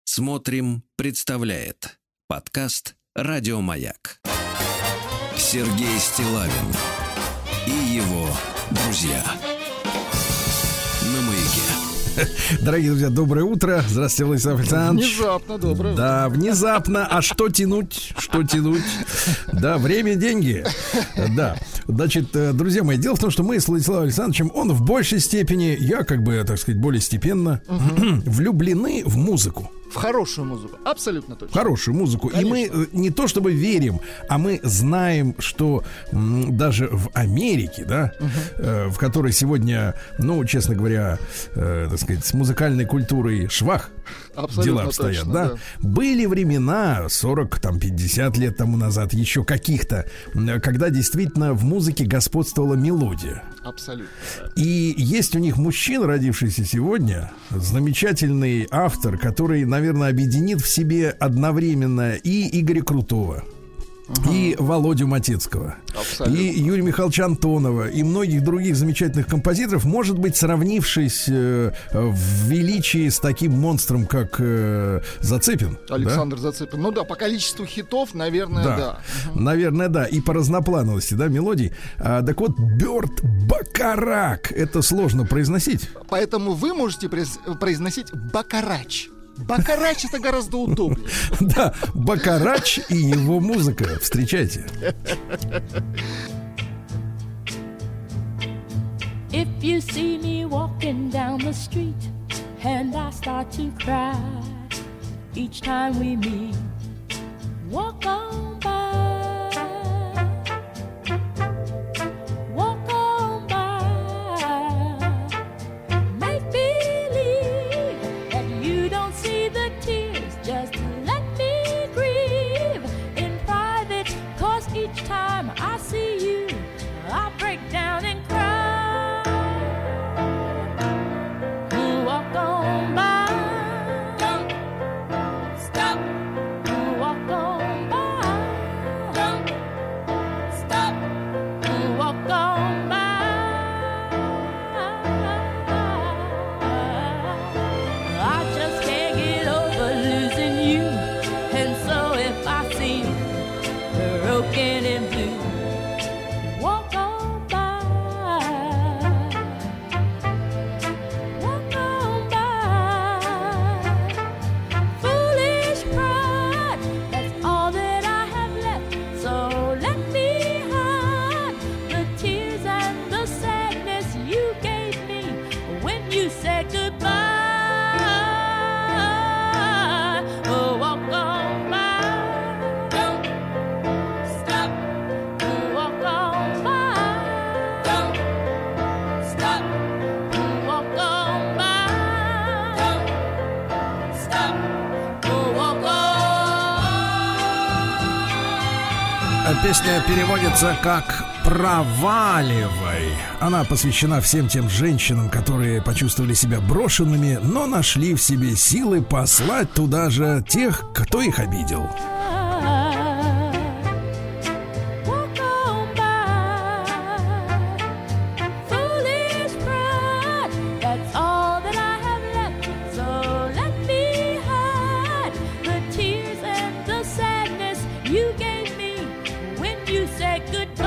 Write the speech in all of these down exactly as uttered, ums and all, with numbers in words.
Смотрим, представляет подкаст «Радиомаяк». Сергей Стиллавин и его друзья на Маяке. Дорогие друзья, доброе утро. Здравствуйте, Владислав Александрович. Внезапно, доброе утро. Да, внезапно. А что тянуть? Что тянуть? Да, время, деньги. Да. Значит, друзья мои, дело в том, что мы с Владиславом Александровичем, он в большей степени, я как бы, так сказать, более степенно, угу. влюблены в музыку. В хорошую музыку, абсолютно точно. Хорошую музыку. Конечно. И мы не то чтобы верим, а мы знаем, что м, даже в Америке, да, угу. э, в которой сегодня, ну, честно говоря, э, так сказать, с музыкальной культурой швах абсолютно дела обстоят, точно, да? да, были времена сорок, там, пятьдесят лет тому назад, еще каких-то, когда действительно в музыке господствовала мелодия. Абсолютно. Да. И есть у них мужчина, родившийся сегодня, замечательный автор, который, наверное, объединит в себе одновременно и Игоря Крутого, угу. и Володю Матецкого, абсолютно. И Юрия Михайловича Антонова, и многих других замечательных композиторов, может быть, сравнившись э, в величии с таким монстром, как э, Зацепин. Александр да? Зацепин. Ну да, по количеству хитов, наверное, да. да. Угу. Наверное, да. И по разноплановости, да, мелодий. А, так вот, Бёрд Бакарак. Это сложно произносить. Поэтому вы можете произносить Бакарач. Бакарач — это гораздо удобнее. Да, Бакарач и его музыка. Встречайте. If you see me walking down the street and I start to cry each time we meet, walk on by, walk on by, make believe that you don't see the tears, just let me grieve in private, 'cause each time I see you I break down and cry. Walk on by, don't stop. Walk on by, don't stop. Walk on by. I just can't get over losing you, and so if I seem broken and blue, walk on by. Walk on by. Foolish pride, that's all that I have left. So let me hide the tears and the sadness you gave me when you said goodbye. Oh, walk on by, don't stop. Walk on by, don't stop. Walk on by, don't stop. Walk on. Песня переводится как «Проваливай». Она посвящена всем тем женщинам, которые почувствовали себя брошенными, но нашли в себе силы послать туда же тех, кто их обидел. Walk on by. Foolish pride, that's all that I have left. So let me hide the tears and the sadness you gave me when you said goodbye.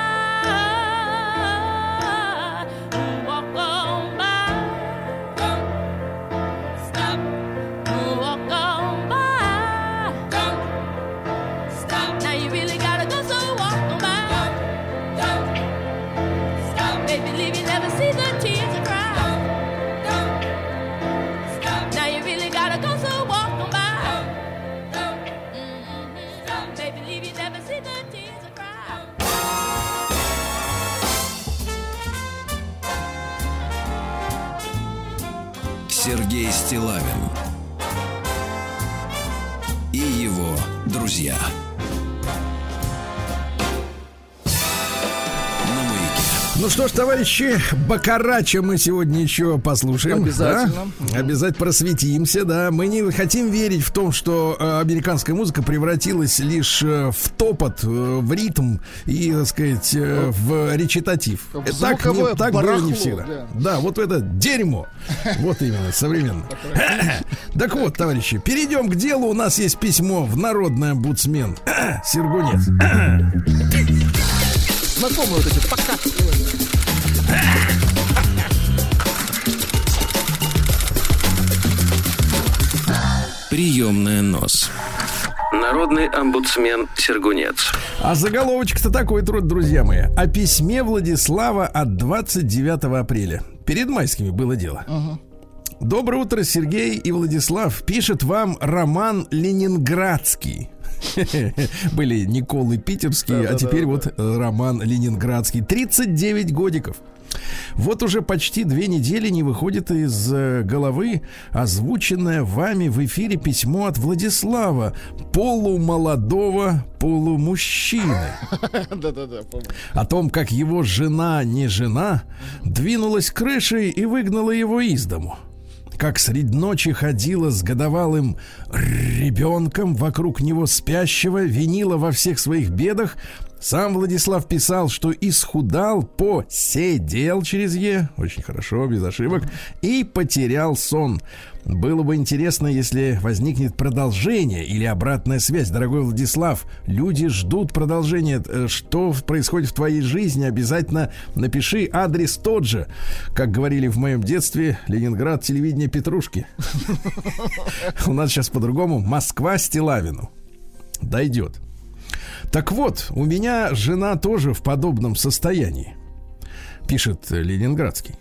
Walk on by, don't stop. Walk on by, don't stop. Now you really gotta go, so walk on by. Don't stop. Baby, leave you never see the tears I cry. Don't stop. Now you really gotta go, so walk on by. Mm-hmm. Stop. Baby, leave you never see the tears I cry. Сергей Стиллавин и его друзья на Маяке. Ну что ж, товарищи, Бакарача мы сегодня еще послушаем. Обязательно. Да? Обязательно просветимся, да. Мы не хотим верить в том, что э, американская музыка превратилась лишь э, в топот, э, в ритм и, так сказать, э, в речитатив. В Э, так не, звуковое так было барахло, не всегда. да. Да, вот это дерьмо. Вот именно, современно. Так вот, товарищи, перейдем к делу. У нас есть письмо в Народный омбудсмен Сергунец. Знакомые вот эти пока. Приемная нос. Народный омбудсмен Сергунец. А заголовочек-то такой, труд, друзья мои. О письме Владислава от двадцать девятого апреля. Перед майскими было дело. Ага. Доброе утро, Сергей и Владислав. Пишет вам Роман Ленинградский. Были Николы Питерские, а теперь вот Роман Ленинградский. тридцать девять годиков. Вот уже почти две недели не выходит из головы озвученное вами в эфире письмо от Владислава, полумолодого полумужчины. Да-да-да, помню. О том, как его жена, не жена, двинулась крышей и выгнала его из дому. Как средь ночи ходила с годовалым ребенком вокруг него спящего, винила во всех своих бедах. Сам Владислав писал, что исхудал, посидел через «е», очень хорошо, без ошибок, и потерял сон. Было бы интересно, если возникнет продолжение или обратная связь. Дорогой Владислав, люди ждут продолжения. Что происходит в твоей жизни? Обязательно напиши. Адрес тот же, как говорили в моем детстве, Ленинград, телевидение Петрушки. У нас сейчас по-другому. Москва, Стилавину. Дойдет. Так вот, у меня жена тоже в подобном состоянии, пишет Ленинградский.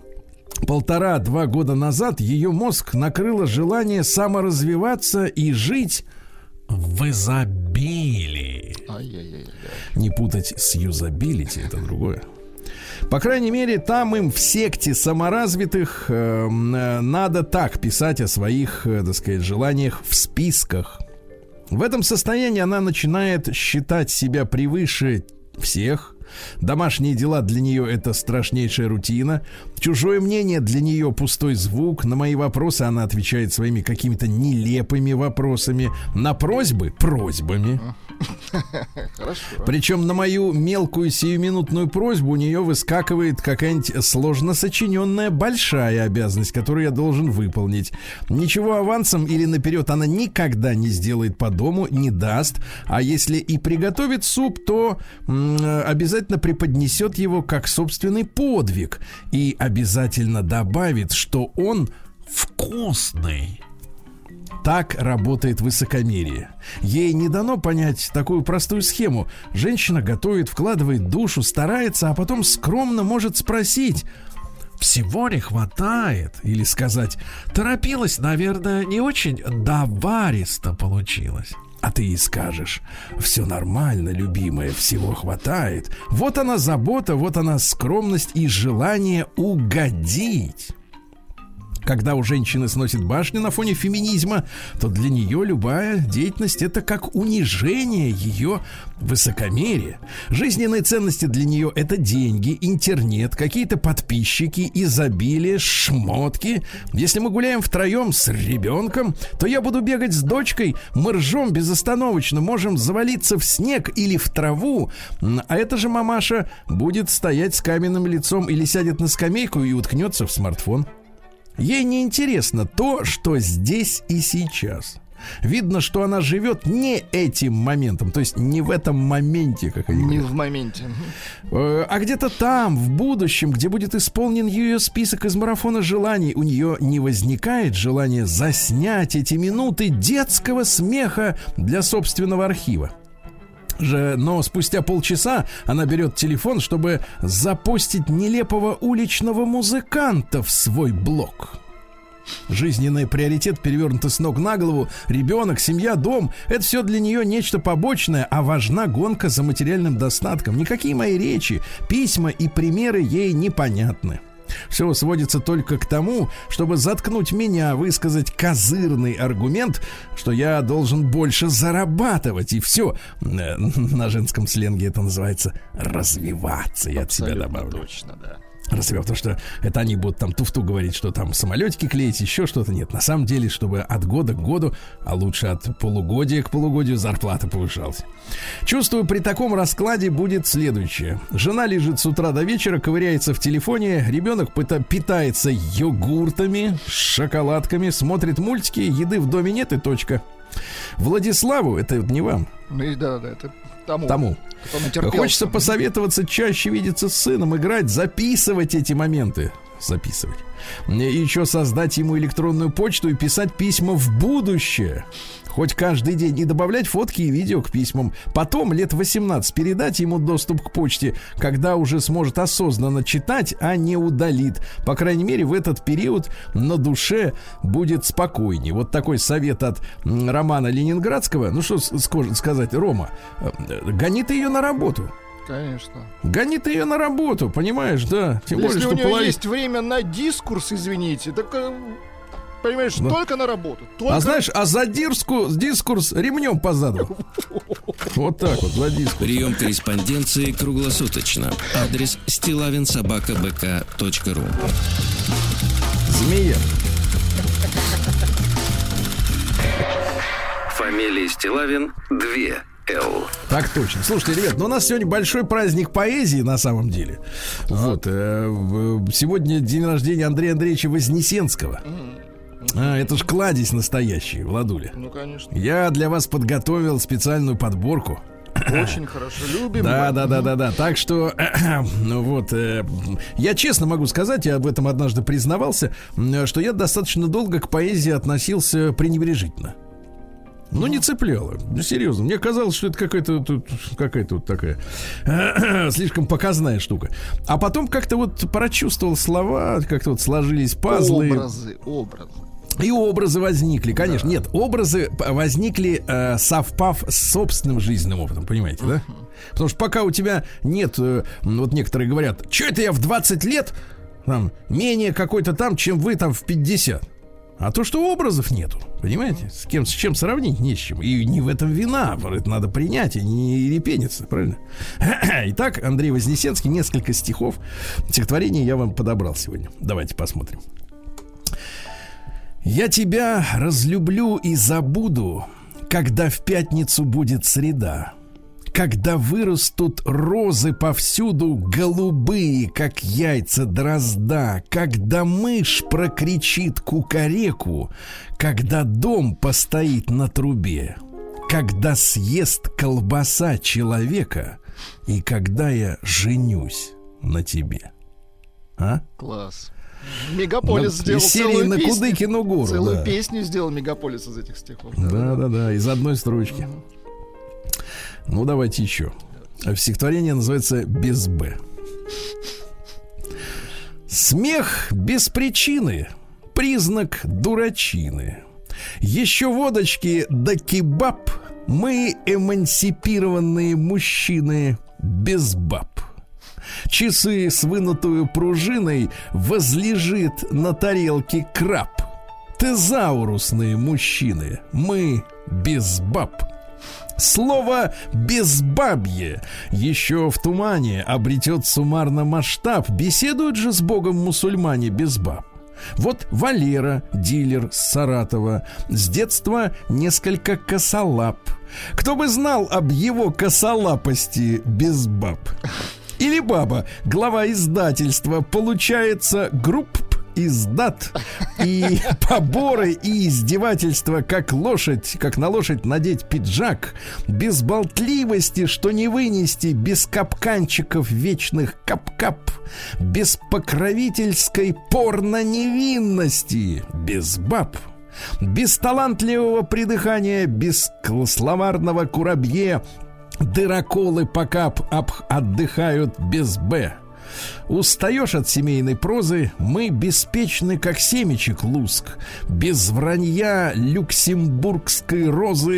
Полтора-два года назад ее мозг накрыло желание саморазвиваться и жить в изобилии. Ай-яй-яй. Не путать с юзабилити, это другое. По крайней мере, там им в секте саморазвитых э, надо так писать о своих, э, так сказать, желаниях в списках. В этом состоянии она начинает считать себя превыше всех. Домашние дела для нее это страшнейшая рутина. Чужое мнение для нее пустой звук. На мои вопросы она отвечает своими какими-то нелепыми вопросами. На просьбы — просьбами. Хорошо. Причем на мою мелкую сиюминутную просьбу у нее выскакивает какая-нибудь сложно сочиненная большая обязанность, которую я должен выполнить. Ничего авансом или наперед она никогда не сделает по дому, не даст. А если и приготовит суп, то м- обязательно преподнесет его как собственный подвиг. И обязательно добавит, что он вкусный. Так работает высокомерие. Ей не дано понять такую простую схему. Женщина готовит, вкладывает душу, старается, а потом скромно может спросить: всего не хватает? Или сказать: торопилась, наверное, не очень доваристо получилось. А ты ей скажешь: все нормально, любимая, всего хватает. Вот она забота, вот она скромность и желание угодить. Когда у женщины сносит башню на фоне феминизма, то для нее любая деятельность — это как унижение ее высокомерия. Жизненные ценности для нее — это деньги, интернет, какие-то подписчики, изобилие, шмотки. Если мы гуляем втроем с ребенком, то я буду бегать с дочкой, мы ржем безостановочно, можем завалиться в снег или в траву, а эта же мамаша будет стоять с каменным лицом или сядет на скамейку и уткнется в смартфон. Ей не интересно то, что здесь и сейчас. Видно, что она живет не этим моментом, то есть не в этом моменте, как они Не говорят. в моменте. А где-то там, в будущем, где будет исполнен ее список из марафона желаний, у нее не возникает желания заснять эти минуты детского смеха для собственного архива. Же, но спустя полчаса она берет телефон, чтобы запостить нелепого уличного музыканта в свой блог. Жизненный приоритет перевернут с ног на голову. Ребенок, семья, дом — это все для нее нечто побочное, а важна гонка за материальным достатком. Никакие мои речи, письма и примеры ей непонятны. Все сводится только к тому, чтобы заткнуть меня, высказать козырный аргумент, что я должен больше зарабатывать. И все. На женском сленге это называется развиваться. Я от себя добавлю. Точно, да. Развиваться, потому что это они будут там туфту говорить, что там самолетики клеить, еще что-то. Нет, на самом деле, чтобы от года к году, а лучше от полугодия к полугодию зарплата повышалась. Чувствую, при таком раскладе будет следующее. Жена лежит с утра до вечера, ковыряется в телефоне, ребенок питается йогуртами, шоколадками, смотрит мультики, еды в доме нет и точка. Владиславу, это не вам. Ну, да, да, это тому. Тому. Хочется посоветоваться чаще видеться с сыном, играть, записывать эти моменты. Записывать. И еще создать ему электронную почту и писать письма в будущее. Хоть каждый день. И добавлять фотки и видео к письмам. Потом, лет восемнадцать, передать ему доступ к почте, когда уже сможет осознанно читать, а не удалит. По крайней мере, в этот период на душе будет спокойнее. Вот такой совет от Романа Ленинградского. Ну, что сказать, Рома, гони ты ее на работу. Конечно. Гони ты ее на работу, понимаешь, да? Тем Если более, что у нее половина... есть время на дискурс, извините, так, понимаешь, да. Только на работу. Только... А знаешь, а за дискурс, дискурс ремнем по заду. Вот так вот, за дискурс. Прием корреспонденции круглосуточно. Адрес стилавин собака бэ ка точка ру. Змея. Фамилия Стилавин две Л. Так точно. Слушайте, ребят, ну у нас сегодня большой праздник поэзии на самом деле. А. Вот. Э, сегодня день рождения Андрея Андреевича Вознесенского. А, это ж кладезь настоящий, Владуля. Ну, конечно. Я для вас подготовил специальную подборку. Очень хорошо, любим. Да, да, да, да, да. Так что, ну вот, э, я честно могу сказать, я об этом однажды признавался, что я достаточно долго к поэзии относился пренебрежительно. Ну, не цепляло. Серьезно. Мне казалось, что это какая-то тут, какая-то вот такая слишком показная штука. А потом как-то вот прочувствовал слова, как-то вот сложились пазлы. Образы, образы. И образы возникли, конечно. Да. Нет, образы возникли, э, совпав с собственным жизненным опытом, понимаете, да? Потому что пока у тебя нет, э, вот некоторые говорят, что это я в двадцать лет там, менее какой-то там, чем вы там в пятьдесят. А то, что образов нету, понимаете? С кем, с чем сравнить, не с чем. И не в этом вина, это надо принять, и не репениться, правильно? Итак, Андрей Вознесенский, несколько стихов, стихотворений я вам подобрал сегодня. Давайте посмотрим. Я тебя разлюблю и забуду, когда в пятницу будет среда, когда вырастут розы повсюду, голубые, как яйца дрозда, когда мышь прокричит кукареку, когда дом постоит на трубе, когда съест колбаса человека и когда я женюсь на тебе. А? Класс. Мегаполис на, сделал целую на песню. Кудыкину гору, целую да. песню сделал Мегаполис из этих стихов. Да-да-да, из одной строчки. Угу. Ну, давайте еще. Стихотворение называется «Без Б». Смех без причины — признак дурачины. Еще водочки да кебаб, мы эмансипированные мужчины без баб. Часы с вынутую пружиной возлежит на тарелке краб. Тезаурусные мужчины, мы без баб. Слово «безбабье» еще в тумане обретет суммарно масштаб. Беседуют же с Богом мусульмане без баб. Вот Валера, дилер с Саратова, с детства несколько косолап. Кто бы знал об его косолапости без баб? Или баба, глава издательства, получается групп издат, и поборы и издевательства, как лошадь, как на лошадь надеть пиджак, без болтливости, что не вынести, без капканчиков вечных кап-кап, без покровительской порно-невинности, без баб, без талантливого придыхания, без словарного курабье, дыроколы пока отдыхают без «б». Устаешь от семейной прозы, мы беспечны, как семечек луск. Без вранья люксембургской розы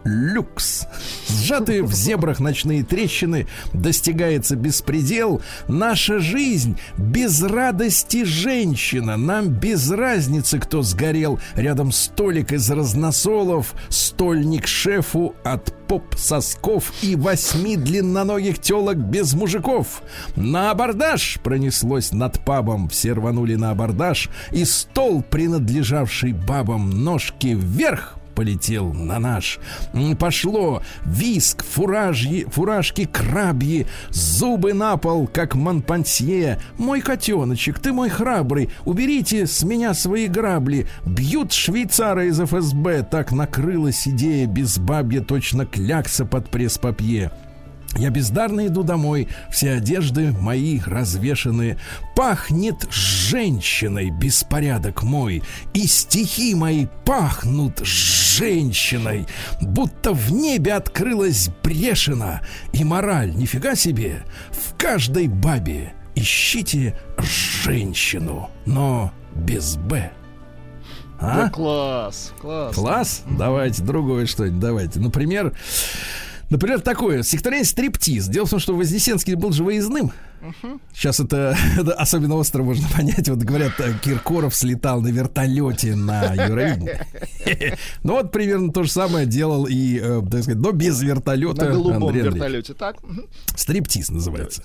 люкс. Сжатые в зебрах ночные трещины, достигается беспредел. Наша жизнь без радости женщина. Нам без разницы, кто сгорел. Рядом столик из разносолов, стольник шефу от поп-сосков и восьми длинноногих телок без мужиков. На абордаж пронеслось над пабом. Все рванули на абордаж, и стол, принадлежавший бабам, ножки вверх, полетел на наш. Пошло виск, фуражьи, фуражки крабьи, зубы на пол, как Монпансье. Мой котеночек, ты мой храбрый, уберите с меня свои грабли. Бьют швейцары из эф эс бэ, так накрылась идея безбабья, точно клякса под пресс-папье. Я бездарно иду домой, все одежды мои развешаны. Пахнет женщиной беспорядок мой, и стихи мои пахнут женщиной, будто в небе открылась брешина. И мораль, нифига себе, в каждой бабе ищите женщину, но без «б». А? Да, класс, класс. Класс? Давайте другое что-нибудь, давайте. Например... Например, такое, стихотворение «Стриптиз». Дело в том, что Вознесенский был же выездным. Uh-huh. Сейчас это, это особенно остро можно понять. Вот говорят, Киркоров слетал на вертолете на Евровидение. Ну вот примерно то же самое делал и, так сказать, но без вертолета. На голубом вертолете, так? «Стриптиз» называется.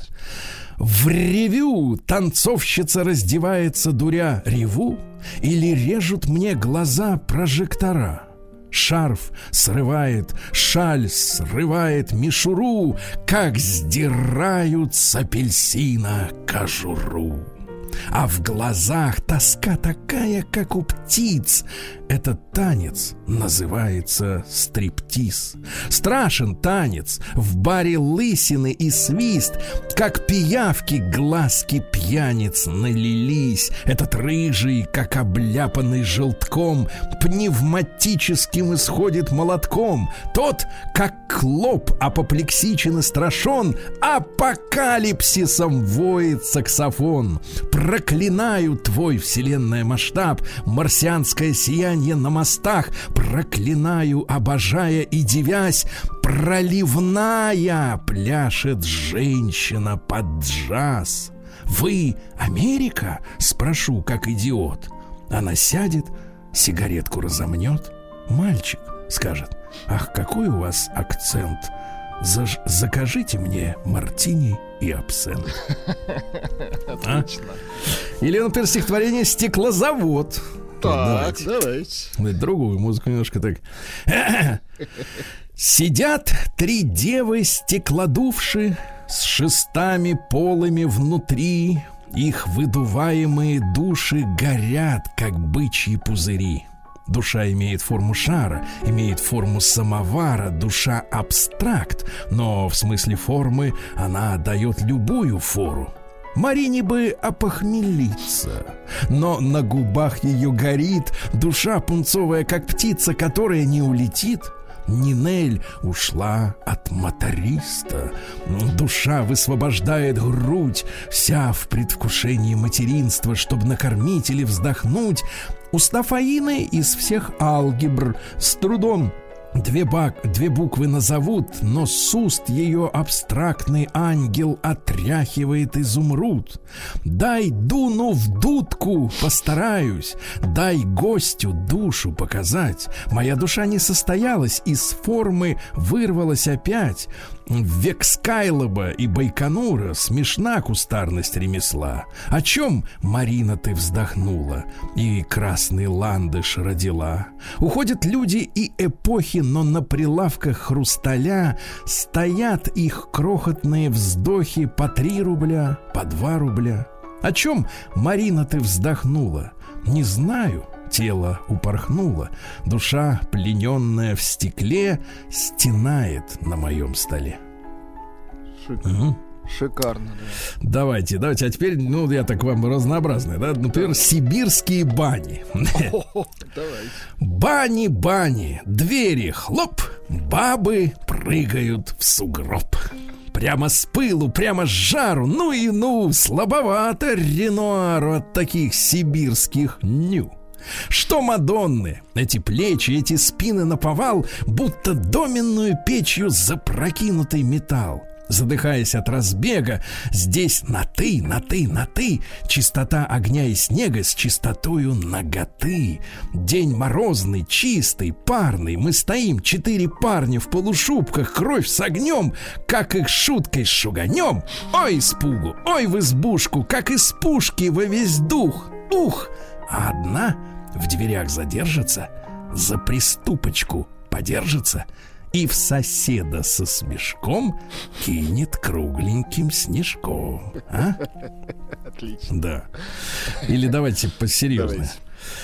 В ревю танцовщица раздевается, дуря реву, или режут мне глаза прожектора. Шарф срывает, шаль срывает мишуру, как сдирают с апельсина кожуру. А в глазах тоска такая, как у птиц. Этот танец называется стриптиз. Страшен танец, в баре лысины и свист, как пиявки глазки пьяниц налились. Этот рыжий, как обляпанный желтком, пневматическим исходит молотком. Тот, как клоп, апоплексичен и страшен, апокалипсисом воет саксофон. Проклинаю твой вселенная масштаб, марсианское сияние на мостах. Проклинаю, обожая и дивясь, проливная пляшет женщина под джаз. Вы Америка? Спрошу, как идиот. Она сядет, сигаретку разомнет. Мальчик скажет: ах, какой у вас акцент. Заж... Закажите мне мартини и абсент. Отлично. Или, например, стихотворение «Стеклозавод». Так, давайте. давайте. Другую музыку немножко так. Сидят три девы стеклодувши, с шестами полыми внутри. Их выдуваемые души горят, как бычьи пузыри. Душа имеет форму шара, имеет форму самовара. Душа абстракт, но в смысле формы она дает любую фору. Марине бы опохмелиться, но на губах ее горит душа пунцовая, как птица, которая не улетит. Нинель ушла от моториста. Душа высвобождает грудь, вся в предвкушении материнства, чтобы накормить или вздохнуть. Уста Фаины из всех алгебр с трудом Две, бак, две буквы назовут, но с уст ее абстрактный ангел отряхивает изумруд. Дай дуну в дудку, постараюсь, дай гостю душу показать. Моя душа не состоялась, из формы вырвалась опять. В век Скайлоба и Байконура смешна кустарность ремесла. О чем, Марина, ты вздохнула и красный ландыш родила? Уходят люди и эпохи, но на прилавках хрусталя стоят их крохотные вздохи по три рубля, по два рубля. О чем, Марина, ты вздохнула? Не знаю. Тело упорхнуло, душа, плененная в стекле, стенает на моем столе. Шикарно. Угу. Шикарно, да. Давайте, давайте, а теперь, ну, я так вам разнообразный, да? Например, сибирские бани. Давайте. Бани, бани, двери, хлоп, бабы прыгают в сугроб. Прямо с пылу, прямо с жару, ну и ну, слабовато Ренуару от таких сибирских ню. Что Мадонны, эти плечи, эти спины наповал, будто доменную печью запрокинутый металл. Задыхаясь от разбега, здесь на ты, на ты, на ты, чистота огня и снега с чистотою наготы. День морозный, чистый, парный, мы стоим, четыре парня в полушубках, кровь с огнем, как их шуткой шуганем. Ой, испугу, ой, в избушку, как из пушки во весь дух. Ух, а одна в дверях задержится, за приступочку подержится и в соседа со смешком кинет кругленьким снежком. А? Отлично. Да. Или давайте посерьезнее. Давайте.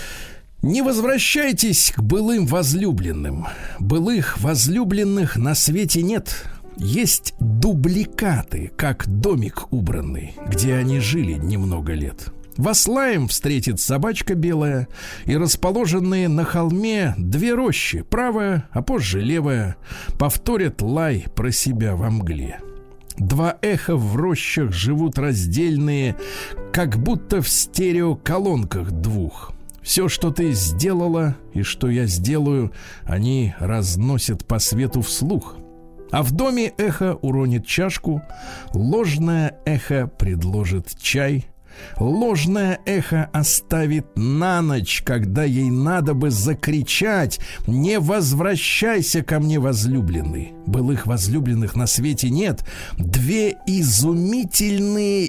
Не возвращайтесь к былым возлюбленным. Былых возлюбленных на свете нет. Есть дубликаты, как домик убранный, где они жили немного лет. Вослаем встретит собачка белая, и расположенные на холме две рощи, правая, а позже левая, повторят лай про себя во мгле. Два эха в рощах живут раздельные, как будто в стереоколонках двух. Все, что ты сделала и что я сделаю, они разносят по свету вслух. А в доме эхо уронит чашку, ложное эхо предложит чай. Ложное эхо оставит на ночь, когда ей надо бы закричать: «Не возвращайся ко мне, возлюбленный!» Былых возлюбленных на свете нет. Две изумительные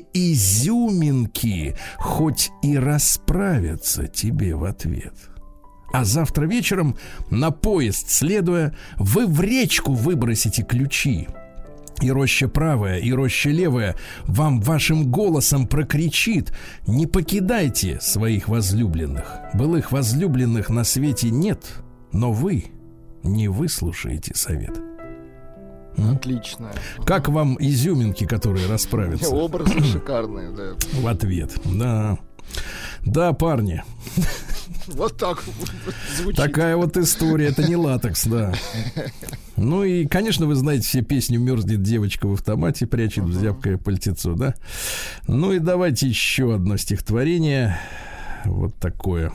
изюминки хоть и расправятся тебе в ответ. А завтра вечером, на поезд следуя, вы в речку выбросите ключи. И роща правая, и роща левая вам вашим голосом прокричит: не покидайте своих возлюбленных. Былых возлюбленных на свете нет, но вы не выслушаете совет. Отлично. Как вам изюминки, которые расправятся? Образы шикарные, да. В ответ, да. Да, парни. Вот так звучит. Такая вот история, это не латекс, да. Ну и, конечно, вы знаете все песню «Мерзнет девочка в автомате, прячет в зябкое пальтецо», да? Ну и давайте еще одно стихотворение. Вот такое.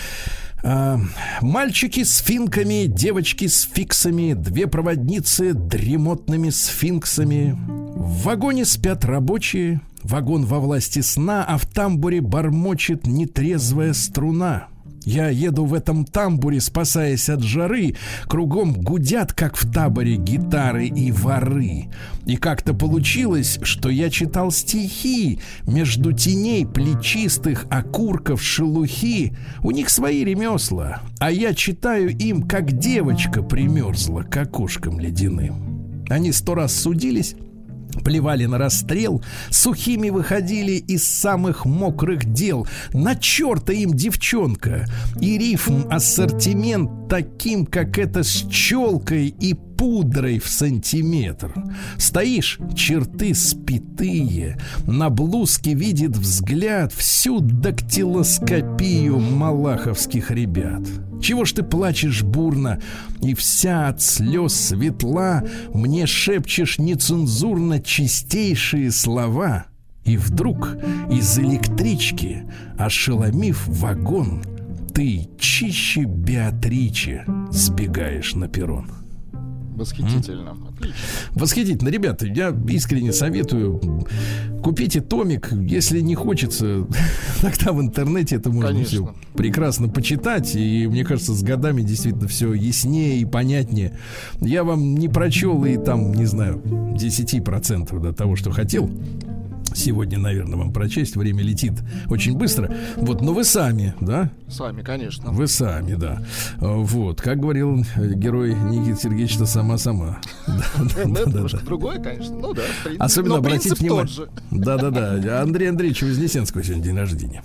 А, мальчики с финками, девочки с фиксами, две проводницы дремотными сфинксами. В вагоне спят рабочие, вагон во власти сна, а в тамбуре бормочет нетрезвая струна. Я еду в этом тамбуре, спасаясь от жары. Кругом гудят, как в таборе, гитары и воры. И как-то получилось, что я читал стихи между теней плечистых окурков шелухи. У них свои ремесла, а я читаю им, как девочка примерзла к окошкам ледяным. Они сто раз судились, плевали на расстрел, сухими выходили из самых мокрых дел. На черта им девчонка, и рифм ассортимент таким, как это, с челкой и пудрой в сантиметр. Стоишь, черты спитые, на блузке видит взгляд всю дактилоскопию малаховских ребят. Чего ж ты плачешь бурно и вся от слез светла, мне шепчешь нецензурно чистейшие слова? И вдруг из электрички, ошеломив вагон, ты чище Беатриче сбегаешь на перрон. Восхитительно. Отлично. Восхитительно. Ребята, я искренне советую, купите томик. Если не хочется, тогда в интернете это можно Конечно. все прекрасно почитать. И мне кажется, с годами действительно все яснее и понятнее. Я вам не прочел и там, не знаю, десять процентов до того, что хотел сегодня, наверное, вам прочесть. Время летит очень быстро. Вот, но вы сами, да? Сами, конечно. Вы сами, да. Вот, как говорил герой Никиты Сергеевича, сама-сама. Немножко другое, конечно. Ну да. Особенно обратите внимание. Да-да-да. Андрей Андреевич Вознесенского сегодня день рождения.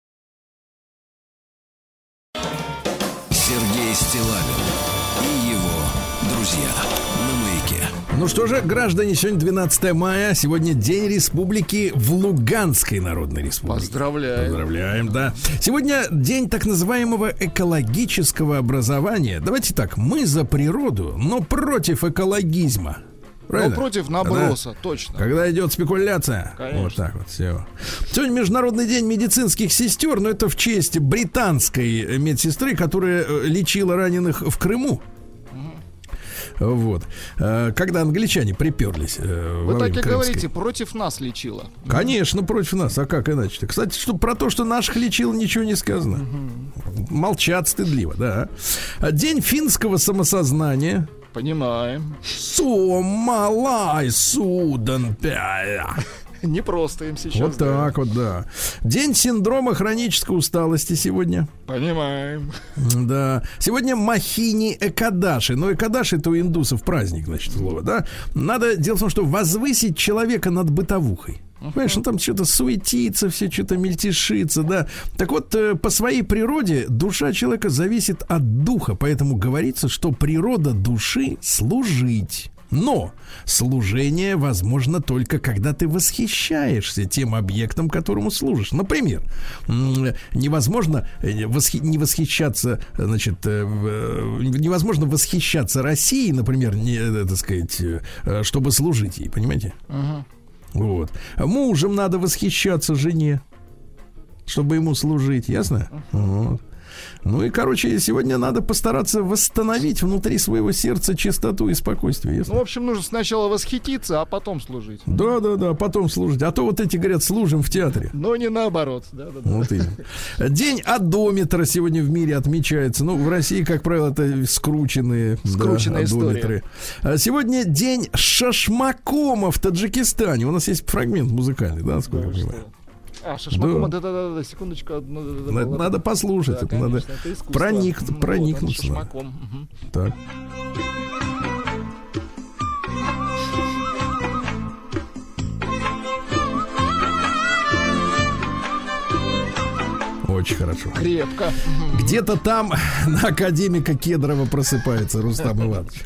Сергей Стиллавин и его друзья на Маяке. Ну что же, граждане, сегодня двенадцатое мая, сегодня День Республики в Луганской Народной Республике. Поздравляем. Поздравляем, да. Сегодня день так называемого экологического образования. Давайте так, мы за природу, но против экологизма. Правильно? Но против наброса, когда, точно. Когда идет спекуляция. Конечно. Вот так вот, все. Сегодня Международный день медицинских сестер, но это в честь британской медсестры, которая лечила раненых в Крыму. Вот. Когда англичане приперлись. Вы так и говорите, против нас лечила. Конечно, против нас. А как иначе-то? Кстати, что про то, что наших лечил, ничего не сказано. Угу. Молчат стыдливо, да. День финского самосознания. Понимаем. Сомалай судан пя. Не просто им сейчас. Вот да. так вот, да. День синдрома хронической усталости сегодня. Понимаем. Да. Сегодня Махини Экадаши. Но Экадаши — это у индусов праздник, значит, слово, да. Надо, дело в том, что возвысить человека над бытовухой. Uh-huh. Понимаешь, он там что-то суетится, все что-то мельтешится, да. Так вот, по своей природе душа человека зависит от духа. Поэтому говорится, что природа души — служить. Но служение возможно только когда ты восхищаешься тем объектом, которому служишь. Например, невозможно восхи- не восхищаться, значит, невозможно восхищаться Россией, например, не, так сказать, чтобы служить ей, понимаете? Uh-huh. Вот. Мужем надо восхищаться жене, чтобы ему служить, ясно? Uh-huh. Вот. Ну и, короче, сегодня надо постараться восстановить внутри своего сердца чистоту и спокойствие. Ясно? Ну, в общем, нужно сначала восхититься, а потом служить. Да, да, да, потом служить. А то вот эти говорят, служим в театре. Но не наоборот. Да, да, да. Вот именно. День одометра сегодня в мире отмечается. Ну, в России, как правило, это скрученные, скрученная да, одометры. Сегодня день шашмакома в Таджикистане. У нас есть фрагмент музыкальный, да, насколько я понимаю. А, шашмакома, да, да, да, да, секундочку. Одну, да, надо, да, надо послушать, да, это конечно, надо это проник, ну, проникнуться. Вот он, угу. Так. Очень хорошо. Крепко. Где-то там на академика Кедрова просыпается Рустам Иванович.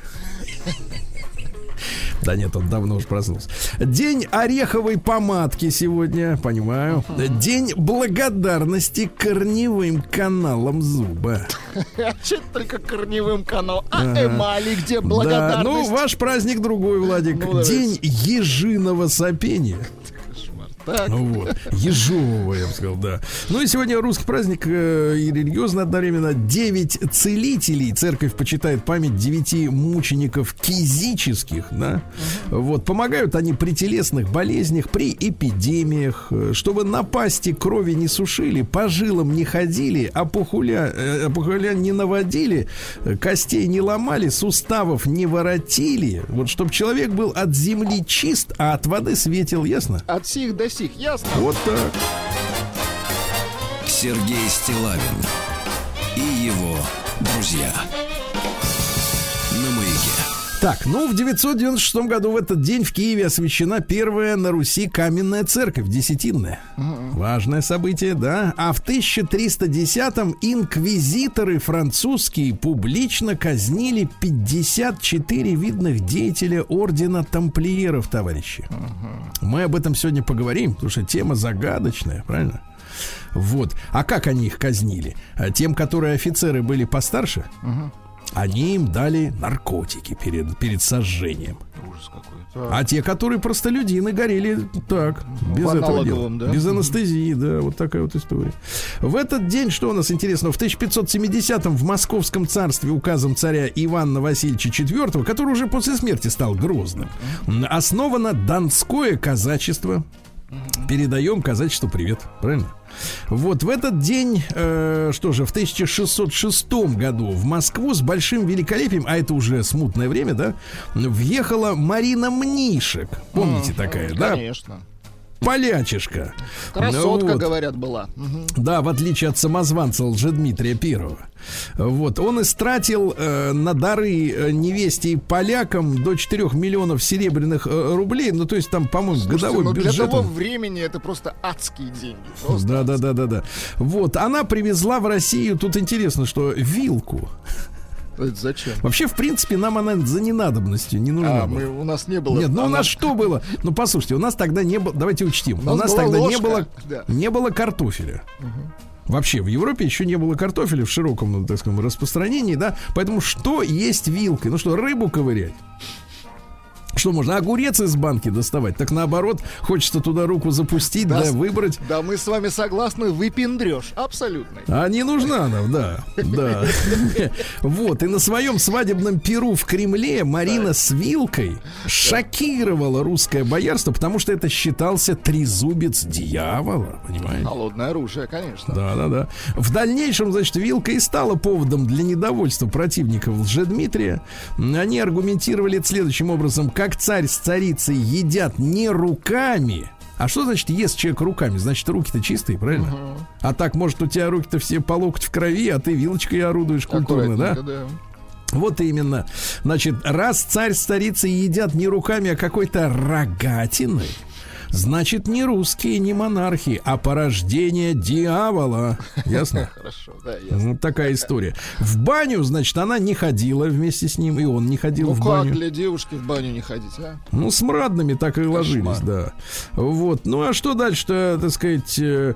Да нет, он давно уже проснулся. День ореховой помадки сегодня, понимаю. Uh-huh. День благодарности корневым каналам зуба. Че только корневым каналом? А uh-huh. эмали где благодарность? Да, ну, ваш праздник другой, Владик. Ну, день ежиного сопения. Так. Ну вот, ежового, я бы сказал, да. Ну и сегодня русский праздник э, и религиозный одновременно. Девять целителей. Церковь почитает память девяти мучеников кизических, да. Uh-huh. Вот, помогают они при телесных болезнях, при эпидемиях, чтобы напасти крови не сушили, по жилам не ходили, опухоля, э, опухоля не наводили, костей не ломали, суставов не воротили. Вот, чтобы человек был от земли чист, а от воды светил, ясно? От сих до сих, ясно? Вот так. Сергей Стиллавин и его друзья на Маяке. Так, ну в девятьсот девяносто шестом году в этот день в Киеве освящена первая на Руси каменная церковь, Десятинная. Uh-huh. Важное событие, да. А в тысяча триста десятом инквизиторы французские публично казнили пятьдесят четыре видных деятеля ордена тамплиеров, товарищи. Uh-huh. Мы об этом сегодня поговорим, потому что тема загадочная, правильно? Вот. А как они их казнили? Тем, которые офицеры были постарше, uh-huh. они им дали наркотики перед, перед сожжением. Ужас какой. А те, которые простолюдины, горели так, без в этого дела, да? без анестезии, да, вот такая вот история. В этот день, что у нас интересно, в тысяча пятьсот семидесятом в Московском царстве указом царя Ивана Васильевича четвёртого, который уже после смерти стал грозным, основано Донское казачество. Передаем казачеству привет, правильно? Вот в этот день, э, что же, в тысяча шестьсот шестом году в Москву с большим великолепием, а это уже смутное время, да, въехала Марина Мнишек. Помните mm, такая, конечно. да? Конечно. Полячишка. Красотка, вот. Говорят, была. Угу. Да, в отличие от самозванца Лжедмитрия Первого. Вот, он истратил э, на дары невесте и полякам до четырёх миллионов серебряных э, рублей. Ну, то есть там, по-моему, Слушайте, годовой ну, бюджет. Для того он... времени это просто адские деньги. Просто да, адские. да, да, да, да. Вот, она привезла в Россию, тут интересно, что вилку. Это зачем? Вообще, в принципе, нам она за ненадобностью не нужна а, была. Мы, у нас не было. Нет, ну она... у нас что было? Ну, послушайте, у нас тогда не было. Давайте учтим. У нас, у нас тогда ложка. не было, да. не было картофеля. Угу. Вообще, в Европе еще не было картофеля в широком, так скажем, распространении, да. Поэтому что есть вилкой? Ну что, рыбу ковырять? что можно? Огурец из банки доставать? Так наоборот, хочется туда руку запустить, да, да выбрать. Да, мы с вами согласны, выпендрёж абсолютный. А не нужна нам, да, да. Вот, и на своем свадебном пиру в Кремле Марина с вилкой шокировала русское боярство, потому что это считался трезубец дьявола, понимаете? Холодное оружие, конечно. Да, да, да. В дальнейшем, значит, вилка и стала поводом для недовольства противников Лжедмитрия. Они аргументировали это следующим образом: как царь с царицей едят не руками. А что значит ест человек руками? Значит, руки-то чистые, правильно? Uh-huh. А так, может, у тебя руки-то все по локоть в крови, а ты вилочкой орудуешь культурно, да? да? Вот именно. Значит, раз царь с царицей едят не руками, а какой-то рогатиной, значит, не русские, не монархи, а порождение дьявола. Ясно? Хорошо, да, ясно. Вот такая история. В баню, значит, она не ходила вместе с ним, и он не ходил ну в баню. Ну как для девушки в баню не ходить, а? Ну, с мрадными так и ложились, да. Вот. Ну, а что дальше-то, так сказать, э, э,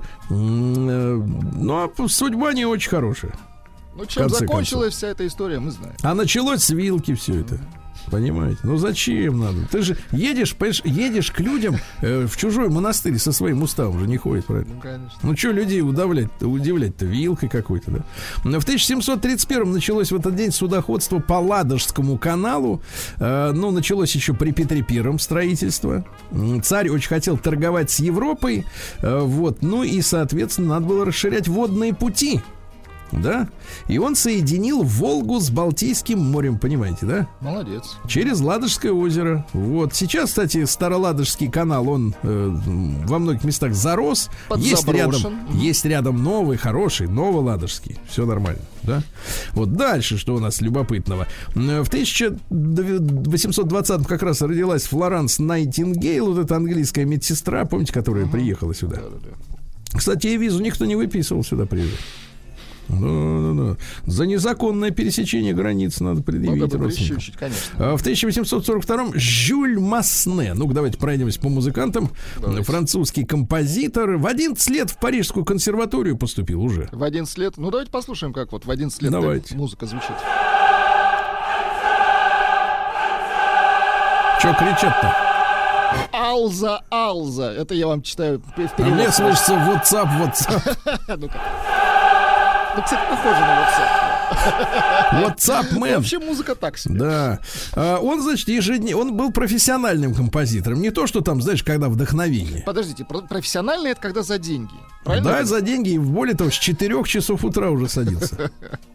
ну, а судьба не очень хорошая. Ну, чем закончилась вся эта история, мы знаем. А началось с вилки все это. Понимаете? Ну зачем надо? Ты же едешь, понимаешь, едешь к людям э, в чужой монастырь со своим уставом же не ходит, правильно? Ну, конечно. Ну что людей удивлять-то, удивлять-то вилкой какой-то, да? В тысяча семьсот тридцать первом началось в этот день судоходство по Ладожскому каналу. Э, ну, началось еще при Петре Первом строительство. Царь очень хотел торговать с Европой. Э, вот. Ну и, соответственно, надо было расширять водные пути. Да? И он соединил Волгу с Балтийским морем, понимаете, да? Молодец. Через Ладожское озеро. Вот. Сейчас, кстати, Староладожский канал, он э, во многих местах зарос. Есть рядом, есть рядом новый, хороший, Новоладожский. Все нормально, да? Вот дальше, что у нас любопытного. В тысяча восемьсот двадцатом как раз родилась Флоранс Найтингейл, вот эта английская медсестра, помните, которая uh-huh. приехала сюда. Да, да, да. Кстати, ей визу никто не выписывал сюда приезжать. Ну, ну, ну. За незаконное пересечение границ надо предъявить родственникам. А в тысяча восемьсот сорок втором Жюль Масне, ну-ка давайте пройдемся по музыкантам. Давайте. Французский композитор. В одиннадцать лет в Парижскую консерваторию поступил уже. В одиннадцать лет? Ну давайте послушаем, как вот в одиннадцать лет музыка звучит. Че кричат-то? Алза, Алза. Это я вам читаю в перевод. А мне слышится WhatsApp, WhatsApp. Ну-ка. Ну, кстати, похоже на WhatsApp. WhatsApp Man. Вообще музыка так себе. Да. А, он, значит, ежедневно, он был профессиональным композитором. Не то, что там, знаешь, когда вдохновение. Подождите, профессиональный — это когда за деньги. Правильно? Да, за деньги. И более того, с четырёх часов утра уже садился.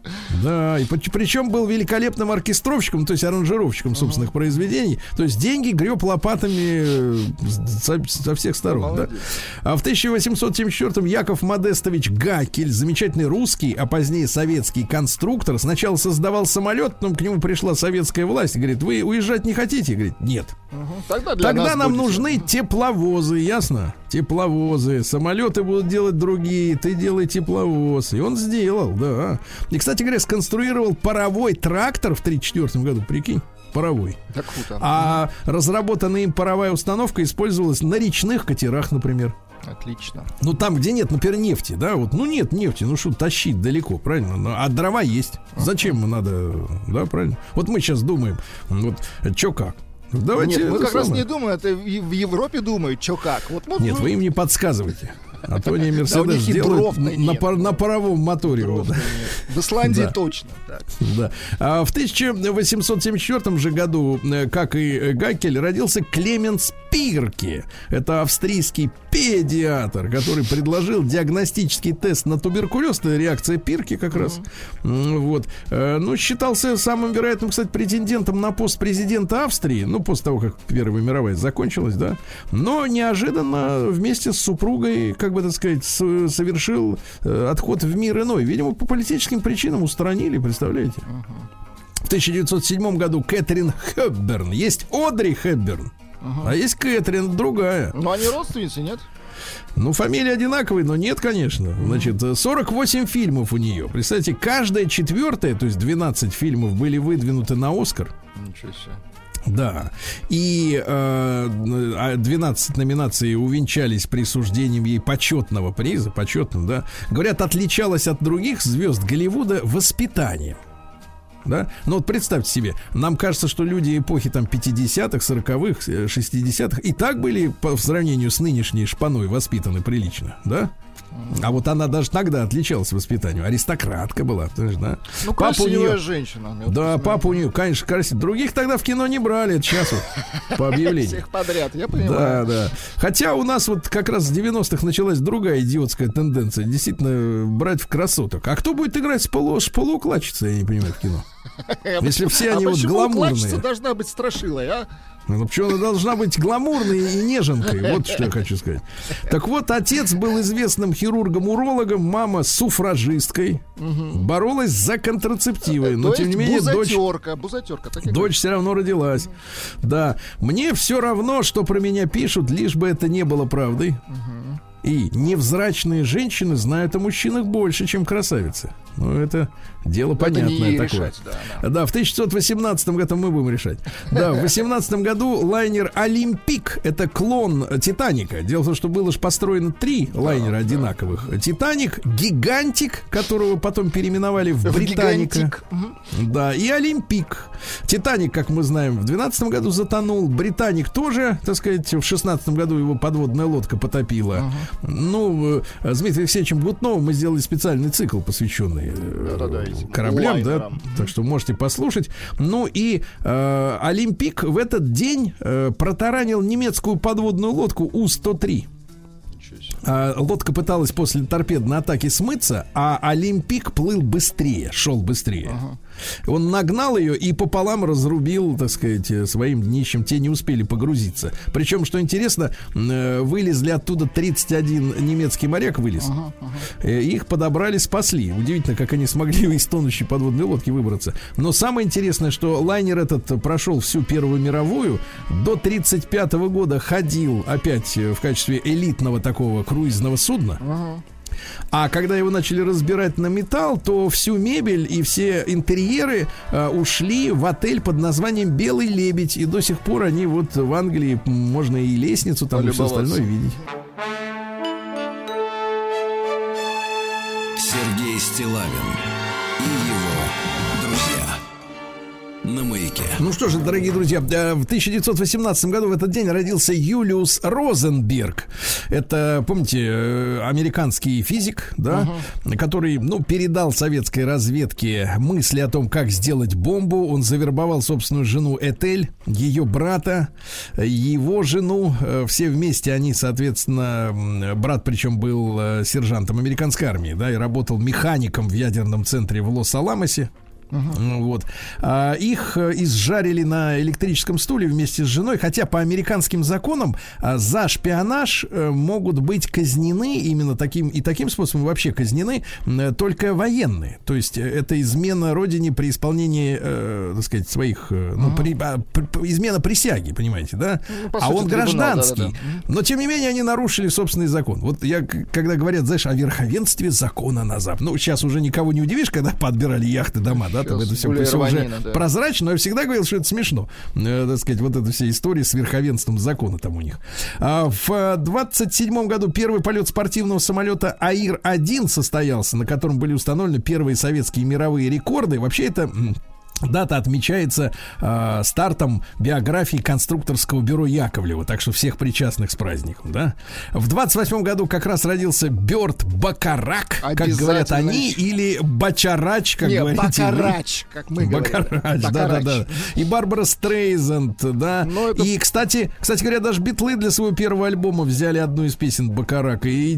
Да, и причем был великолепным оркестровщиком, то есть аранжировщиком собственных произведений. То есть деньги греб лопатами со, со всех сторон. Да? А в тысяча восемьсот семьдесят четвёртом Яков Модестович Гакель, замечательный русский, а позднее советский конструктор, сначала создавал самолет, потом к нему пришла советская власть, говорит: вы уезжать не хотите? Говорит: нет. Угу. Тогда, Тогда нам нужны тепловозы, ясно? Тепловозы. Самолеты будут делать другие, ты делай тепловоз. И он сделал, да. И, кстати говоря, сконструировал паровой трактор в тридцать четвёртом году, прикинь. Паровой. Так круто. А разработанная им паровая установка использовалась на речных катерах, например. Отлично. Ну, там, где нет, например, нефти, да, вот, ну, нет нефти, ну, что тащить далеко, правильно, ну, а дрова есть. Зачем надо, да, правильно? Вот мы сейчас думаем, вот, чё как. Давайте. Нет, мы как самое. раз не думаем, это в Европе думают, чё как. Вот, вот, нет, вы им не подсказывайте. А то они Мерседес делают на, пар, на паровом моторе. Вот. В Исландии да. точно. Так. Да. А в тысяча восемьсот семьдесят четвёртом же году, как и Гакель, родился Клеменс Пирке. Это австрийский педиатр, который предложил диагностический тест на туберкулез. Это реакция Пирке как раз. Uh-huh. Вот. Ну, считался самым вероятным, кстати, претендентом на пост президента Австрии. Ну, после того, как Первая мировая закончилась, да. Но неожиданно вместе с супругой, как бы так сказать, совершил э, отход в мир иной. Видимо, по политическим причинам устранили, представляете? Uh-huh. В тысяча девятьсот седьмом году Кэтрин Хепберн. Есть Одри Хепберн, uh-huh. а есть Кэтрин, другая. Ну, они родственницы, нет? Ну, фамилии одинаковые, но нет, конечно. Значит, сорок восемь фильмов у нее. Представьте, каждая четвертая, то есть двенадцать фильмов были выдвинуты на Оскар. Ничего себе. Да, и э, двенадцать номинаций увенчались присуждением ей почетного приза, почетным, да. Говорят, отличалась от других звезд Голливуда воспитанием. да? Ну вот представьте себе, нам кажется, что люди эпохи там пятидесятых, сороковых, шестидесятых и так были по, в сравнению с нынешней шпаной воспитаны прилично, да? А вот она даже тогда отличалась воспитанием. Аристократка была, знаешь, да? Ну, папа у нее женщина. Да, папа у нее, конечно, красивый. Других тогда в кино не брали, это сейчас вот по объявлению. Всех подряд, я понимаю. Да, да. Хотя у нас вот как раз в девяностых началась другая идиотская тенденция. Действительно, брать в красоток. А кто будет играть с полу, с полуукладчицей, я не понимаю, в кино? Если все они вот гламурные. Должна быть страшилой, а? Ну, почему она должна быть гламурной и неженкой? Вот что я хочу сказать. Так вот, отец был известным хирургом-урологом, мама суфражисткой, угу. боролась за контрацептивы. Но, то тем не менее, бузатерка, дочь, бузатерка, дочь все равно родилась. Да. Мне все равно, что про меня пишут, лишь бы это не было правдой. Угу. И невзрачные женщины знают о мужчинах больше, чем красавицы. Ну, это дело это понятное такое. Решать, да, да. да, в тысяча девятьсот восемнадцатом году мы будем решать. Да, в восемнадцатом году лайнер «Олимпик» — это клон «Титаника». Дело в том, что было же построено три лайнера одинаковых. «Титаник», «Гигантик», которого потом переименовали в «Британика». Да, и «Олимпик». «Титаник», как мы знаем, в двенадцатом году затонул. «Британик» тоже, так сказать, в шестнадцатом году его подводная лодка потопила. Uh-huh. Ну, с Дмитрием Алексеевичем Гутновым мы сделали специальный цикл, посвященный Да-да-да, кораблям, да, так что можете послушать. Ну и э, «Олимпик» в этот день э, протаранил немецкую подводную лодку У сто три. А, лодка пыталась после торпедной атаки смыться, а «Олимпик» плыл быстрее, шел быстрее. Ага. Он нагнал ее и пополам разрубил, так сказать, своим днищем. Те не успели погрузиться. Причем, что интересно, вылезли оттуда тридцать один немецкий моряк вылез. Ага, ага. Их подобрали, спасли. Удивительно, как они смогли из тонущей подводной лодки выбраться. Но самое интересное, что лайнер этот прошел всю Первую мировую. До тридцать пятого года ходил опять в качестве элитного такого круизного судна. Ага. А когда его начали разбирать на металл, то всю мебель и все интерьеры э, ушли в отель под названием «Белый лебедь». И до сих пор они вот в Англии, можно и лестницу там и все остальное видеть. Сергей Стиллавин и его друзья на Маяке. Ну что же, дорогие друзья, в тысяча девятьсот восемнадцатом году в этот день родился Юлиус Розенберг. Это, помните, американский физик, да, uh-huh. который, ну, передал советской разведке мысли о том, как сделать бомбу. Он завербовал собственную жену Этель, ее брата, его жену. Все вместе они, соответственно, брат причем был сержантом американской армии, да, и работал механиком в ядерном центре в Лос-Аламосе. Uh-huh. Вот. А, их изжарили на электрическом стуле вместе с женой, хотя по американским законам а, за шпионаж а, могут быть казнены именно таким и таким способом вообще казнены а, только военные. То есть это измена родине при исполнении, а, так сказать, своих, uh-huh. ну, при, а, при, измена присяги, понимаете, да? Ну, а он гражданский. Да, да, да. Но тем не менее они нарушили собственный закон. Вот я, когда говорят, знаешь, о верховенстве закона на Запад. Ну, сейчас уже никого не удивишь, когда подбирали яхты, дома, да? Там это все, все уже да. прозрачно, но я всегда говорил, что это смешно, э, так сказать, вот эта вся история с верховенством закона там у них. А в двадцать седьмом году первый полет спортивного самолета Аир один состоялся, на котором были установлены первые советские мировые рекорды. Вообще это... Дата отмечается э, стартом биографии конструкторского бюро Яковлева. Так что всех причастных с праздником, да? В двадцать восьмом году как раз родился Бёрд Бакарак, как говорят они, или Бачарач, как Не, говорите Бакарач, вы. Как мы Бакарач, да-да-да. И Барбара Стрейзанд, да. Это... И, кстати, кстати говоря, даже Битлы для своего первого альбома взяли одну из песен Бакарака. И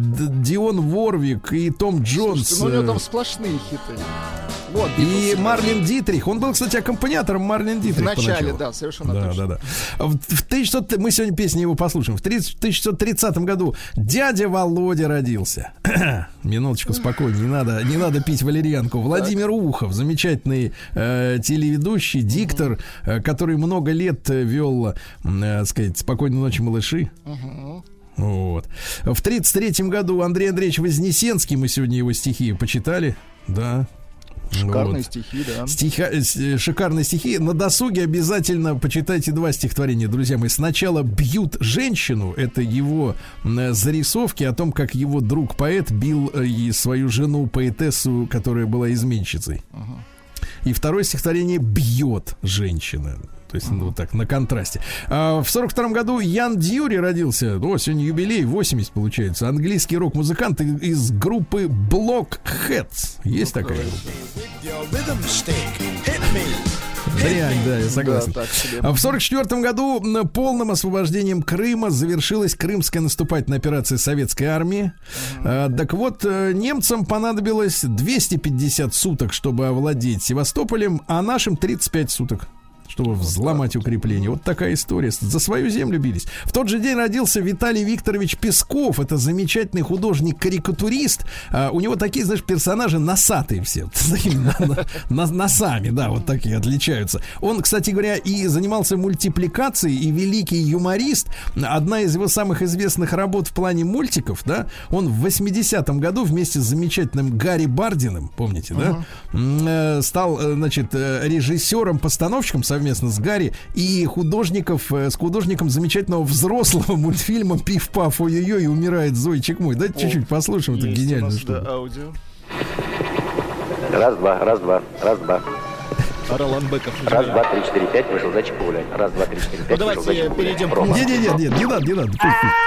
Дион Ворвик, и Том Джонс. Слушайте, ну у него там сплошные хиты. Вот, и Марлен Дитрих. Он был, кстати, аккомпаниатором Марлен Дитрих. В начале, да, совершенно да, точно. Да, да. В, в тысяча девятьсот, мы сегодня песни его послушаем. В тысяча девятьсот тридцатом году дядя Володя родился. Минуточку, спокойно, не надо, не надо пить валерьянку. Владимир Ухов, замечательный э, телеведущий, диктор, э, который много лет вел, э, сказать, «Спокойной ночи, малыши». Uh-huh. Вот. В тридцать третьем году Андрей Андреевич Вознесенский, мы сегодня его стихи почитали, да. Шикарные вот. стихи, да. Стиха, шикарные стихи. На досуге обязательно почитайте два стихотворения, друзья мои. Сначала «Бьют женщину». Это его зарисовки о том, как его друг-поэт бил и свою жену-поэтессу, которая была изменщицей. Ага. И второе стихотворение «Бьет женщина». То есть, ну, вот так, на контрасте. А, в сорок втором году Ян Дьюри родился. О, сегодня юбилей, восемьдесят получается. Английский рок-музыкант из группы Blockheads. Есть такая группа? Дрянь, да, я согласен. Да, а в сорок четвертом году полным освобождением Крыма завершилась крымская наступательная операция советской армии. Uh-huh. а, так вот, немцам понадобилось двести пятьдесят суток, чтобы овладеть Севастополем, а нашим тридцать пять суток, чтобы взломать укрепление. Вот такая история. За свою землю бились. В тот же день родился Виталий Викторович Песков. Это замечательный художник-карикатурист. А, у него такие, знаешь, персонажи носатые все. Носами, да, вот такие отличаются. Он, кстати говоря, и занимался мультипликацией, и великий юморист. Одна из его самых известных работ в плане мультиков, да, он в восьмидесятом году вместе с замечательным Гарри Бардиным, помните, да, стал, значит, режиссером-постановщиком совместно с Гарри и художников, с художником замечательного взрослого мультфильма «Пиф-паф, ой-ой-ой, умирает зайчик мой». Давайте чуть-чуть послушаем эту гениальную штуку. Раз-два, раз-два, раз-два. Ролан Быков. Раз, два, три, четыре, пять, вышел зайчик погулять. Раз, два, три, четыре, пять, вышел зайчик погулять. Ну, давайте перейдем к... Нет, нет, нет, не надо, не надо.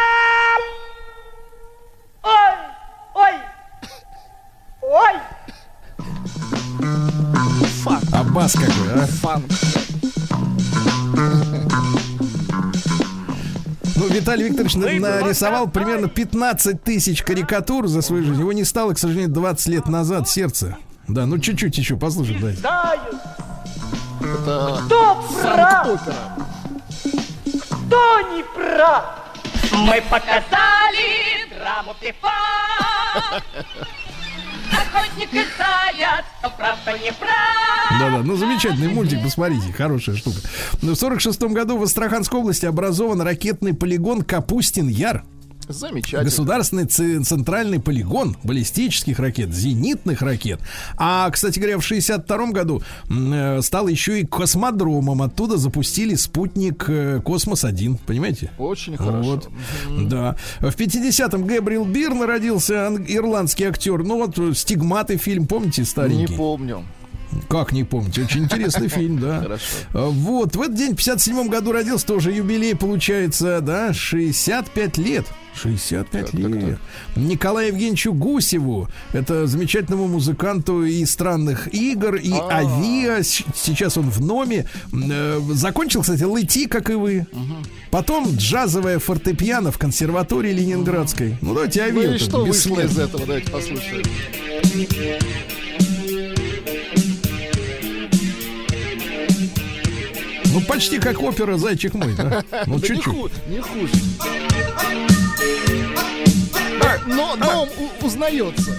Ой, ой, ой. Фанк. А бас какой, а? Фанк. Ну, Виталий Викторович нарисовал примерно пятнадцать тысяч карикатур за свою жизнь. Его не стало, к сожалению, двадцать лет назад. Сердце. Да, ну чуть-чуть еще послушай, дайте. Это Кто прав? фанк-опера. Кто не прав? Мы показали драму Пифа. Охотник и заяц, кто прав, кто не прав. Да-да, ну замечательный мультик, посмотрите, хорошая штука. В сорок шестом году в Астраханской области образован ракетный полигон Капустин-Яр. Замечательно. Государственный центральный полигон баллистических ракет, зенитных ракет. А, кстати говоря, в шестьдесят втором году э, стал еще и космодромом. Оттуда запустили спутник э, Космос-один. Понимаете? Очень хорошо. Вот. Mm-hmm. Да. В пятидесятом Гэбриэл Бирн родился, ирландский актер. Ну вот «Стигматы» фильм, помните, старенький? Не помню. Как не помните? Очень интересный фильм, да. Хорошо. Вот, в этот день, в пятьдесят седьмом году родился, тоже юбилей получается, да, шестьдесят пять лет. шестьдесят пять так, лет. Так, так. Николаю Евгеньевичу Гусеву, это замечательному музыканту и странных игр, и А-а-а. авиа. Сейчас он в Номе. Закончил, кстати, ЛТИ, как и вы. Угу. Потом джазовое фортепиано в консерватории Ленинградской. Ну, давайте авиа. Ну и что вышло из этого? Давайте послушаем. Ну, почти как опера «Зайчик мой», да? Ну, да чуть-чуть. Не, ху- не хуже. Но дом у- узнается.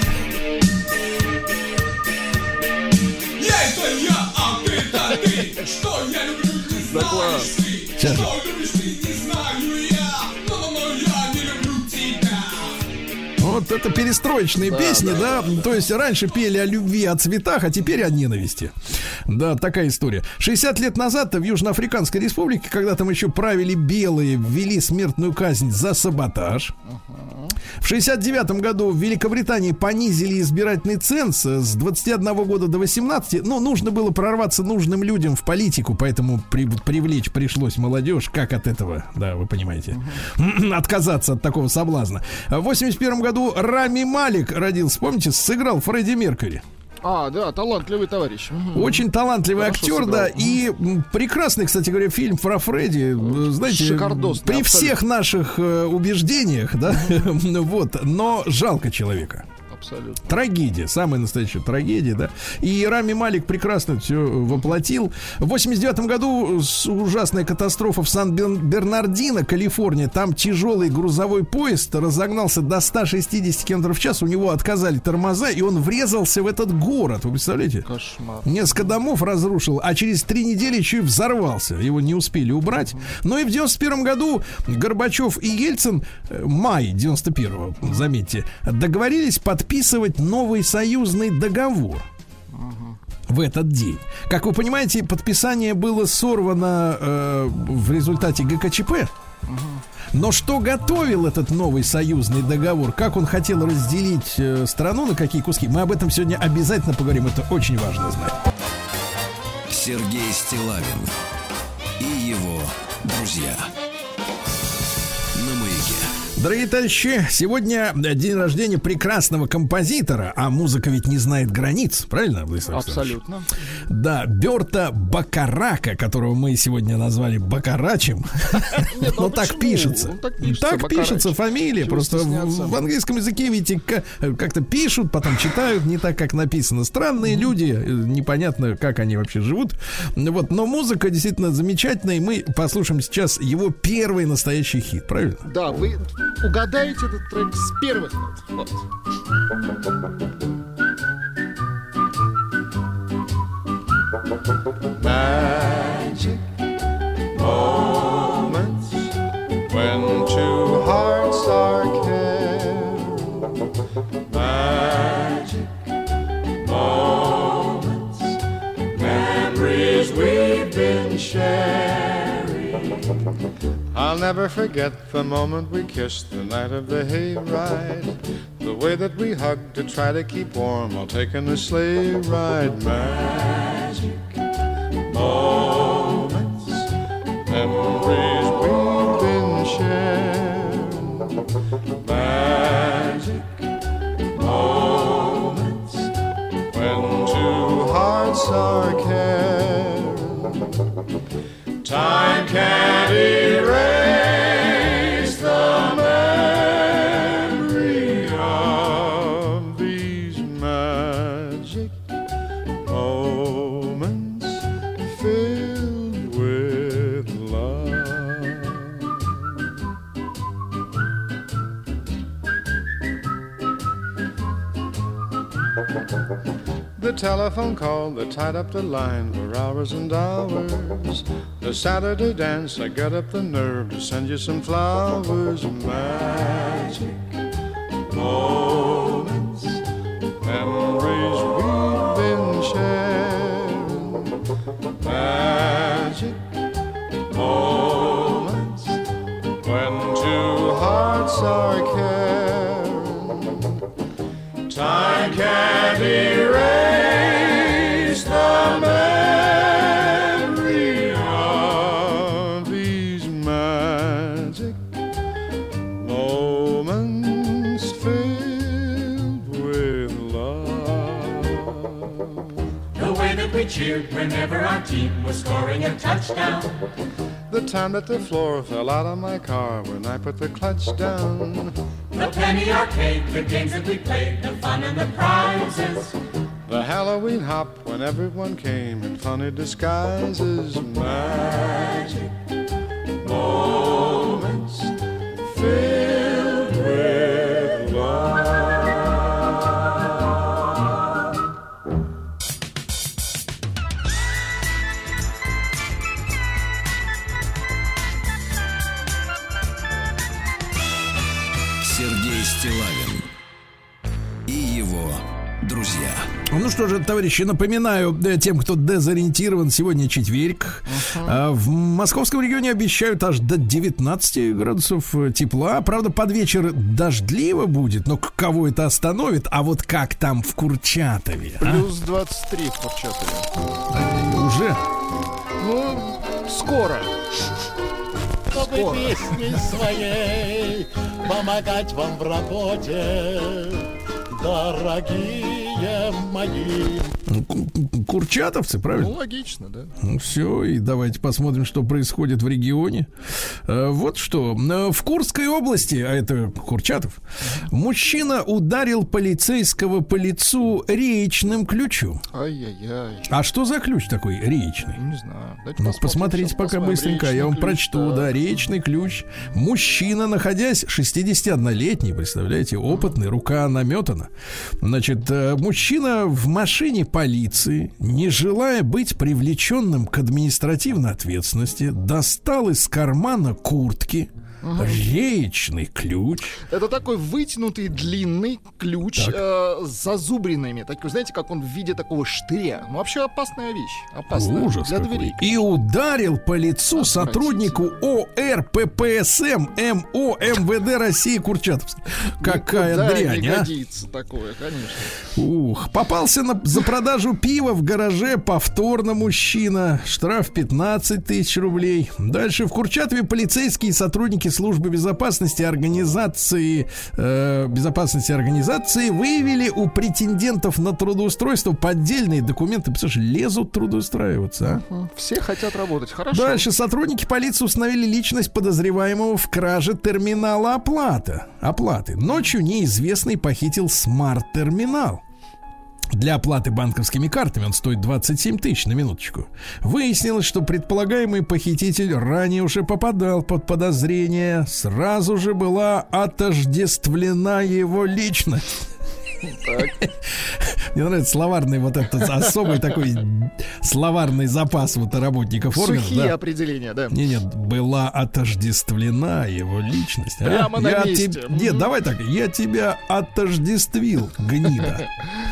Я это я, а ты это ты. Что я люблю, не знаешь ты. Сейчас. Что любишь ты, не знаю я. Но-но-но, я не люблю тебя. Вот это перестроечные да, песни, да, да, да. То есть раньше пели о любви, о цветах, а теперь о ненависти. Да, такая история. шестьдесят лет назад в Южноафриканской республике, когда там еще правили белые, ввели смертную казнь за саботаж. Uh-huh. В шестьдесят девятом году в Великобритании понизили избирательный ценз с двадцати одного года до восемнадцати. Ну, нужно было прорваться нужным людям в политику, поэтому при, привлечь пришлось молодежь. Как от этого, да, вы понимаете, uh-huh. отказаться от такого соблазна. В восемьдесят первом году Рами Малик родился, помните, сыграл Фредди Меркьюри. А, да, талантливый товарищ. Угу. Очень талантливый Хорошо актер, сыграл. да. И прекрасный, кстати говоря, фильм про Фредди. Знаете, шикардосный, при абсолютно. всех наших э, убеждениях, да, вот, но жалко человека. Абсолютно. Трагедия, самая настоящая трагедия, да. И Рами Малик прекрасно все воплотил. В восемьдесят девятом году ужасная катастрофа в Сан-Бернардино, Калифорния. Там тяжелый грузовой поезд разогнался до ста шестидесяти километров в час. У него отказали тормоза, и он врезался в этот город. Вы представляете? Кошмар. Несколько домов разрушил, а через три недели еще и взорвался. Его не успели убрать. Но и в девяносто первом году Горбачев и Ельцин, май девяносто первого, заметьте, договорились подписывать новый союзный договор в этот день. Как вы понимаете, подписание было сорвано э, в результате ГКЧП. Но что готовил этот новый союзный договор? Как он хотел разделить э, страну на какие куски? Мы об этом сегодня обязательно поговорим. Это очень важно знать. Сергей Стиллавин и его друзья. На маяке. Дорогие товарищи, сегодня день рождения прекрасного композитора, а музыка ведь не знает границ, правильно, Владислав Александрович? Абсолютно. Да, Берта Бакарака, которого мы сегодня назвали Бакарачем. Но так пишется. Так пишется фамилия. Просто в английском языке, видите, как-то пишут, потом читают не так, как написано. Странные люди, непонятно, как они вообще живут. Вот, но музыка действительно замечательная, и мы послушаем сейчас его первый настоящий хит, правильно? Да, вы угадаете этот трек с первых нот. Magic moments when two hearts are caring. Magic moments, memories we've been sharing. I'll never forget the moment we kissed the night of the hayride. The way that we hugged to try to keep warm while taking a sleigh ride. Magic moments, memories we've been sharing. Magic moments when two hearts are caring. Time can't erase the memory of these magic moments filled with love. The telephone call that tied up the line for hours and hours. The Saturday dance, I got up the nerve to send you some flowers. Magic moments, memories we've been sharing. Magic moments when two hearts are caring. Time can't erase the memory of these magic moments filled with love. The way that we cheered whenever our team was scoring a touchdown. The time that the floor fell out of my car when I put the clutch down. The penny arcade, the games that we played, the fun and the prizes. The Halloween hop when everyone came in funny disguises. Magic moments filled with love. Сергей Стиллавин и его друзья. Ну что же, товарищи, напоминаю тем, кто дезориентирован, сегодня четверг. Uh-huh. В московском регионе обещают аж до девятнадцати градусов тепла. Правда, под вечер дождливо будет, но кого это остановит? А вот как там в Курчатове? Плюс двадцать три в Курчатове. А, уже? Ну, скоро. Чтобы песней своей помогать вам в работе, дорогие мои. Курчатовцы, правильно? Ну, логично, да. Ну, все, и давайте посмотрим, что происходит в регионе. Вот что. В Курской области, а это Курчатов, мужчина ударил полицейского по лицу реечным ключом. Ай-яй-яй. А что за ключ такой реечный? Не знаю. Давайте Ну, посмотрите пока быстренько, я вам ключ, прочту. Да. да, реечный ключ. Мужчина, находясь шестидесятиоднолетний, представляете, опытный, рука наметана. Значит, мужчина в машине полиции, не желая быть привлеченным к административной ответственности, достал из кармана куртки Угу. Реечный ключ. Это такой вытянутый длинный ключ э, с зазубринами. Такой, знаете, как он в виде такого штыря. Ну, вообще опасная вещь. Опасная. Ужас для какой. дверей. И ударил по лицу сотруднику О Р П П С М М О М В Д России Курчатовск. Какая Никуда дрянь, не а? годится такое, конечно. Ух, попался на, за продажу пива в гараже повторно мужчина. Штраф пятнадцать тысяч рублей. Дальше в Курчатове полицейские сотрудники службы безопасности организации э, безопасности организации выявили у претендентов на трудоустройство поддельные документы. Представляешь, лезут трудоустраиваться, а? Все хотят работать, хорошо. Дальше сотрудники полиции установили личность подозреваемого в краже терминала оплаты. Оплаты. Ночью неизвестный похитил смарт-терминал. Для оплаты банковскими картами он стоит двадцать семь тысяч, на минуточку. Выяснилось, что предполагаемый похититель ранее уже попадал под подозрение. Сразу же была отождествлена его личность. Так. Мне нравится словарный вот этот особый такой словарный запас вот работников органов. Сухие да. определения, да. Не, нет, была отождествлена его личность. Прямо а? на я месте. Теб... Нет, давай так, я тебя отождествил, гнида.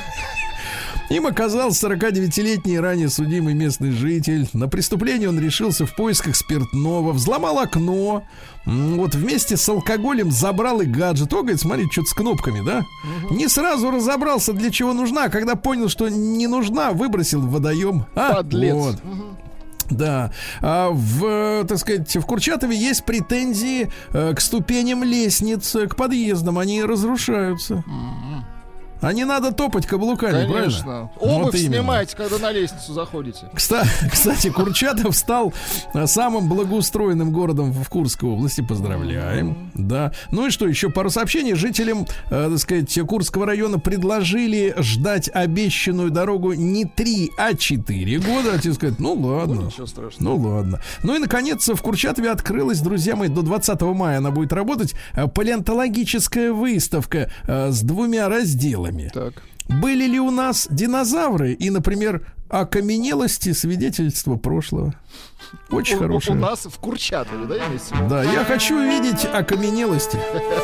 Им оказался сорокадевятилетний ранее судимый местный житель. На преступление он решился в поисках спиртного, взломал окно, вот вместе с алкоголем забрал и гаджет. О, говорит, смотри, что-то с кнопками, да? Угу. Не сразу разобрался, для чего нужна, а когда понял, что не нужна, выбросил в водоем. А? Подлец. Вот. Угу. Да, а в, так сказать, в Курчатове есть претензии э, к ступеням лестниц, к подъездам, они разрушаются. Угу. А не надо топать каблуками, конечно. Правильно? Обувь вот снимайте, когда на лестницу заходите. Кстати, кстати, Курчатов стал самым благоустроенным городом в Курской области. Поздравляем. Mm-hmm. Да. Ну и что, еще пару сообщений. Жителям, э, так сказать, Курского района предложили ждать обещанную дорогу не три, а четыре года. А тебе сказать, ну ладно. Ну, ничего страшного. Ну ладно. Ну и, наконец, в Курчатове открылась, друзья мои, до двадцатого мая она будет работать, палеонтологическая выставка э, с двумя разделами. Так. Были ли у нас динозавры и, например, окаменелости, свидетельства прошлого? Очень у, хорошее. У нас в Курчатове, да, имеется? Да, я хочу увидеть окаменелости.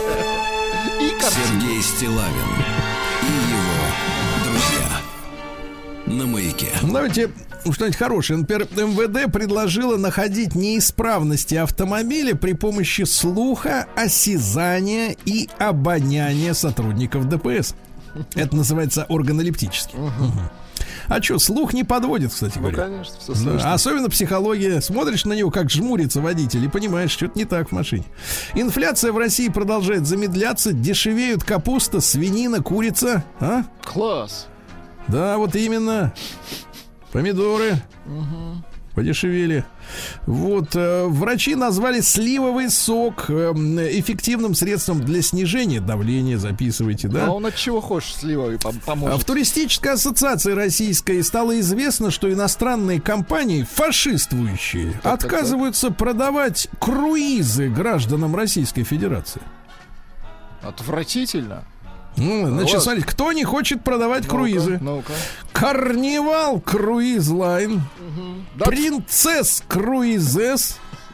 Сергей Стиллавин и его друзья на Маяке. Давайте что-нибудь хорошее. Например, Эм Вэ Дэ предложило находить неисправности автомобиля при помощи слуха, осязания и обоняния сотрудников Дэ Пэ Эс. Это называется органолептический. Угу. Угу. А что, слух не подводит, кстати ну, говоря. конечно, все слышно. Да, особенно психология. Смотришь на него, как жмурится водитель, и понимаешь, что-то не так в машине. Инфляция в России продолжает замедляться. Дешевеют капуста, свинина, курица. А? Класс. Да, вот именно. Помидоры. Угу. Подешевели. Вот, э, врачи назвали сливовый сок э, эффективным средством для снижения давления. Записывайте, да? А он от чего хочешь сливовый поможет? В туристической ассоциации российской стало известно, что иностранные компании, фашиствующие, так, отказываются так, так. продавать круизы гражданам Российской Федерации. Отвратительно. Ну, значит, вот. Смотрите, кто не хочет продавать ну-ка, круизы? Ну-ка. Карнивал Круиз Лайн, угу. Принцесс Круизес,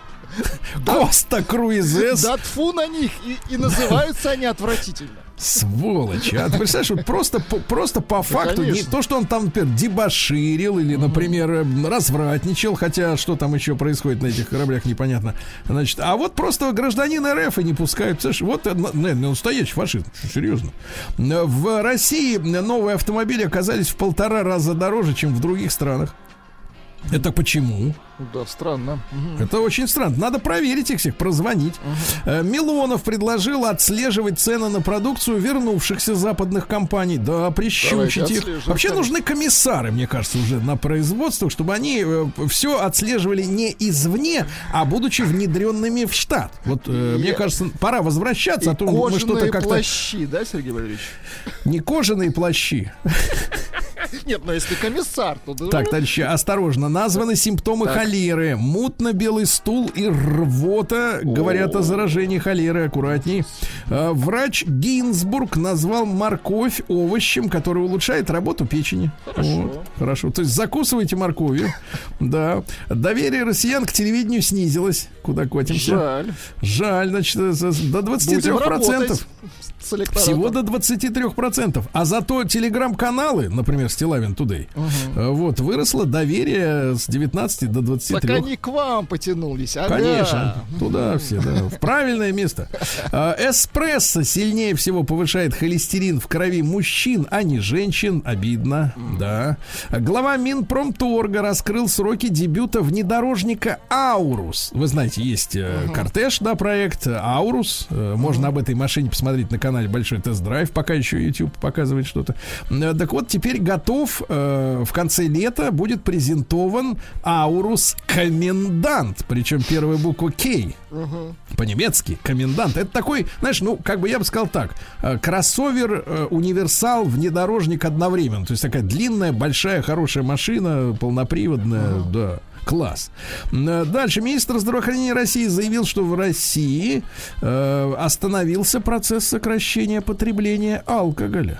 Коста Круизес. Да тьфу на них, и, и называются они отвратительно. Сволочь, а ты представляешь, вот просто, по, просто по факту, да, не то, что он там, например, дебоширил или, например, развратничал, хотя что там еще происходит на этих кораблях, непонятно. Значит, а вот просто гражданин Эр Эф и не пускают. Вот, наверное, настоящий фашизм, серьезно. В России новые автомобили оказались в полтора раза дороже, чем в других странах. Это почему? Да, странно. Угу. Это очень странно. Надо проверить их всех, прозвонить. Угу. Милонов предложил отслеживать цены на продукцию вернувшихся западных компаний. Да, прищучить их. Вообще конечно. Нужны комиссары, мне кажется, уже на производствах, чтобы они все отслеживали не извне, а будучи внедренными в штат. Вот, Я... мне кажется, пора возвращаться. И а то мы что-то как-то... плащи, да, Сергей Валерьевич? Не кожаные плащи. Нет, но если комиссар, то... Так, товарищи, осторожно. Названы симптомы Так. холеры. Мутно-белый стул и рвота говорят о заражении холеры. Аккуратней. А, Врач Гинзбург назвал морковь овощем, который улучшает работу печени. Хорошо. Вот, хорошо. То есть закусывайте морковью. Да. Доверие россиян к телевидению снизилось. Куда катимся? Жаль. Жаль, значит, до двадцати трёх процентов. С электоратом. Всего до двадцати трёх процентов. А зато телеграм-каналы, например, Стилавин Тудей, Угу. вот, выросло доверие с девятнадцати до двадцати Так трёх. они к вам потянулись, ага. Конечно, туда все, да, в правильное место. А, эспрессо сильнее всего повышает холестерин в крови мужчин, а не женщин. Обидно, да. Глава Минпромторга раскрыл сроки дебюта внедорожника Аурус. Вы знаете, есть э, кортеж, да, проект Аурус. Э, Можно об этой машине посмотреть на канале Большой тест-драйв, пока еще YouTube показывает что-то. Э, Так вот, теперь готов, э, в конце лета будет презентован Аурус Комендант. Причем первая буква К. По-немецки комендант. Это такой, знаешь, ну, как бы я бы сказал так, э, кроссовер, э, универсал, внедорожник одновременно. То есть такая длинная, большая, хорошая машина, полноприводная, да. Класс. Э, Дальше. Министр здравоохранения России заявил, что в России э, остановился процесс сокращения потребления алкоголя.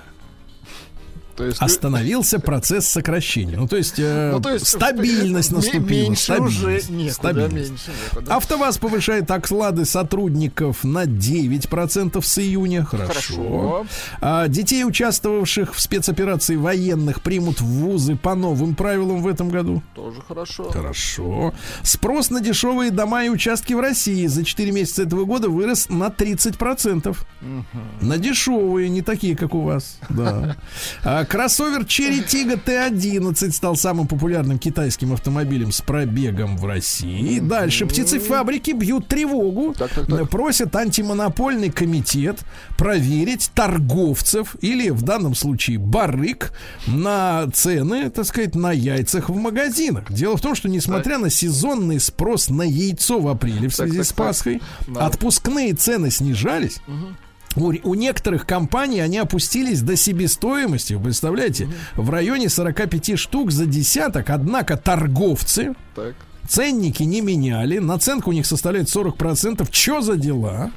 То есть, Остановился процесс сокращения. Ну, то есть, э, ну, то есть стабильность м- наступила. Меньше стабильность, уже некуда, стабильность. меньше некуда. АвтоВАЗ повышает оклады сотрудников на девять процентов с июня. Хорошо. Хорошо. А, детей, участвовавших в спецоперации военных, примут в вузы по новым правилам в этом году. Тоже хорошо. Хорошо. Спрос на дешевые дома и участки в России за четыре месяца этого года вырос на тридцать процентов. На дешевые, не такие, как у вас. Да. А, кроссовер Cherry Tiggo Т одиннадцать стал самым популярным китайским автомобилем с пробегом в России. Дальше. Птицефабрики бьют тревогу. Так, так, так. Просят антимонопольный комитет проверить торговцев или, в данном случае, барыг на цены, так сказать, на яйцах в магазинах. Дело в том, что несмотря на сезонный спрос на яйцо в апреле в связи так, с так. Пасхой, Да. отпускные цены снижались. У, у некоторых компаний они опустились до себестоимости, вы представляете, в районе сорока пяти штук за десяток. Однако торговцы Так. ценники не меняли, наценка у них составляет сорок процентов. Чё за дела?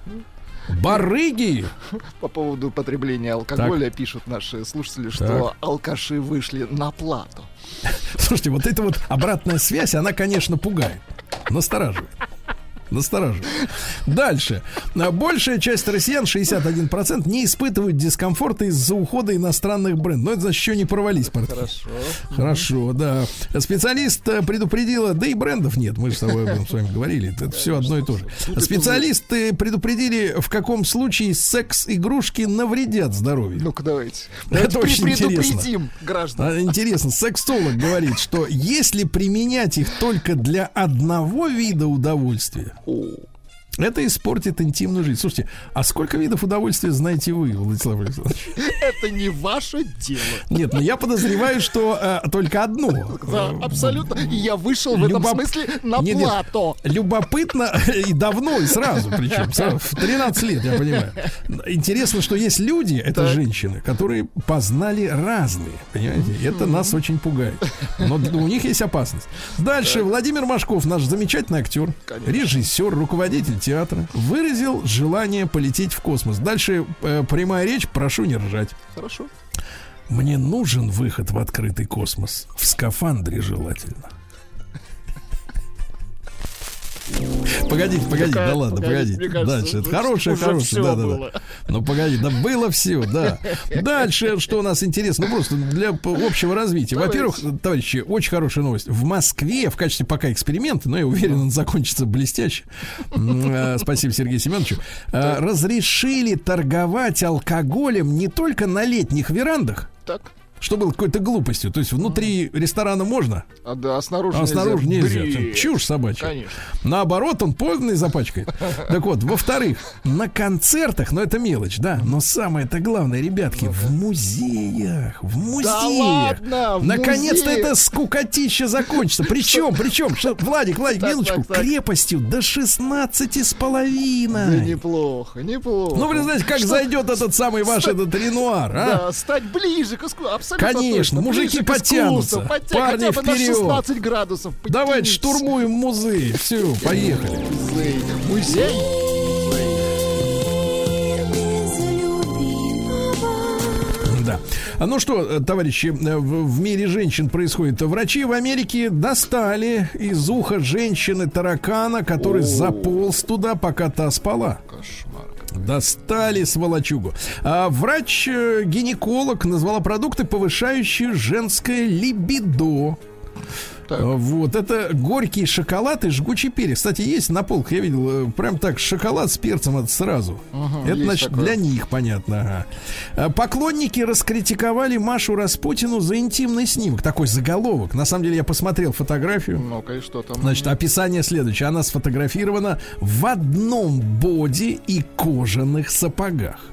Барыги! По поводу потребления алкоголя пишут наши слушатели, что алкаши вышли на плату. Слушайте, вот эта вот обратная связь, она, конечно, пугает, настораживает. Настораживает. Дальше. Большая часть россиян, шестьдесят один процент, не испытывают дискомфорта из-за ухода иностранных брендов. Но это значит, еще не порвались портфель. Хорошо. Хорошо, да. Специалист предупредила, да и брендов нет, мы же с тобой об этом с вами говорили, это все одно и то же. Специалисты предупредили, в каком случае секс-игрушки навредят здоровью. Ну-ка, давайте. Это Давайте очень предупредим интересно. граждан. А, Интересно, сексолог говорит, что если применять их только для одного вида удовольствия, это испортит интимную жизнь. Слушайте, а сколько видов удовольствия знаете вы, Владислав Александрович? Это не ваше дело. Нет, но я подозреваю, что э, только одно. Да, абсолютно. И я вышел в этом Любоп- смысле на Нет, нет. плато. Любопытно и давно, и сразу, причем сразу, в тринадцать лет, я понимаю. Интересно, что есть люди, это Так. женщины, которые познали разные, понимаете? Это нас очень пугает. Но у них есть опасность. Дальше. Владимир Машков, наш замечательный актер, Конечно. режиссер, руководитель театра, выразил желание полететь в космос. Дальше э, прямая речь, прошу не ржать. Хорошо. Мне нужен выход в открытый космос. В скафандре желательно. Погодите, погодите, Мне да ладно, кажется, погодите. мне кажется, Дальше. Это уже хорошее, всё хорошее. Да, да, было. да. Ну, погоди, да было все, да. Дальше, что у нас интересно, ну, просто для п- общего развития. Давайте. Во-первых, товарищи, очень хорошая новость. В Москве в качестве пока эксперимента, но я уверен, он закончится блестяще. М, э, Спасибо Сергею Семеновичу. Э, Разрешили торговать алкоголем не только на летних верандах, Так. что было какой-то глупостью. То есть внутри ресторана можно, А да, снаружи а снаружи нельзя. Бред. Чушь собачья. Конечно. Наоборот, он поздно запачкает. Так вот, во-вторых, на концертах, ну это мелочь, да, но самое-то главное, ребятки, в музеях, в музеях. ладно, в Наконец-то музее. это скукотища закончится. Причем, причем, что, Владик, Владик, Так, минуточку, так, так. крепостью до шестнадцати с Да половиной. неплохо, неплохо. Ну, вы знаете, как Что- зайдет этот самый ваш Ста- этот Ренуар, а? Да, стать ближе к искусству. абсолютно Конечно, точно. мужики Ближе к потянутся. искусству, потя- Парни хотя бы на вперед. шестнадцать градусов. Давайте подтянитесь. штурмуем музей. Все, поехали. Музей. Музей. Да. Ну что, товарищи, в, в мире женщин происходит. Врачи в Америке достали из уха женщины таракана, который заполз туда, пока та спала. Кошмар. Достали сволочугу. А врач-гинеколог назвала продукты, повышающие женское либидо. Так. Вот, это горький шоколад и жгучий перец. Кстати, есть на полках, я видел, э, прям так, шоколад с перцем, это сразу. Ага, это, есть значит, такое. для них, понятно. Ага. А поклонники раскритиковали Машу Распутину за интимный снимок. Такой заголовок. На самом деле, я посмотрел фотографию. Ну-ка, и что там? Значит, описание следующее. Она сфотографирована в одном боди и кожаных сапогах.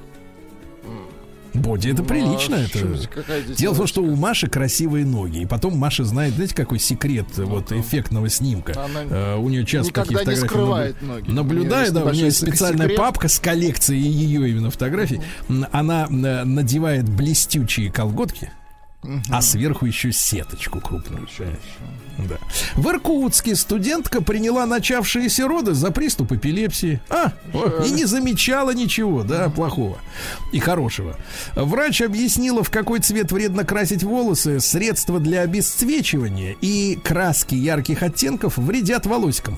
Боди это Ну, прилично. а Это... что- какая здесь Дело в том, девочка? что у Маши красивые ноги. И потом Маша знает, знаете, какой секрет вот эффектного снимка. Она Э, у нее часто никогда такие не фотографии скрывает наблю- ноги. Наблюдаю, У да, нее у нее есть есть специальная секрет. папка с коллекцией ее именно фотографий. М, Она э, надевает блестючие колготки, а сверху еще сеточку крупную. Да. В Иркутске студентка приняла начавшиеся роды за приступ эпилепсии. А, о, и не замечала ничего, да, плохого и хорошего. Врач объяснила, в какой цвет вредно красить волосы, средства для обесцвечивания и краски ярких оттенков вредят волосикам.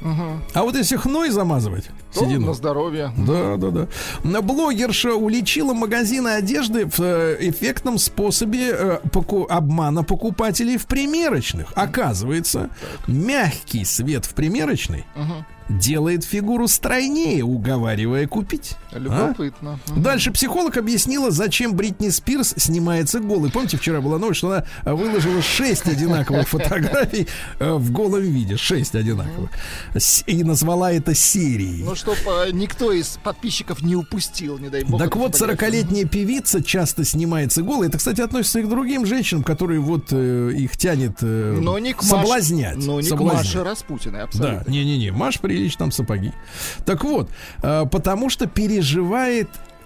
А вот если хной замазывать, То седину. на здоровье. Да, да, да. Блогерша уличила магазины одежды в э, эффектном способе э, поку- обмана покупателей в примерочных. Оказывается, мягкий свет в примерочной Ага. делает фигуру стройнее, уговаривая купить. Любопытно. А? Дальше психолог объяснила, зачем Бритни Спирс снимается голой. Помните, вчера была новость, что она выложила шесть одинаковых фотографий э, в голом виде. Шесть одинаковых. С- И назвала это серией. Ну, чтоб э, никто из подписчиков не упустил, не дай бог. Так эту вот, фотографию. сорокалетняя певица часто снимается голой. Это, кстати, относится и к другим женщинам, которые вот э, их тянет э, Но не к соблазнять. Маше, но не соблазнять. к Маше Распутиной, абсолютно. Да, не-не-не, Маш прилично там сапоги. Так вот, э, потому что переживает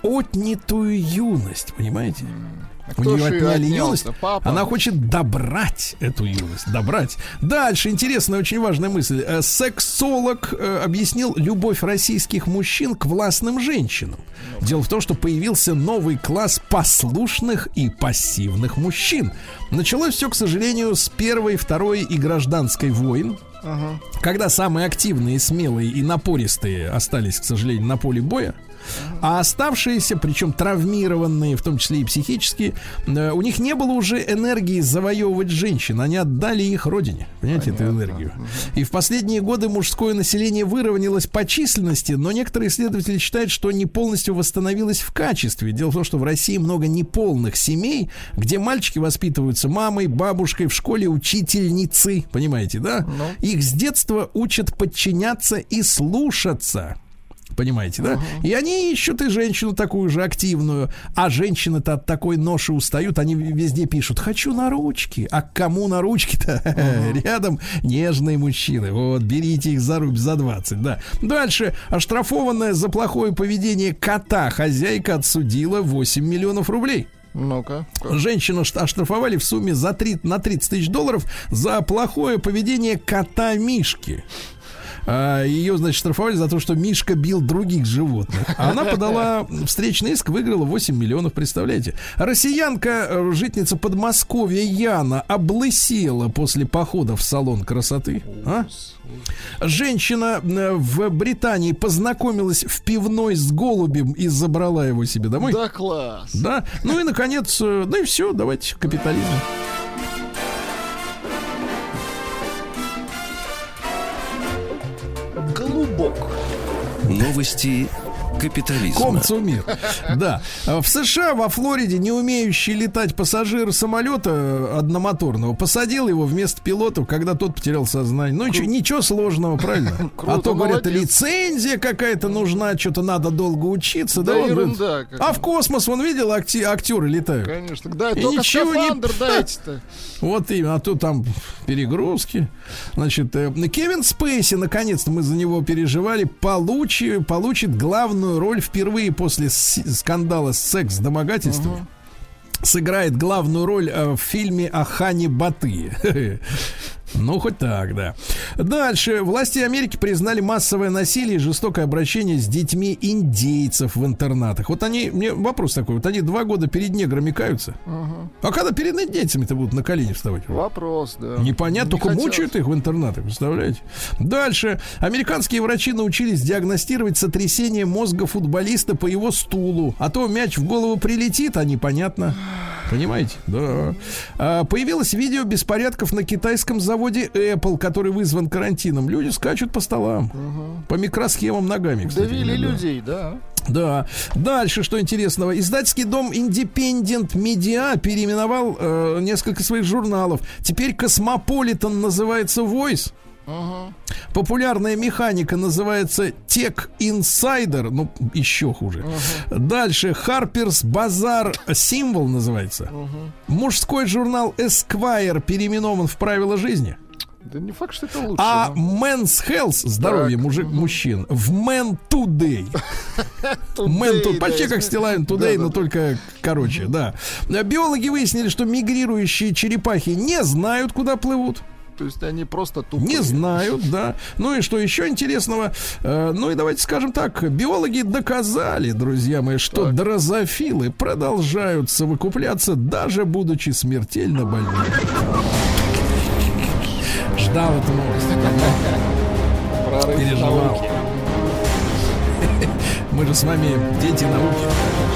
отнятую юность, понимаете? А У кто нее ж её отняли отнял-то? юность. Папа? Она хочет добрать эту юность. Добрать. Дальше интересная, очень важная мысль. Э, Сексолог э, объяснил любовь российских мужчин к властным женщинам. Дело в том, что появился новый класс послушных и пассивных мужчин. Началось все, к сожалению, с Первой, Второй и Гражданской войн. Ага. Когда самые активные, смелые и напористые остались, к сожалению, на поле боя, а оставшиеся, причем травмированные, в том числе и психически, э, у них не было уже энергии завоевывать женщин. Они отдали их родине. Понимаете, эту энергию. И в последние годы мужское население выровнялось по численности, но некоторые исследователи считают, что не полностью восстановилось в качестве. Дело в том, что в России много неполных семей, где мальчики воспитываются мамой, бабушкой, в школе учительницей. Понимаете, да? Ну. Их с детства учат подчиняться и слушаться. Понимаете, да? Uh-huh. И они ищут и женщину такую же активную. А женщины-то от такой ноши устают. Они везде пишут: хочу на ручки. А к кому на ручки-то? Uh-huh. Рядом нежные мужчины. Вот, берите их за рубь за двадцать, да. Дальше. Оштрафованная за плохое поведение кота хозяйка отсудила восемь миллионов рублей. Ну-ка. Женщину оштрафовали в сумме за три, на тридцать тысяч долларов за плохое поведение кота Мишки. Ее, значит, штрафовали за то, что Мишка бил других животных. А она подала встречный иск, выиграла восемь миллионов, представляете? Россиянка, житница Подмосковья Яна, облысела после похода в салон красоты. А? Женщина в Британии познакомилась в пивной с голубем и забрала его себе домой. Да, класс. Да. Ну и, наконец, ну и все, давайте капитализм. Голубок. Новости капитализма. Комцумир. Да. В США, во Флориде, не умеющий летать пассажир самолета одномоторного посадил его вместо пилота, когда тот потерял сознание. Ну, ничего, ничего сложного, правильно? А то, говорят, лицензия какая-то нужна, что-то надо долго учиться. Да, да он ерунда. говорит, а в космос, он видел, акти- актеры летают? Конечно. Да, И только ничего не- скафандр дайте-то. Вот именно, а то там перегрузки. Значит, э, Кевин Спейси, наконец-то мы за него переживали, получи, получит главную роль впервые после с- скандала с секс-домогательствами. сыграет главную роль в фильме о Хане Баты. Ну, хоть так, да. Дальше. Власти Америки признали массовое насилие и жестокое обращение с детьми индейцев в интернатах. Вот они, мне вопрос такой, вот они два года перед неграми каются. Угу. А когда перед индейцами-то будут на колени вставать? Вопрос, да. Непонятно, Не только хотелось. мучают их в интернатах, представляете? Дальше. Американские врачи научились диагностировать сотрясение мозга футболиста по его стулу. А то мяч в голову прилетит, а непонятно. Понимаете? Да. А, появилось видео беспорядков на китайском заводе Apple, который вызван карантином. Люди скачут по столам, угу. по микросхемам ногами, кстати. Давили да. людей, да. Да. Дальше, что интересного. Издательский дом Independent Media переименовал э, несколько своих журналов. Теперь Cosmopolitan называется Voice. Uh-huh. Популярная механика называется Tech Insider. Ну, еще хуже. Uh-huh. Дальше Harper's Bazaar Symbol называется. Uh-huh. Мужской журнал Esquire переименован в Правила жизни. Да не факт, что это лучше. А но... Men's Health, здоровье мужик, мужчин, в Man Today. Man Today, почти как Still Today, но только короче, да. Биологи выяснили, что мигрирующие черепахи не знают, куда плывут. То есть они просто тупые. Не знают, да. Ну и что еще интересного? Э, ну и давайте скажем так. Биологи доказали, друзья мои, что так. дрозофилы продолжают совокупляться, даже будучи смертельно больными. Ждал эту новость. Переживал. Мы же с вами дети науки.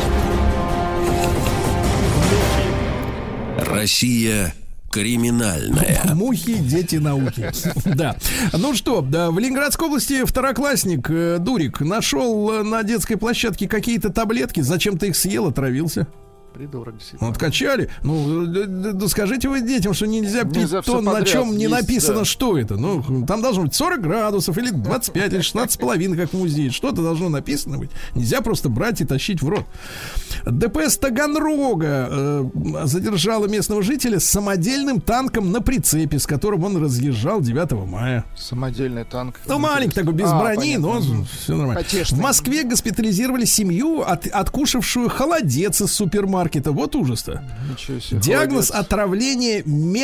Россия криминальная. Мухи, дети науки. Да. Ну что, да, в Ленинградской области второклассник э, Дурик нашел на детской площадке какие-то таблетки. Зачем-то их съел, отравился. Придурок, действительно. Откачали. Ну, да скажите вы детям, что нельзя пить нельзя то, на чем не есть, написано, да. что это. Ну, там должно быть сорок градусов, или двадцать пять, или шестнадцать с половиной, как в музее. Что-то должно написано быть. Нельзя просто брать и тащить в рот. ДПС Таганрога э, задержала местного жителя с самодельным танком на прицепе, с которым он разъезжал девятого мая. Самодельный танк. Ну, маленький такой, без а, брони, понятно. Но все нормально. Потешный. В Москве госпитализировали семью, от, откушавшую холодец из супермаркета. Вот ужас-то. Диагноз холодец. Отравление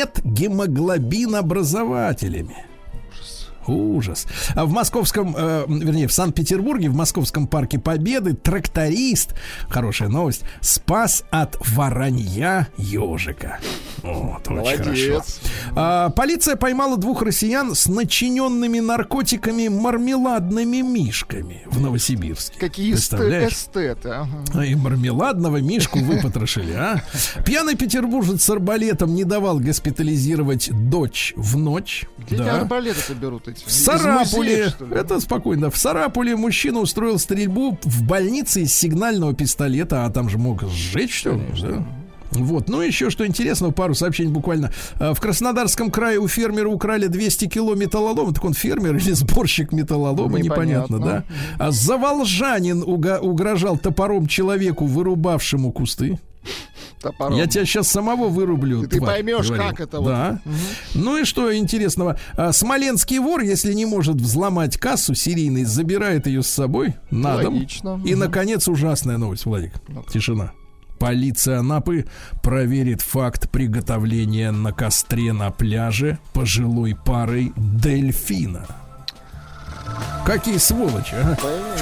метгемоглобинобразователями. Ужас. А в московском, э, вернее, в Санкт-Петербурге, в Московском парке Победы тракторист, хорошая новость, спас от воронья ежика. Вот, очень хорошо. А, полиция поймала двух россиян с начиненными наркотиками мармеладными мишками в Новосибирске. Какие эстеты. Ага. И мармеладного мишку выпотрошили, а? Пьяный петербуржец с арбалетом не давал госпитализировать дочь в ночь. Где да. арбалеты-то берут эти? В Сарапуле, это спокойно, в Сарапуле мужчина устроил стрельбу в больнице из сигнального пистолета, а там же мог сжечь, что ли, да? Вот, ну еще что интересного, пару сообщений буквально. В Краснодарском крае у фермера украли двести кило металлолома. Так он фермер или сборщик металлолома, непонятно, непонятно да? А заволжанин уга- угрожал топором человеку, вырубавшему кусты. Топором. Я тебя сейчас самого вырублю. Ты, ты поймешь, говорил. Как это. Да. Вот. Угу. Ну и что интересного? Смоленский вор, если не может взломать кассу серийной, забирает ее с собой на дом. Логично. И, угу. наконец, ужасная новость, Владик. Ну-ка. Тишина. Полиция Анапы проверит факт приготовления на костре на пляже пожилой парой дельфина. Какие сволочи, а?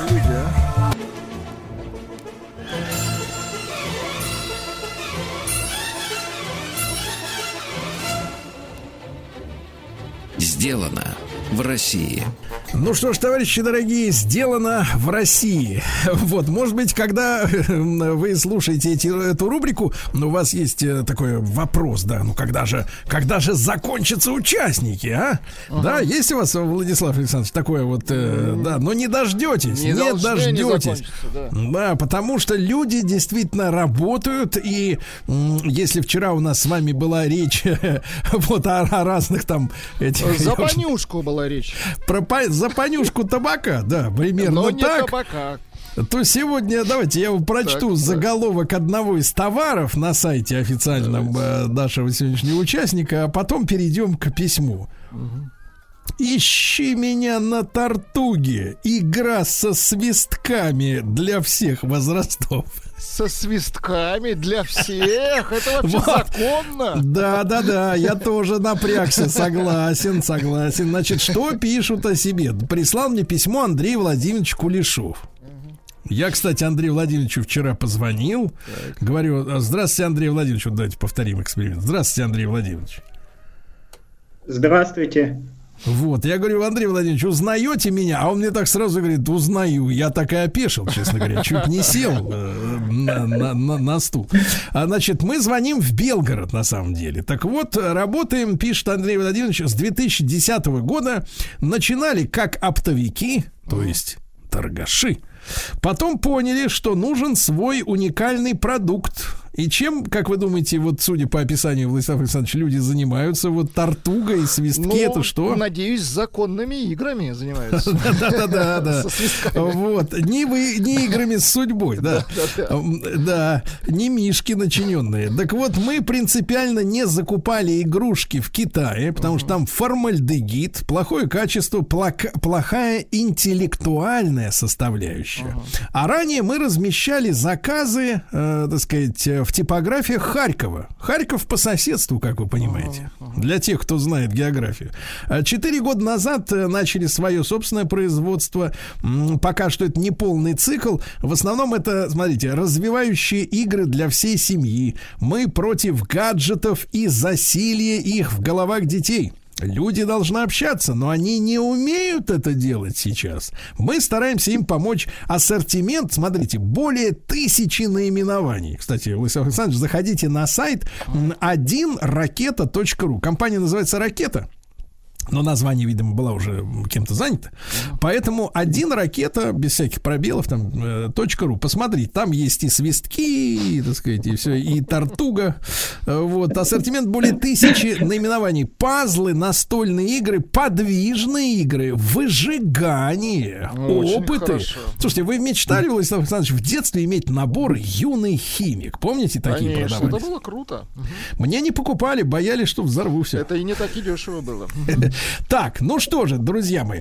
Сделано в России. Ну что ж, товарищи дорогие, сделано в России. Вот, может быть, когда вы слушаете эти, эту рубрику, у вас есть такой вопрос, да, ну когда же, когда же закончатся участники, а? Uh-huh. Да, есть у вас, Владислав Александрович, такое вот, э, да, но не дождетесь, не, не дождетесь. Не да. да, потому что люди действительно работают, и м, если вчера у нас с вами была речь вот о, о разных там этих... За понюшку была речь. Про за понюшку табака, да, примерно но не так. Табака. То сегодня, давайте я вам прочту так, заголовок да. одного из товаров на сайте официальном э, нашего сегодняшнего участника, а потом перейдем к письму. Угу. Ищи меня на Тартуге. Игра со свистками для всех возрастов. Со свистками для всех. Это вообще вот. Законно. Да, да, да, я тоже напрягся. Согласен, согласен. Значит, что пишут о себе? Прислал мне письмо Андрей Владимирович Кулешов. Я, кстати, Андрею Владимировичу вчера позвонил. Так. Говорю: здравствуйте, Андрей Владимирович. Вот давайте повторим эксперимент. Здравствуйте, Андрей Владимирович. Здравствуйте. Вот, я говорю: Андрей Владимирович, узнаете меня? А он мне так сразу говорит: узнаю. Я так и опешил, честно говоря, чуть не сел э, на, на, на, на стул. А, значит, мы звоним в Белгород, на самом деле. Так вот, работаем, пишет Андрей Владимирович, с две тысячи десятого года. Начинали как оптовики, то есть торгаши. Потом поняли, что нужен свой уникальный продукт. И чем, как вы думаете, вот судя по описанию Владислава Александровича, люди занимаются? Вот тартуга и свистки, ну, это что? Надеюсь, законными играми занимаются. Да-да-да. Со свистками. Вот. Не вы, не играми с судьбой, да. Да. Не мишки начиненные. Так вот, мы принципиально не закупали игрушки в Китае, потому что там формальдегид, плохое качество, плохая интеллектуальная составляющая. А ранее мы размещали заказы, так сказать, в типографиях Харькова. Харьков по соседству, как вы понимаете. Для тех, кто знает географию. Четыре года назад начали свое собственное производство. Пока что это не полный цикл. В основном это, смотрите, развивающие игры для всей семьи. Мы против гаджетов и засилья их в головах детей. Люди должны общаться, но они не умеют это делать сейчас. Мы стараемся им помочь. Ассортимент, смотрите, более тысячи наименований. Кстати, Владислав Александрович, заходите на сайт один ракета точка ру. Компания называется «Ракета». Но название, видимо, было уже кем-то занято. Поэтому один ракета, без всяких пробелов, там, э, .ру. Посмотрите, там есть и свистки, и, так сказать, и все, и тартуга. Вот, ассортимент более тысячи наименований. Пазлы, настольные игры, подвижные игры, выжигание, очень опыты. Хорошо. Слушайте, вы мечтали, Владислав Александрович, в детстве иметь набор «Юный химик»? Помните, такие Конечно, продавались? Это было круто. Мне не покупали, боялись, что взорву все. Это и не так и дешево было. Так, ну что же, друзья мои,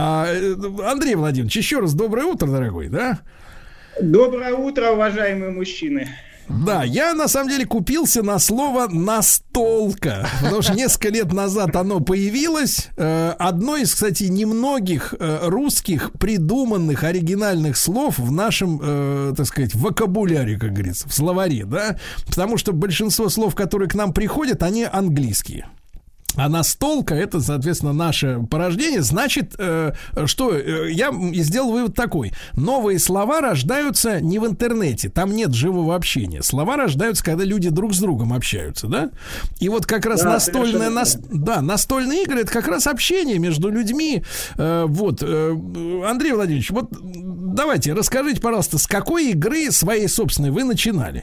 Андрей Владимирович, еще раз доброе утро, дорогой, да? Доброе утро, уважаемые мужчины. Да, я на самом деле купился на слово «настолка», потому что несколько лет назад оно появилось. Одно из, кстати, немногих русских придуманных оригинальных слов в нашем, так сказать, вокабуляре, как говорится, в словаре, да? Потому что большинство слов, которые к нам приходят, они английские. А настолка — это, соответственно, наше порождение. Значит, э, что э, я сделал вывод такой: новые слова рождаются не в интернете, там нет живого общения. Слова рождаются, когда люди друг с другом общаются, да? И вот как раз да, настольная, нас, да, настольные игры — это как раз общение между людьми. Э, вот, э, Андрей Владимирович, вот давайте расскажите, пожалуйста, с какой игры своей собственной вы начинали?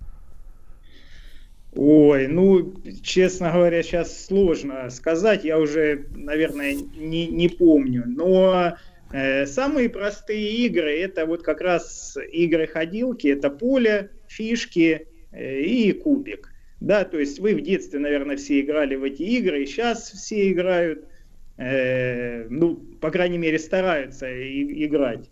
Ой, ну, честно говоря, сейчас сложно сказать, я уже, наверное, не, не помню. Но э, самые простые игры — это вот как раз игры-ходилки, это поле, фишки э, и кубик. Да, то есть вы в детстве, наверное, все играли в эти игры, и сейчас все играют, э, ну, по крайней мере, стараются и, играть.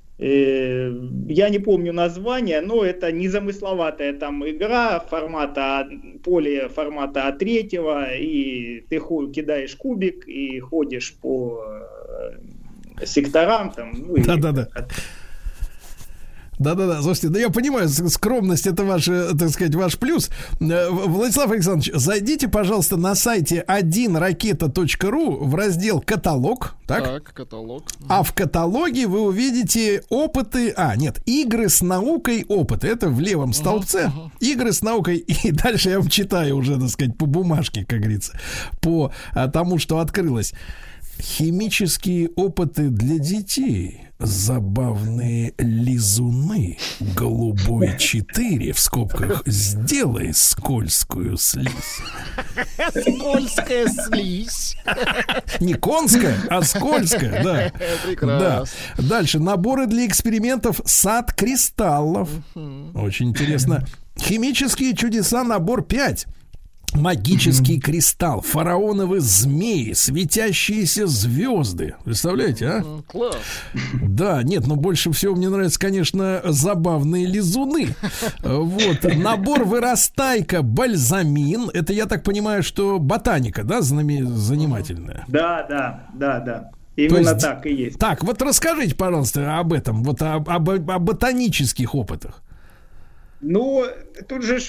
Я не помню название, но это незамысловатая там игра формата поле формата а три, и ты кидаешь кубик и ходишь по секторам там. Ну, да-да-да. Да-да-да, слушайте, да я понимаю, скромность — это ваш, так сказать, ваш плюс. Владислав Александрович, зайдите, пожалуйста, на сайте один ракета точка ру в раздел «Каталог». Так? Так, каталог. А в каталоге вы увидите опыты, а, нет, игры с наукой, опыты. Это в левом столбце. Uh-huh, uh-huh. Игры с наукой. И дальше я вам читаю уже, так сказать, по бумажке, как говорится, по а, тому, что открылось. Химические опыты для детей. Забавные лизуны. Голубой четыре, в скобках, сделай скользкую слизь. Скользкая слизь. Не конская, а скользкая, да. Прекрасно. Да. Дальше. Наборы для экспериментов «Сад кристаллов». Очень интересно. Химические чудеса, набор пять. магический mm-hmm. кристалл, фараоновы змеи, светящиеся звезды. Представляете, а? Mm, класс. Да, нет, но больше всего мне нравятся, конечно, забавные лизуны. Вот, набор вырастайка, бальзамин. Это, я так понимаю, что ботаника, да, занимательная? Да, да, да, да. Именно есть, так и есть. Так, вот расскажите, пожалуйста, об этом, вот об, об, о ботанических опытах. Ну, тут же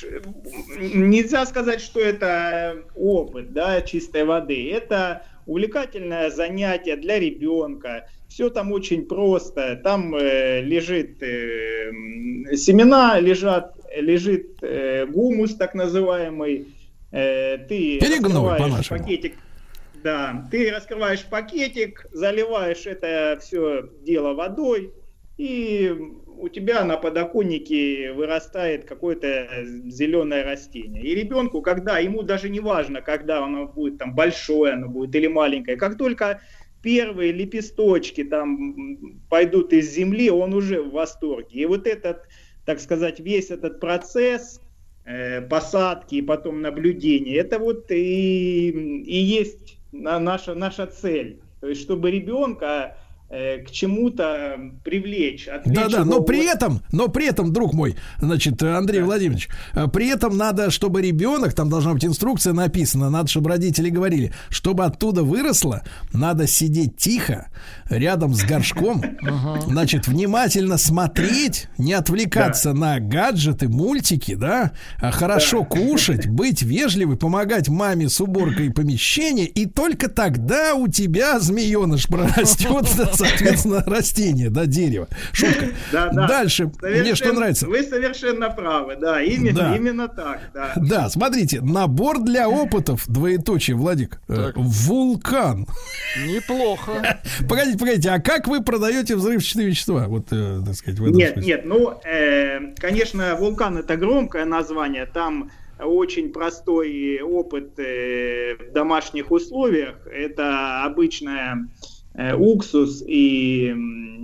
нельзя сказать, что это опыт, да, чистой воды. Это увлекательное занятие для ребенка. Все там очень просто. Там э, лежит э, семена, лежат, лежит э, гумус так называемый. Э, ты Перегной, раскрываешь пакетик. Да, ты раскрываешь пакетик, заливаешь это все дело водой, и у тебя на подоконнике вырастает какое-то зеленое растение. И ребенку, когда, ему даже не важно, когда оно будет там большое, оно будет или маленькое, как только первые лепесточки там пойдут из земли, он уже в восторге. И вот этот, так сказать, весь этот процесс э, посадки и потом наблюдения, это вот и, и есть наша, наша цель. То есть, чтобы ребенка к чему-то привлечь. Да, да, но при этом, но при этом, друг мой, значит, Андрей да. Владимирович, при этом надо, чтобы ребенок, там должна быть инструкция написана, надо, чтобы родители говорили, чтобы оттуда выросло, надо сидеть тихо, рядом с горшком, значит, внимательно смотреть, не отвлекаться на гаджеты, мультики, да, а хорошо кушать, быть вежливым, помогать маме с уборкой помещения, и только тогда у тебя змееныш прорастет, соответственно, растение, да, дерево. Шутка. Да, да. Дальше. Мне что нравится. Вы совершенно правы, да, именно, да. именно так. Да. да, смотрите, набор для опытов, двоеточие, Владик, так. вулкан. Неплохо. Погодите, погодите, а как вы продаете взрывчатые вещества? Вот, э, так сказать, в этом Нет, смысле. нет, ну, э, конечно, вулкан — это громкое название, там очень простой опыт э, в домашних условиях, это обычная уксус и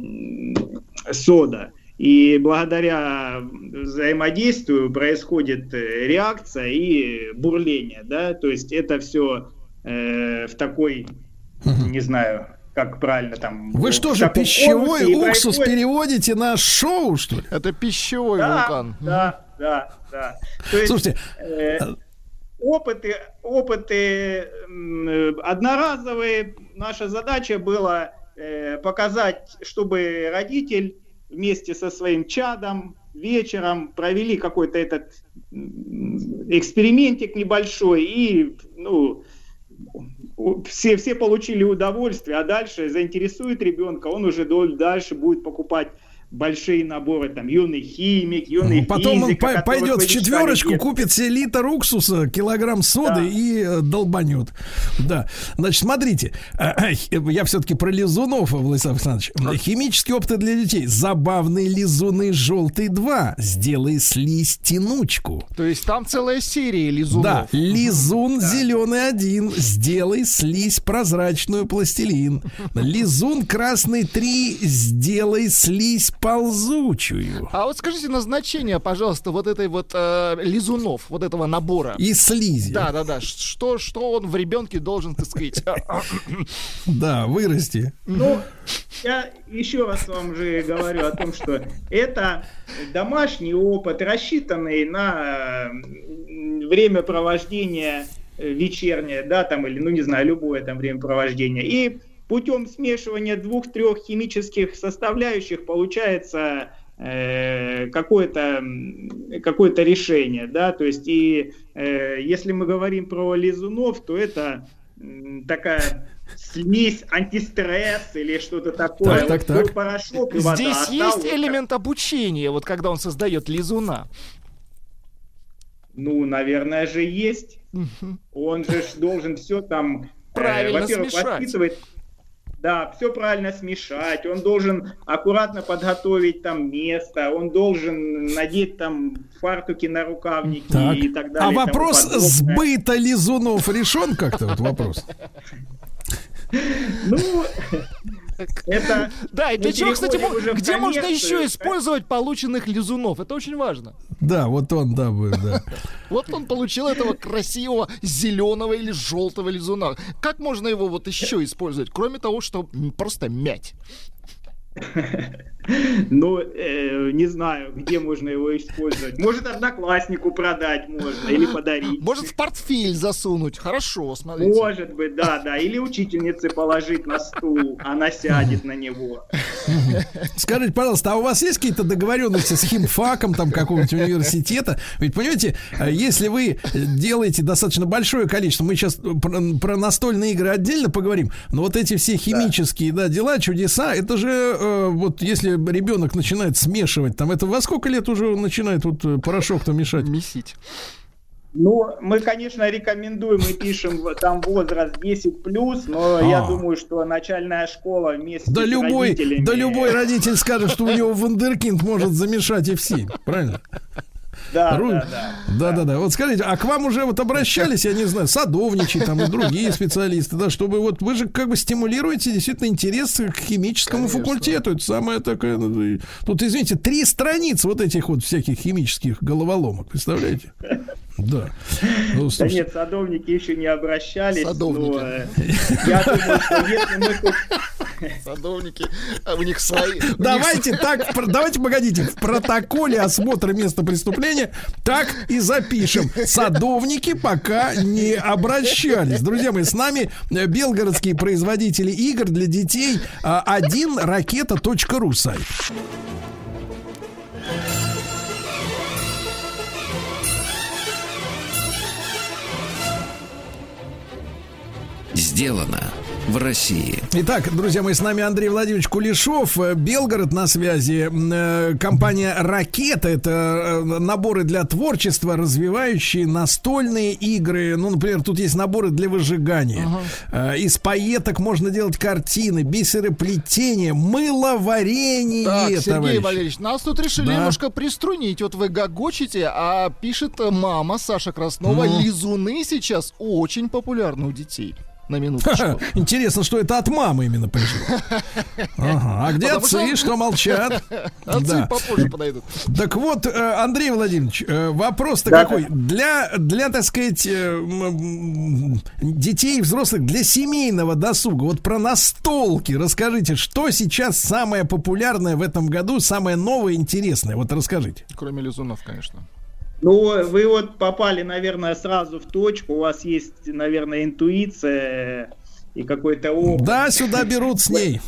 сода. И благодаря взаимодействию происходит реакция и бурление, да, то есть это все э, в такой, не знаю, как правильно там. Вы что же, пищевой уксус происходит... переводите на шоу, что ли? Это пищевой да, вулкан. Да, да, да. То есть, слушайте, э, опыты, опыты э, одноразовые. Наша задача была э, показать, чтобы родитель вместе со своим чадом вечером провели какой-то этот экспериментик небольшой, и ну, все, все получили удовольствие, а дальше заинтересует ребенка, он уже дальше будет покупать большие наборы, там, юный химик, юный Потом физик. Потом он пойдет в четверочку, детство. Купит себе литр уксуса, килограмм соды, да. и э, долбанет. Да. Значит, смотрите, э, э, я все-таки про лизунов, Владислав Александрович. А? Химические опыты для детей. Забавные лизуны желтый два. Сделай слизь тянучку. То есть там целая серия лизунов. Да. Лизун да. зеленый один. Сделай слизь прозрачную, пластилин. Лизун красный три. Сделай слизь ползучую. А вот скажите назначение, пожалуйста, вот этой вот э, лизунов, вот этого набора. И слизи. Да, да, да. Что, что он в ребенке должен, так сказать, да, вырасти. Ну, я еще раз вам же говорю о том, что это домашний опыт, рассчитанный на времяпровождение вечернее, да, там, или, ну, не знаю, любое там времяпровождение. И путем смешивания двух-трех химических составляющих получается э, какое-то, какое-то решение, да, то есть и э, если мы говорим про лизунов, то это э, такая смесь антистресс или что-то такое. Так, так, так. Порошок и вода. Здесь есть элемент обучения, вот когда он создает лизуна. Ну, наверное же есть. Он же должен все там правильно э, во-первых, смешать. Воспитывать. Да, все правильно смешать, он должен аккуратно подготовить там место, он должен надеть там фартуки на рукавники так. и так далее. А вопрос сбыта лизунов решен как-то, вот вопрос? Ну, Это да, и для мы чего, кстати, переходим уже в где можно коммерцию, еще использовать полученных лизунов? Это очень важно. Да, вот он, да, был, да. Вот он получил этого красивого зеленого или желтого лизуна. Как можно его вот еще использовать, кроме того, что просто мять? Ну, э, не знаю, где можно его использовать. Может, однокласснику продать можно или подарить. Может, в портфель засунуть. Хорошо, смотрите. Может быть, да, да. Или учительнице положить на стул, она сядет на него. Скажите, пожалуйста, а у вас есть какие-то договоренности с химфаком там какого-нибудь университета? Ведь, понимаете, если вы делаете достаточно большое количество, мы сейчас про, про настольные игры отдельно поговорим, но вот эти все химические, да, да дела, чудеса, это же э, вот если ребенок начинает смешивать, там это во сколько лет уже начинает вот порошок-то мешать? Месить. Ну, мы, конечно, рекомендуем и пишем там возраст десять плюс, но а. я думаю, что начальная школа вместе да с любой, родителями... Да любой родитель скажет, что у него вундеркинд может замешать эф семь, правильно? Да, Ру... да, да, да, да, да. Вот скажите, а к вам уже вот обращались, я не знаю, садовничьи там и другие специалисты, да, чтобы вот вы же как бы стимулируете действительно интерес к химическому Конечно. факультету. Это самое такое. Тут, извините, три страницы вот этих вот всяких химических головоломок, представляете? Да. Ну, да нет, садовники еще не обращались. Садовники. Но, э, я думаю, что если мы тут... Садовники, а у них свои... Давайте них... так, давайте, погодите, в протоколе осмотра места преступления так и запишем. Садовники пока не обращались. Друзья мои, с нами белгородские производители игр для детей один ракета точка ру сайт. Сделано в России. Итак, друзья мои, с нами Андрей Владимирович Кулешов, Белгород на связи. Компания «Ракета» — это наборы для творчества, развивающие настольные игры. Ну, например, тут есть наборы для выжигания. Ага. Из пайеток можно делать картины, бисероплетение, мыловарение. Так, Сергей товарищи. Валерьевич, нас тут решили да. немножко приструнить. Вот вы гогочите, а пишет мама Саша Краснова, ну. лизуны сейчас очень популярны у детей. На минуточку. Интересно, что это от мамы именно пришло. Ага. А где Потому отцы, что... что молчат? Отцы да. попозже подойдут. Так вот, Андрей Владимирович, вопрос-то да, какой? Да. Для, для, так сказать, детей и взрослых, для семейного досуга, вот про настолки расскажите, что сейчас самое популярное в этом году, самое новое, интересное? Вот расскажите. Кроме лизунов, конечно. Ну, вы вот попали, наверное, сразу в точку. У вас есть, наверное, интуиция и какой-то опыт. Да, сюда берут с ней.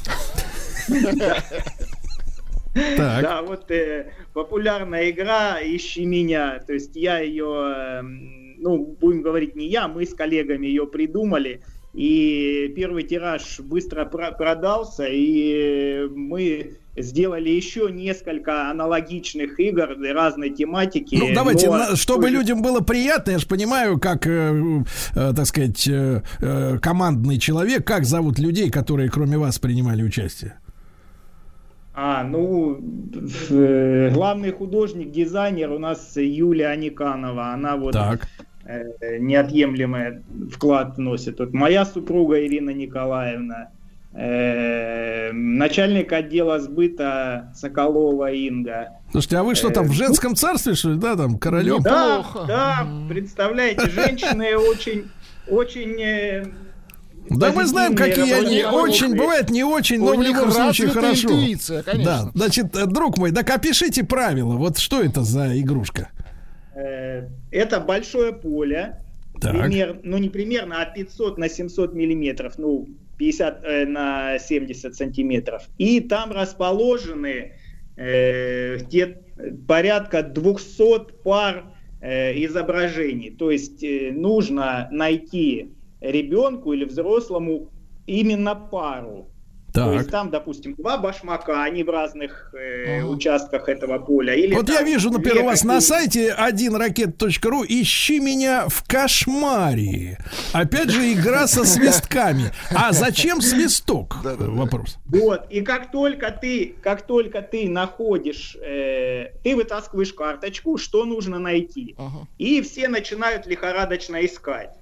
Да, вот популярная игра «Ищи меня». То есть я ее, ну, будем говорить, не я, мы с коллегами ее придумали. И первый тираж быстро продался, и мы сделали еще несколько аналогичных игр разной тематики. Ну, давайте, но... чтобы тоже... людям было приятно, я же понимаю, как, э, э, так сказать, э, э, командный человек, как зовут людей, которые кроме вас принимали участие? А, ну, э, главный художник, дизайнер у нас Юлия Аниканова, она вот... Так. неотъемлемый вклад вносит. Вот моя супруга Ирина Николаевна, э, начальник отдела сбыта Соколова Инга. Слушайте, а вы что там в женском царстве, что ли, да, там, королем? Да, да, представляете, женщины очень, очень... Да мы знаем, какие они очень, бывает не очень, но в любом случае хорошо. Интуиция, конечно. Да, значит, друг мой, так опишите правила, вот что это за игрушка? Это большое поле, пример, ну не примерно, а пятьсот на семьсот миллиметров, ну пятьдесят э, на семьдесят сантиметров. И там расположены э, те, порядка двести пар э, изображений. То есть э, нужно найти ребенку или взрослому именно пару. Так. То есть там, допустим, два башмака, они в разных э, ага. участках этого поля. Или вот я вижу, например, у вас на сайте один ракета точка ру «Ищи меня в кошмаре». Опять же, игра со свистками. А зачем свисток? Вопрос. Вот, и как только ты, как только ты находишь, э, ты вытаскиваешь карточку, что нужно найти. Ага. И все начинают лихорадочно искать.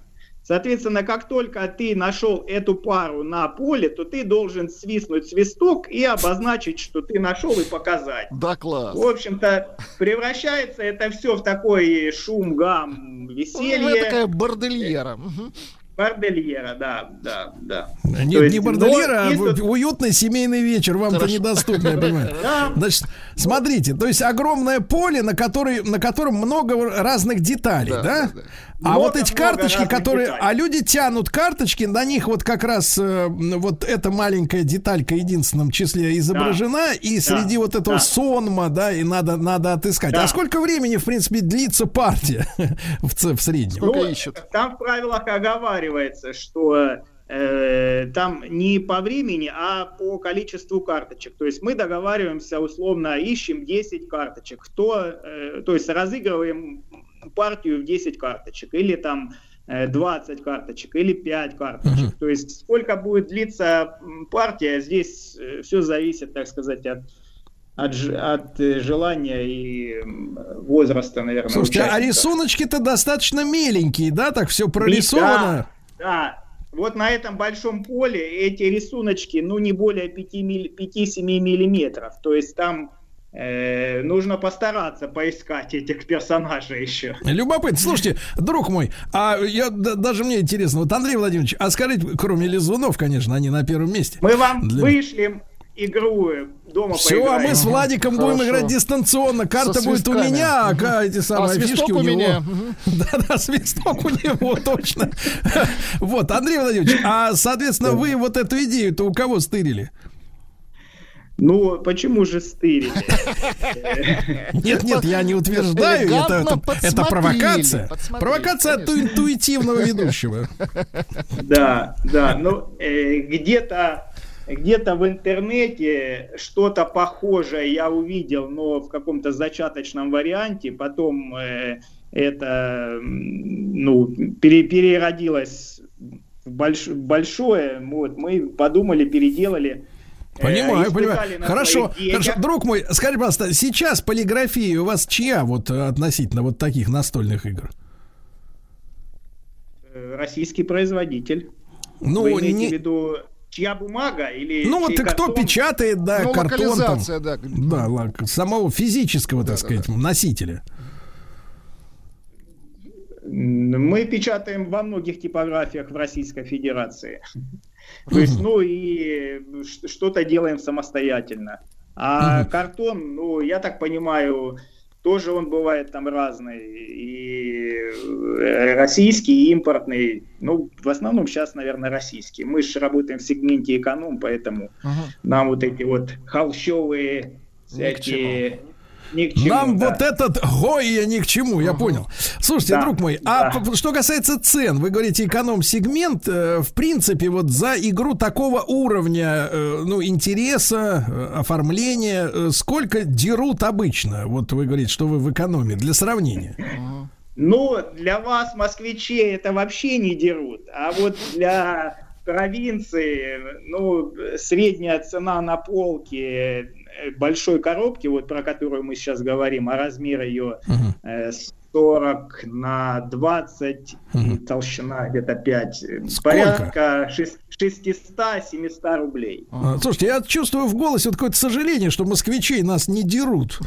Соответственно, как только ты нашел эту пару на поле, то ты должен свистнуть свисток и обозначить, что ты нашел, и показать. Да, класс. В общем-то, превращается это все в такой шум, гам, веселье. Ну, такая бордельера. Бордельера, да, да, да. Нет, есть, не бордельера, а тут... уютный семейный вечер, вам-то недоступно, я понимаю. Значит, смотрите, то есть огромное поле, на, который, на котором много разных деталей, да? да? да. А много, вот эти карточки, которые... Деталей. А люди тянут карточки, на них вот как раз э, вот эта маленькая деталька в единственном числе изображена, да. и да. среди вот этого да. сонма, да, и надо, надо отыскать. Да. А сколько времени, в принципе, длится партия в, в среднем? Сколько ну, ищут? Там в правилах оговаривается, что э, там не по времени, а по количеству карточек. То есть мы договариваемся, условно, ищем десять карточек. Кто, э, то есть разыгрываем партию в десять карточек, или там двадцать карточек, или пять карточек. Uh-huh. То есть сколько будет длиться партия, здесь все зависит, так сказать, от, от, от желания и возраста, наверное. Слушайте, участника. А рисуночки-то достаточно меленькие, да, так все прорисовано? Да, да. Вот на этом большом поле эти рисуночки, ну, не более пять-семь миллиметров. То есть там Э, нужно постараться поискать этих персонажей еще. Любопытно. Слушайте, друг мой, а я да, даже мне интересно, вот Андрей Владимирович, а скажите, кроме лизунов, конечно, они на первом месте. Мы вам Для... вышлем игру дома. Все, поиграем. А мы с Владиком Хорошо. будем играть дистанционно. Карта будет у меня, а эти самые а фишки у, у него. Да-да, свисток у него, точно. Вот, Андрей Владимирович, а, соответственно, вы вот эту идею-то у кого стырили? Ну, почему же стырили? Нет, нет, я не утверждаю, это, это, это провокация. Провокация от интуитивного ведущего. Да, да, ну, э, где-то, где-то в интернете что-то похожее я увидел, но в каком-то зачаточном варианте, потом э, это, ну, пере, переродилось в больш, большое, вот, мы подумали, переделали. Понимаю, понимаю. Хорошо, хорошо. Друг мой, скажи, пожалуйста, сейчас полиграфия у вас чья вот относительно вот таких настольных игр? Российский производитель. Ну, Вы имеете не... в виду, чья бумага или ну, вот и кто печатает, да, ну, картон там, да. Да, лак, самого физического, так да, сказать, да, да. носителя. Мы печатаем во многих типографиях в Российской Федерации. То есть, ну и что-то делаем самостоятельно. А uh-huh. картон, ну, я так понимаю, тоже он бывает там разный. И российский, и импортный. Ну, в основном сейчас, наверное, российский. Мы же работаем в сегменте эконом, поэтому uh-huh. нам вот эти вот холщовые всякие... Ни к чему, Нам да. вот этот Гойя ни к чему, я uh-huh. понял. Слушайте, да, друг мой, да. а что касается цен, вы говорите эконом-сегмент, э, в принципе, вот за игру такого уровня, э, ну, интереса, э, оформления, э, сколько дерут обычно? Вот вы говорите, что вы в экономе, для сравнения. Uh-huh. Ну, для вас, москвичей, это вообще не дерут, а вот для провинции, ну, средняя цена на полке большой коробки, вот про которую мы сейчас говорим, а размер ее uh-huh. сорок на двадцать, uh-huh. и толщина где-то пять, Сколько? порядка шестьсот-семьсот рублей. Uh-huh. Слушайте, я чувствую в голосе вот какое-то сожаление, что москвичей нас не дерут.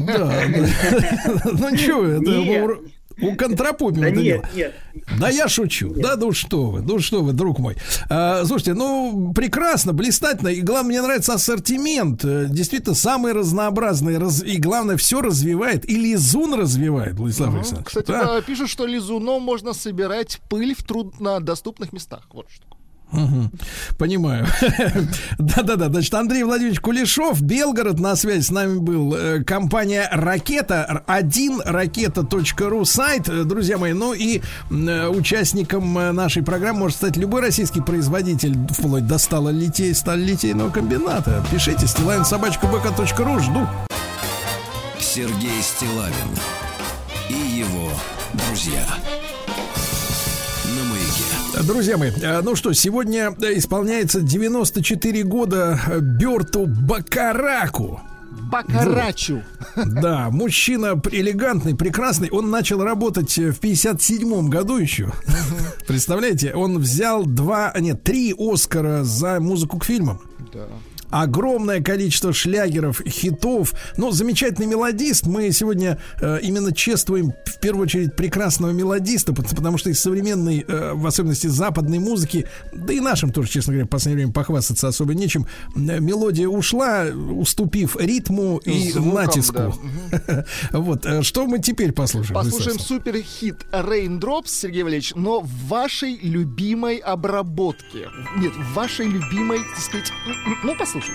Ну что, это... У контрапупим да это нет, дело. Нет. Да я шучу. Нет. Да ну что вы, ну что вы, друг мой. А, слушайте, ну прекрасно, блистательно. И главное, мне нравится ассортимент. Действительно, самый разнообразный. Раз... И главное, все развивает. И лизун развивает, Владислав угу. Александрович. Кстати, да? пишут, что лизуном можно собирать пыль в труднодоступных местах. Вот что. Угу. Понимаю. Да-да-да. Значит, Андрей Владимирович Кулешов, Белгород, на связи с нами был. Компания Ракета, один ракета точка ру сайт, друзья мои. Ну и участником нашей программы может стать любой российский производитель, вплоть до сталолитей, сталелитейного комбината. Пишите стилавин собака бэ ка точка ру, жду. Сергей Стиллавин и его друзья. Друзья мои, ну что, сегодня исполняется девяносто четыре года Берту Бакараку. Бакарачу. Да, мужчина элегантный, прекрасный. Он начал работать в пятьдесят седьмом году еще. Представляете, он взял два, нет, три Оскара за музыку к фильмам. Да. Огромное количество шлягеров, хитов. Но замечательный мелодист. Мы сегодня э, именно чествуем в первую очередь прекрасного мелодиста, потому что из современной, э, в особенности западной музыки, да и нашим тоже, честно говоря, в последнее время похвастаться особо нечем, мелодия ушла, уступив ритму и звуком, натиску. Да. Вот. Что мы теперь послушаем? Послушаем суперхит Raindrops, Сергей Валерьевич, но в вашей любимой обработке. Нет, в вашей любимой, так сказать, ну, послушайте.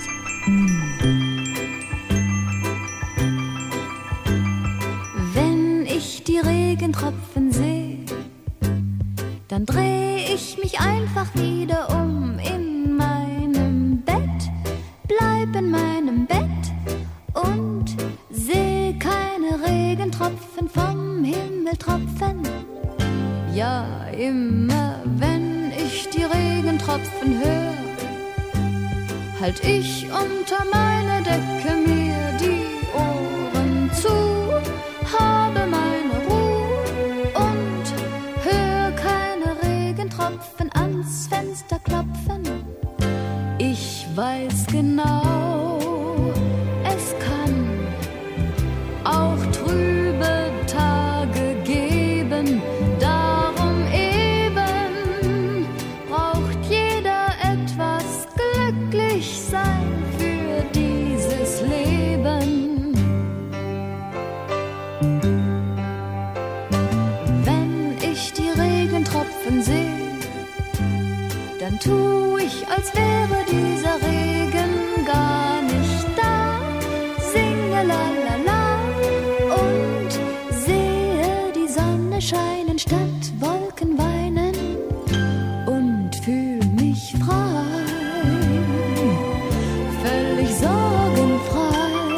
Wenn ich die Regentropfen sehe, dann dreh ich mich einfach wieder um in meinem Bett, bleib in meinem Bett und seh keine Regentropfen vom Himmel tropfen. Ja, immer wenn ich die Regentropfen höre, halt ich unter meine Decke mir die Ohren zu, habe meine Ruhe und hör keine Regentropfen ans Fenster klopfen. Ich weiß genau, es kann auch trübe Tage geben, darum eben braucht jeder etwas glücklich sein für dieses Leben. Wenn ich die Regentropfen sehe, dann tu ich, als wäre dieser Regen gar nicht da. Singe la la la und sehe die Sonne scheinen statt Wolken weinen und fühl mich frei, völlig sorgenfrei.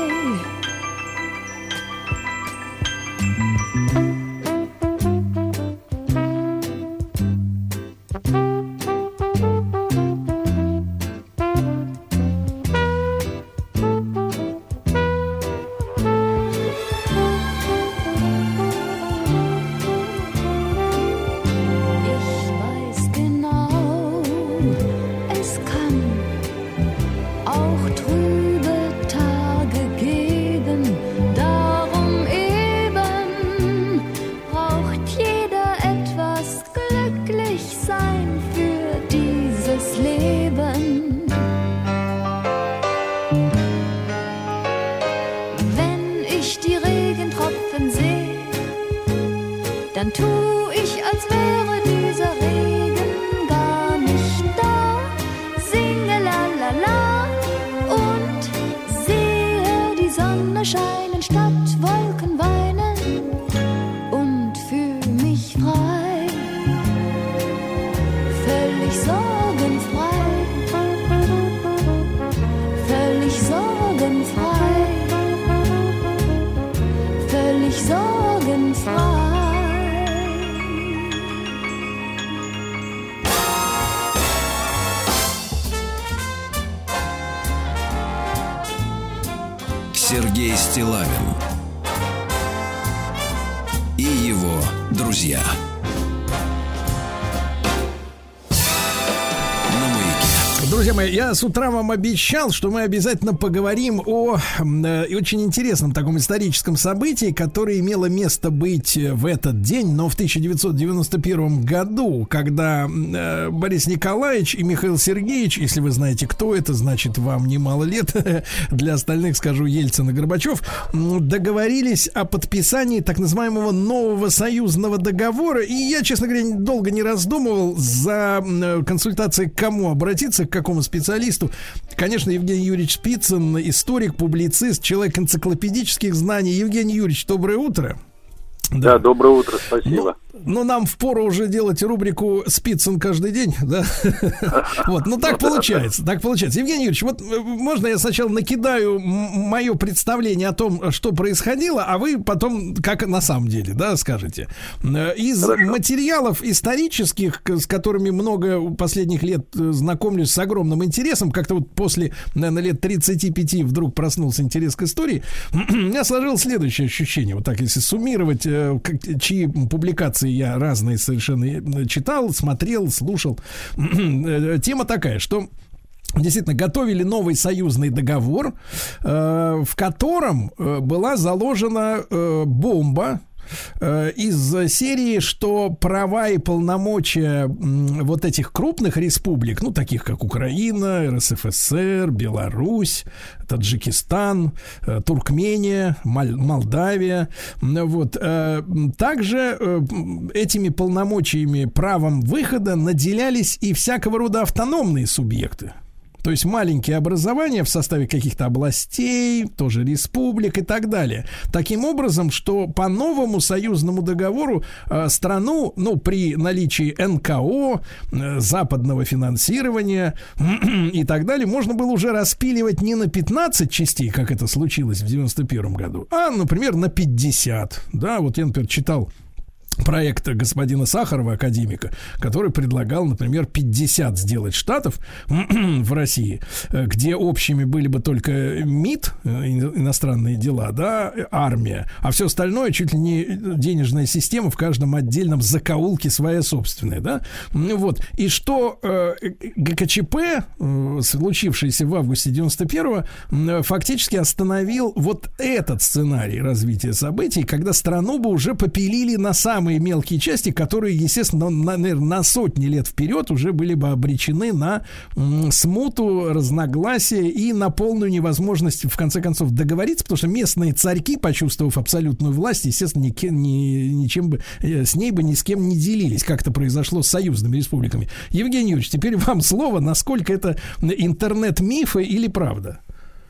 Dann tu ich, als wäre dieser Regen gar nicht da. Singe la la la und sehe die Sonne scheinen statt Wolken weinen und fühl mich frei, völlig sorgenfrei, völlig sorgenfrei, völlig sorgenfrei. Сергей Стиллавин и его друзья. Друзья мои, я с утра вам обещал, что мы обязательно поговорим о э, очень интересном таком историческом событии, которое имело место быть в этот день, но в тысяча девятьсот девяносто первом году, когда э, Борис Николаевич и Михаил Сергеевич, если вы знаете, кто это, значит, вам немало лет, для остальных скажу Ельцин и Горбачев, договорились о подписании так называемого нового союзного договора. И я, честно говоря, долго не раздумывал за консультацией к кому обратиться, к какому специалисту. Конечно, Евгений Юрьевич Спицын, историк, публицист, человек энциклопедических знаний. Евгений Юрьевич, доброе утро. Да, да, доброе утро, спасибо. Ну, ну, нам впору уже делать рубрику «Спицын каждый день», да? Вот, ну, так получается, так получается. Евгений Юрьевич, вот можно я сначала накидаю мое представление о том, что происходило, а вы потом, как на самом деле, да, скажете. Из материалов исторических, с которыми много последних лет знакомлюсь с огромным интересом, как-то вот после, наверное, лет тридцати пяти вдруг проснулся интерес к истории, у меня сложилось следующее ощущение, вот так, если суммировать, чьи публикации я разные совершенно читал, смотрел, слушал. Тема такая, что действительно готовили новый союзный договор, э, в котором э, была заложена э, бомба из серии, что права и полномочия вот этих крупных республик, ну, таких как Украина, эр эс эф эс эр, Беларусь, Таджикистан, Туркмения, Мол- Молдавия, вот, также этими полномочиями, правом выхода наделялись и всякого рода автономные субъекты. То есть маленькие образования в составе каких-то областей, тоже республик и так далее. Таким образом, что по новому союзному договору э, страну, ну, при наличии эн ка о, э, западного финансирования и так далее, можно было уже распиливать не на пятнадцать частей, как это случилось в девяносто первом году, а, например, на пятьдесят. Да, вот я, например, читал проект господина Сахарова, академика, который предлагал, например, пятьдесят сделать штатов в России, где общими были бы только МИД, иностранные дела, да, армия, а все остальное чуть ли не денежная система в каждом отдельном закоулке своя собственная, да, вот. И что э, гэ ка че пэ, э, случившийся в августе девяносто первого, э, фактически остановил вот этот сценарий развития событий, когда страну бы уже попилили на самые мелкие части, которые, естественно, на, наверное, на сотни лет вперед уже были бы обречены на м, смуту, разногласия и на полную невозможность, в конце концов, договориться, потому что местные царьки, почувствовав абсолютную власть, естественно, ни, ни, ничем бы, с ней бы ни с кем не делились, как это произошло с союзными республиками. Евгений Юрьевич, теперь вам слово, насколько это интернет-мифы или правда?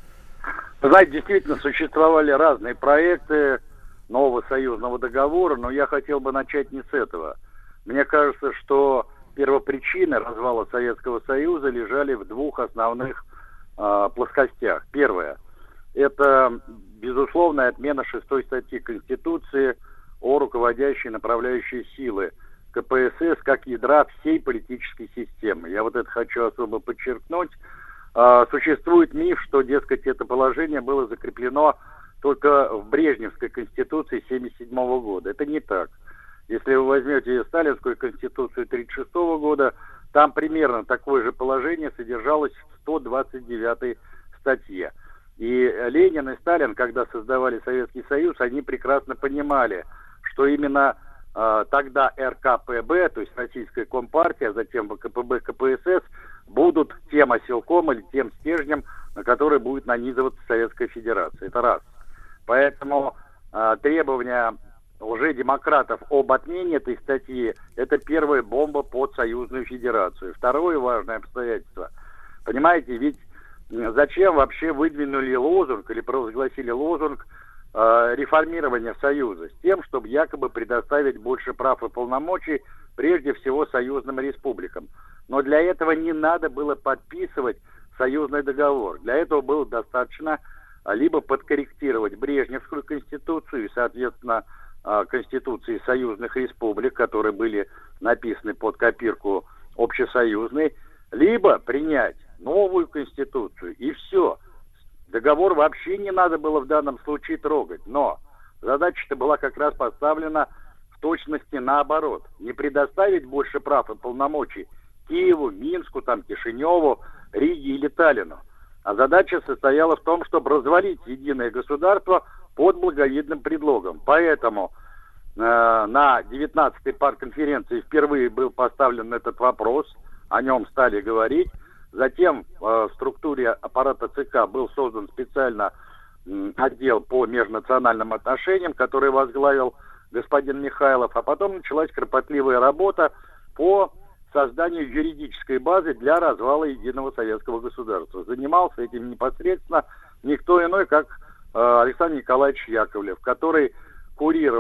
Вы знаете, действительно существовали разные проекты нового союзного договора, но я хотел бы начать не с этого. Мне кажется, что первопричины развала Советского Союза лежали в двух основных э, плоскостях. Первое – это безусловная отмена шестой статьи Конституции о руководящей направляющей силы ка пэ эс эс как ядра всей политической системы. Я вот это хочу особо подчеркнуть. Э, существует миф, что, дескать, это положение было закреплено только в Брежневской конституции семьдесят седьмого года. Это не так. Если вы возьмете сталинскую конституцию тридцать шестого года, там примерно такое же положение содержалось в сто двадцать девятой статье. И Ленин и Сталин, когда создавали Советский Союз, они прекрасно понимали, что именно э, тогда эр ка пэ бэ, то есть Российская Компартия, а затем вэ ка пэ бэ, ка пэ эс эс, будут тем оселком или тем стержнем, на который будет нанизываться Советская Федерация. Это раз. Поэтому э, требования уже демократов об отмене этой статьи – это первая бомба под Союзную Федерацию. Второе важное обстоятельство. Понимаете, ведь зачем вообще выдвинули лозунг или провозгласили лозунг э, реформирования Союза? С тем, чтобы якобы предоставить больше прав и полномочий прежде всего союзным республикам. Но для этого не надо было подписывать союзный договор. Для этого было достаточно либо подкорректировать Брежневскую конституцию и, соответственно, конституции союзных республик, которые были написаны под копирку общесоюзной, либо принять новую конституцию, и все. Договор вообще не надо было в данном случае трогать. Но задача-то была как раз поставлена в точности наоборот. Не предоставить больше прав и полномочий Киеву, Минску, там, Кишиневу, Риге или Таллину. А задача состояла в том, чтобы развалить единое государство под благовидным предлогом. Поэтому э, на девятнадцатой партконференции впервые был поставлен этот вопрос, о нем стали говорить. Затем э, в структуре аппарата ЦК был создан специально э, отдел по межнациональным отношениям, который возглавил господин Михайлов. А потом началась кропотливая работа по созданию юридической базы для развала единого советского государства. Занимался этим непосредственно никто иной, как э, Александр Николаевич Яковлев, который курировал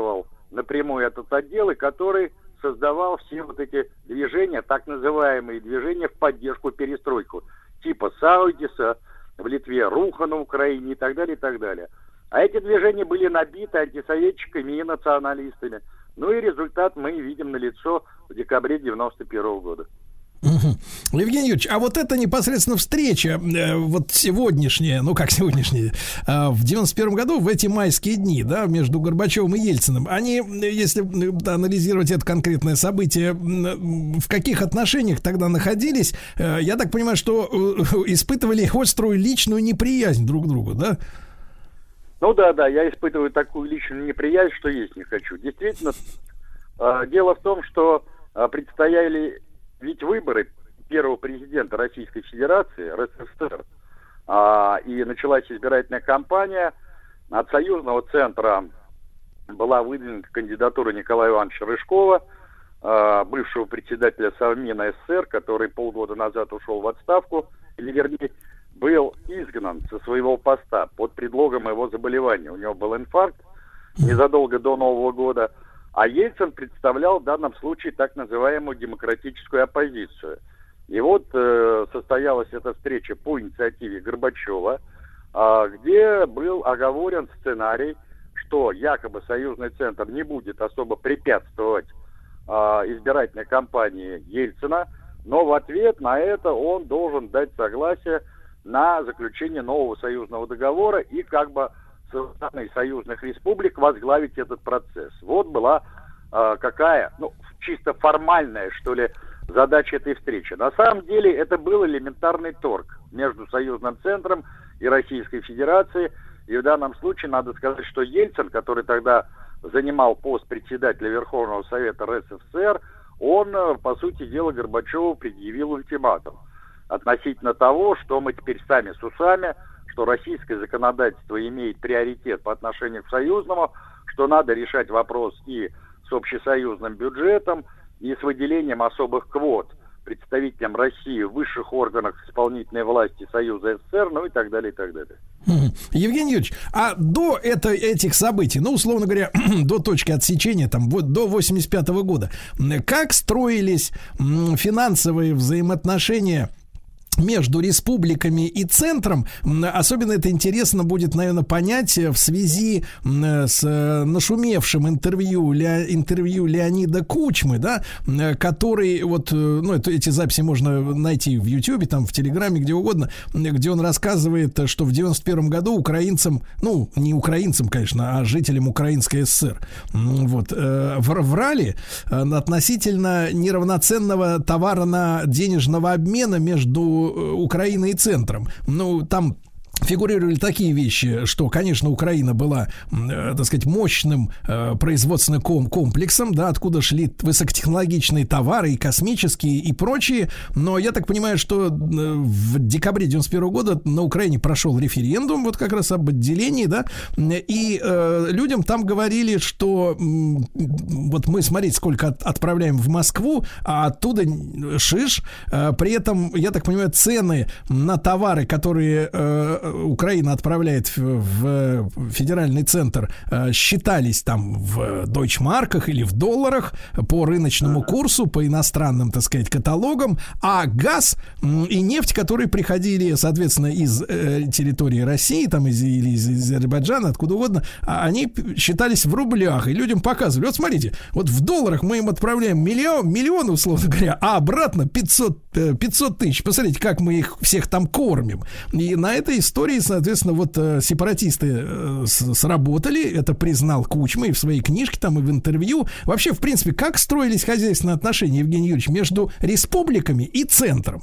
напрямую этот отдел, и который создавал все вот эти движения, так называемые движения в поддержку перестройку, типа Саудиса, в Литве Руха на Украине и так далее, и так далее. А эти движения были набиты антисоветчиками и националистами. Ну и результат мы видим налицо в декабре девяносто первого года. Угу. Евгений Юрьевич, а вот эта непосредственно встреча, э, вот сегодняшняя, ну как сегодняшняя, э, в девяносто первом году, в эти майские дни, да, между Горбачевым и Ельциным, они, если да, анализировать это конкретное событие, в каких отношениях тогда находились, э, я так понимаю, что э, испытывали острую личную неприязнь друг к другу, да? Ну да, да, я испытываю такую личную неприязнь, что есть не хочу. Действительно, э, дело в том, что э, предстояли ведь выборы первого президента Российской Федерации, РСФСР, а, и началась избирательная кампания. От Союзного центра была выдвинута кандидатура Николая Ивановича Рыжкова, а, бывшего председателя Совмина СССР, который полгода назад ушел в отставку, или вернее, был изгнан со своего поста под предлогом его заболевания. У него был инфаркт незадолго до Нового года. А Ельцин представлял в данном случае так называемую демократическую оппозицию. И вот э, состоялась эта встреча по инициативе Горбачева, э, где был оговорен сценарий, что якобы Союзный центр не будет особо препятствовать э, избирательной кампании Ельцина, но в ответ на это он должен дать согласие на заключение нового союзного договора и как бы со стороны союзных республик возглавить этот процесс. Вот была э, какая, ну, чисто формальная, что ли, задача этой встречи. На самом деле это был элементарный торг между Союзным центром и Российской Федерацией. И в данном случае надо сказать, что Ельцин, который тогда занимал пост председателя Верховного Совета РСФСР, он, по сути дела, Горбачеву предъявил ультиматум относительно того, что мы теперь сами с усами, что российское законодательство имеет приоритет по отношению к союзному, что надо решать вопрос и с общесоюзным бюджетом, и с выделением особых квот представителям России в высших органах исполнительной власти Союза СССР, ну и так далее, и так далее. Евгений Юрьевич, а до это, этих событий, ну, условно говоря, до точки отсечения, там, вот, до восемьдесят пятого года, как строились финансовые взаимоотношения между республиками и центром? Особенно это интересно будет, наверное, понять в связи с нашумевшим интервью, Ле, интервью Леонида Кучмы, да, который, вот, ну, это, эти записи можно найти в Ютьюбе, там, в Телеграме, где угодно, где он рассказывает, что в девяносто первом году украинцам, ну, не украинцам, конечно, а жителям Украинской ССР, вот, врали относительно неравноценного товарно-денежного обмена между Украины и центром. Ну, там фигурировали такие вещи, что, конечно, Украина была, э, так сказать, мощным э, производственным комплексом, да, откуда шли высокотехнологичные товары, и космические, и прочие. Но я так понимаю, что э, в декабре девяносто первого года на Украине прошел референдум, вот как раз об отделении, да, и э, людям там говорили, что э, вот мы, смотрите, сколько от, отправляем в Москву, а оттуда шиш. Э, при этом, я так понимаю, цены на товары, которые э, Украина отправляет в, в федеральный центр, э, считались там в дойчмарках или в долларах по рыночному курсу, по иностранным, так сказать, каталогам, а газ м, и нефть, которые приходили, соответственно, из э, территории России, там, из, или из, из Азербайджана, откуда угодно, они считались в рублях, и людям показывали, вот смотрите, вот в долларах мы им отправляем миллион, миллион, условно говоря, а обратно пятьсот, пятьсот тысяч. Посмотрите, как мы их всех там кормим. И на этой истории, соответственно, вот э, сепаратисты э, с, сработали, это признал Кучма и в своей книжке, там, и в интервью. Вообще, в принципе, как строились хозяйственные отношения, Евгений Юрьевич, между республиками и центром?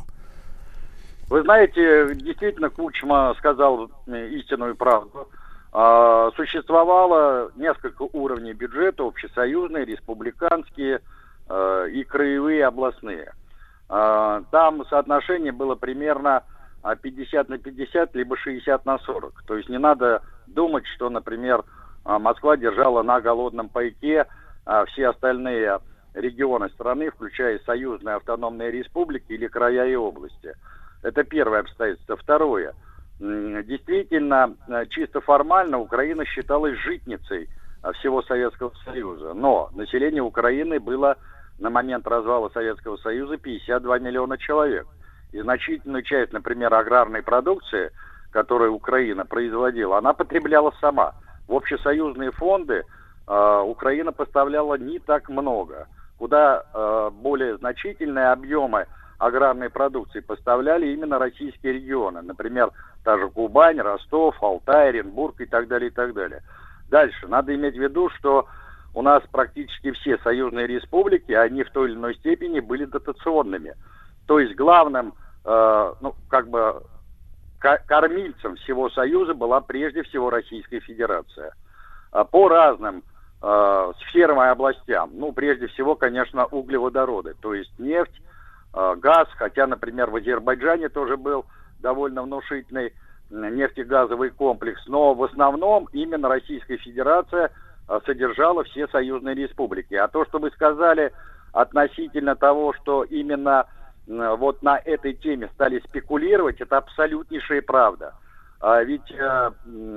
Вы знаете, действительно, Кучма сказал истинную правду. А, существовало несколько уровней бюджета: общесоюзные, республиканские а, и краевые, областные. А, там соотношение было примерно пятьдесят на пятьдесят, либо шестьдесят на сорок. То есть не надо думать, что, например, Москва держала на голодном пайке все остальные регионы страны, включая союзные автономные республики или края и области. Это первое обстоятельство. Второе. Действительно, чисто формально Украина считалась житницей всего Советского Союза. Но население Украины было на момент развала Советского Союза пятьдесят два миллиона человек. И значительную часть, например, аграрной продукции, которую Украина производила, она потребляла сама. В общесоюзные фонды э, Украина поставляла не так много. Куда э, более значительные объемы аграрной продукции поставляли именно российские регионы. Например, та же Кубань, Ростов, Алтай, Оренбург и так далее, и так далее. Дальше. Надо иметь в виду, что у нас практически все союзные республики, они в той или иной степени были дотационными. То есть главным, э, ну, как бы, к- кормильцем всего Союза была прежде всего Российская Федерация. А по разным э, сферам и областям, ну, прежде всего, конечно, углеводороды, то есть нефть, э, газ, хотя, например, в Азербайджане тоже был довольно внушительный нефтегазовый комплекс, но в основном именно Российская Федерация э, содержала все союзные республики. А то, что вы сказали относительно того, что именно вот на этой теме стали спекулировать, это абсолютнейшая правда. А ведь э,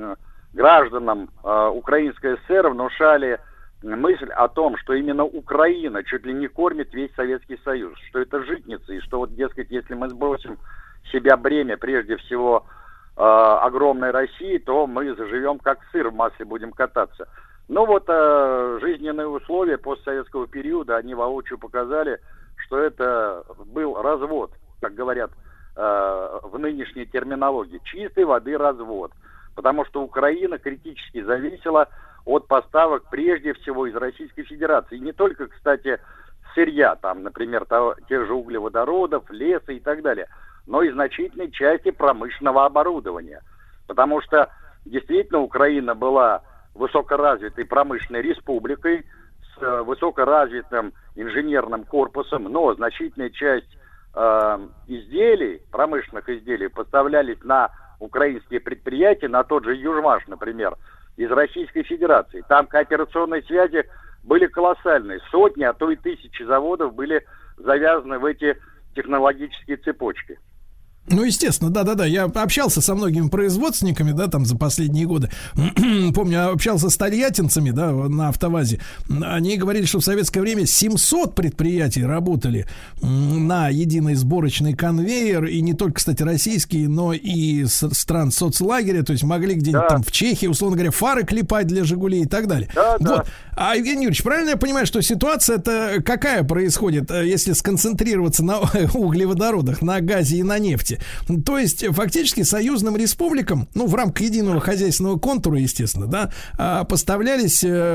гражданам э, Украинской ССР внушали мысль о том, что именно Украина чуть ли не кормит весь Советский Союз, что это житница, и что вот, дескать, если мы сбросим с себя бремя, прежде всего, э, огромной России, то мы заживем как сыр в масле, будем кататься. Ну вот э, жизненные условия постсоветского периода, они воочию показали, что это был развод, как говорят э, в нынешней терминологии, чистой воды развод. Потому что Украина критически зависела от поставок прежде всего из Российской Федерации. И не только, кстати, сырья, там, например, того, тех же углеводородов, леса и так далее, но и значительной части промышленного оборудования. Потому что действительно Украина была высокоразвитой промышленной республикой, с высокоразвитым инженерным корпусом, но значительная часть э, изделий, промышленных изделий, поставлялись на украинские предприятия, на тот же Южмаш, например, из Российской Федерации. Там кооперационные связи были колоссальные. Сотни, а то и тысячи заводов были завязаны в эти технологические цепочки. Ну, естественно, да-да-да, я общался со многими производственниками, да, там за последние годы. Помню, общался с тольяттинцами, да, на АвтоВАЗе. Они говорили, что в советское время семьсот предприятий работали на единый сборочный конвейер, и не только, кстати, российские, но и стран соцлагеря, то есть могли где-нибудь да. там в Чехии, условно говоря, фары клепать для «Жигулей» и так далее. Да, вот. Да. А, Евгений Юрьевич, правильно я понимаю, что ситуация-то какая происходит, если сконцентрироваться на углеводородах, на газе и на нефти? То есть, фактически, союзным республикам, ну, в рамках единого хозяйственного контура, естественно, да, поставлялись,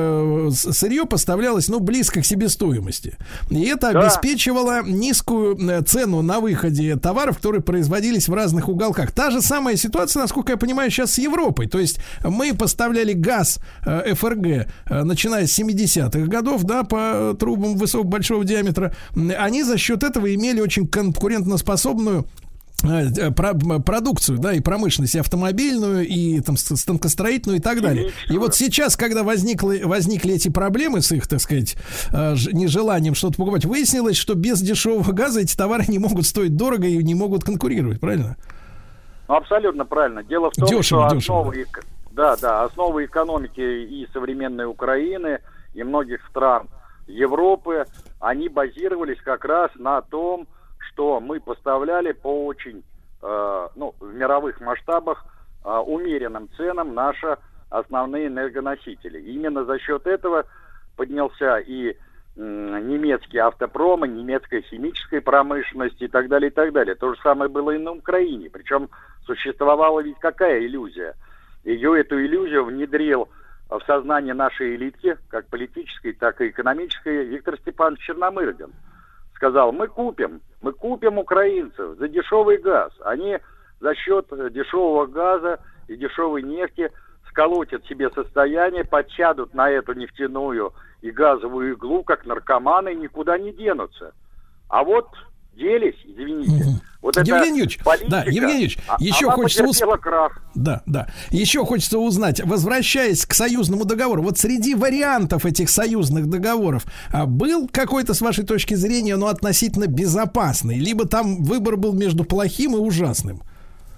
сырье поставлялось, ну, близко к себестоимости. И это да. обеспечивало низкую цену на выходе товаров, которые производились в разных уголках. Та же самая ситуация, насколько я понимаю, сейчас с Европой. То есть, мы поставляли газ эф эр гэ, начиная с семидесятых годов, да, по трубам высокого большого диаметра. Они за счет этого имели очень конкурентоспособную продукцию, да, и промышленность, и автомобильную, и там станкостроительную и так далее. И вот сейчас, когда возникли, возникли эти проблемы с их, так сказать, нежеланием что-то покупать, выяснилось, что без дешевого газа эти товары не могут стоить дорого и не могут конкурировать, правильно? Ну, абсолютно правильно. Дело в том, дешево, что дешево. основы, да, да, основы экономики и современной Украины, и многих стран Европы, они базировались как раз на том, что мы поставляли по очень, э, ну, в мировых масштабах э, умеренным ценам наши основные энергоносители. И именно за счет этого поднялся и э, немецкий автопром, и немецкая химическая промышленность и так далее, и так далее. То же самое было и на Украине. Причем существовала ведь какая иллюзия? Ее, эту иллюзию внедрил в сознание нашей элитки, как политической, так и экономической, Виктор Степанович Черномырдин. Сказал, мы купим, мы купим украинцев за дешевый газ. Они за счет дешевого газа и дешевой нефти сколотят себе состояние, подсядут на эту нефтяную и газовую иглу, как наркоманы, никуда не денутся. А вот делись, извините. Угу. Вот Евгений Юрьевич, да, Евгений Юрьевич, еще хочется узнать. Да, да. Еще хочется узнать, возвращаясь к союзному договору, вот среди вариантов этих союзных договоров был какой-то, с вашей точки зрения, ну, относительно безопасный, либо там выбор был между плохим и ужасным?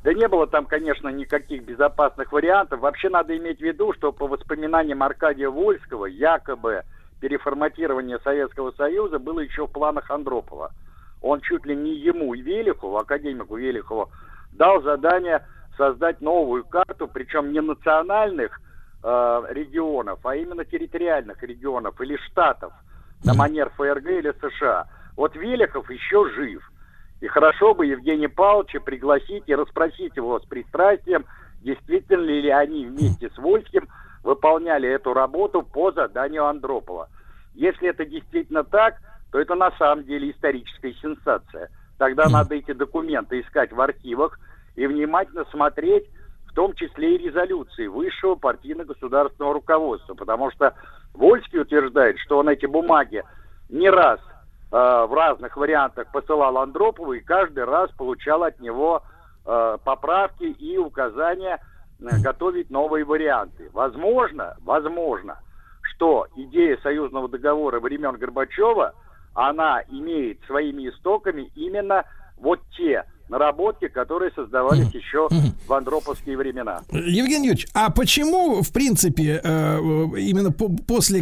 Да не было там, конечно, никаких безопасных вариантов. Вообще надо иметь в виду, что по воспоминаниям Аркадия Вольского, якобы переформатирование Советского Союза было еще в планах Андропова. Он чуть ли не ему и Велихову, академику Велихову, дал задание создать новую карту, причем не национальных э, регионов, а именно территориальных регионов или штатов, на манер ФРГ или США. Вот Велихов еще жив. И хорошо бы Евгения Павловича пригласить и расспросить его с пристрастием, действительно ли они вместе с Вольским выполняли эту работу по заданию Андропова. Если это действительно так, то это на самом деле историческая сенсация. Тогда надо эти документы искать в архивах и внимательно смотреть, в том числе и резолюции высшего партийно-государственного руководства. Потому что Вольский утверждает, что он эти бумаги не раз э, в разных вариантах посылал Андропову и каждый раз получал от него э, поправки и указания э, готовить новые варианты. Возможно, возможно, что идея союзного договора времен Горбачева, она имеет своими истоками именно вот те наработки, которые создавались еще в андроповские времена. Евгений Юрьевич, а почему, в принципе, именно после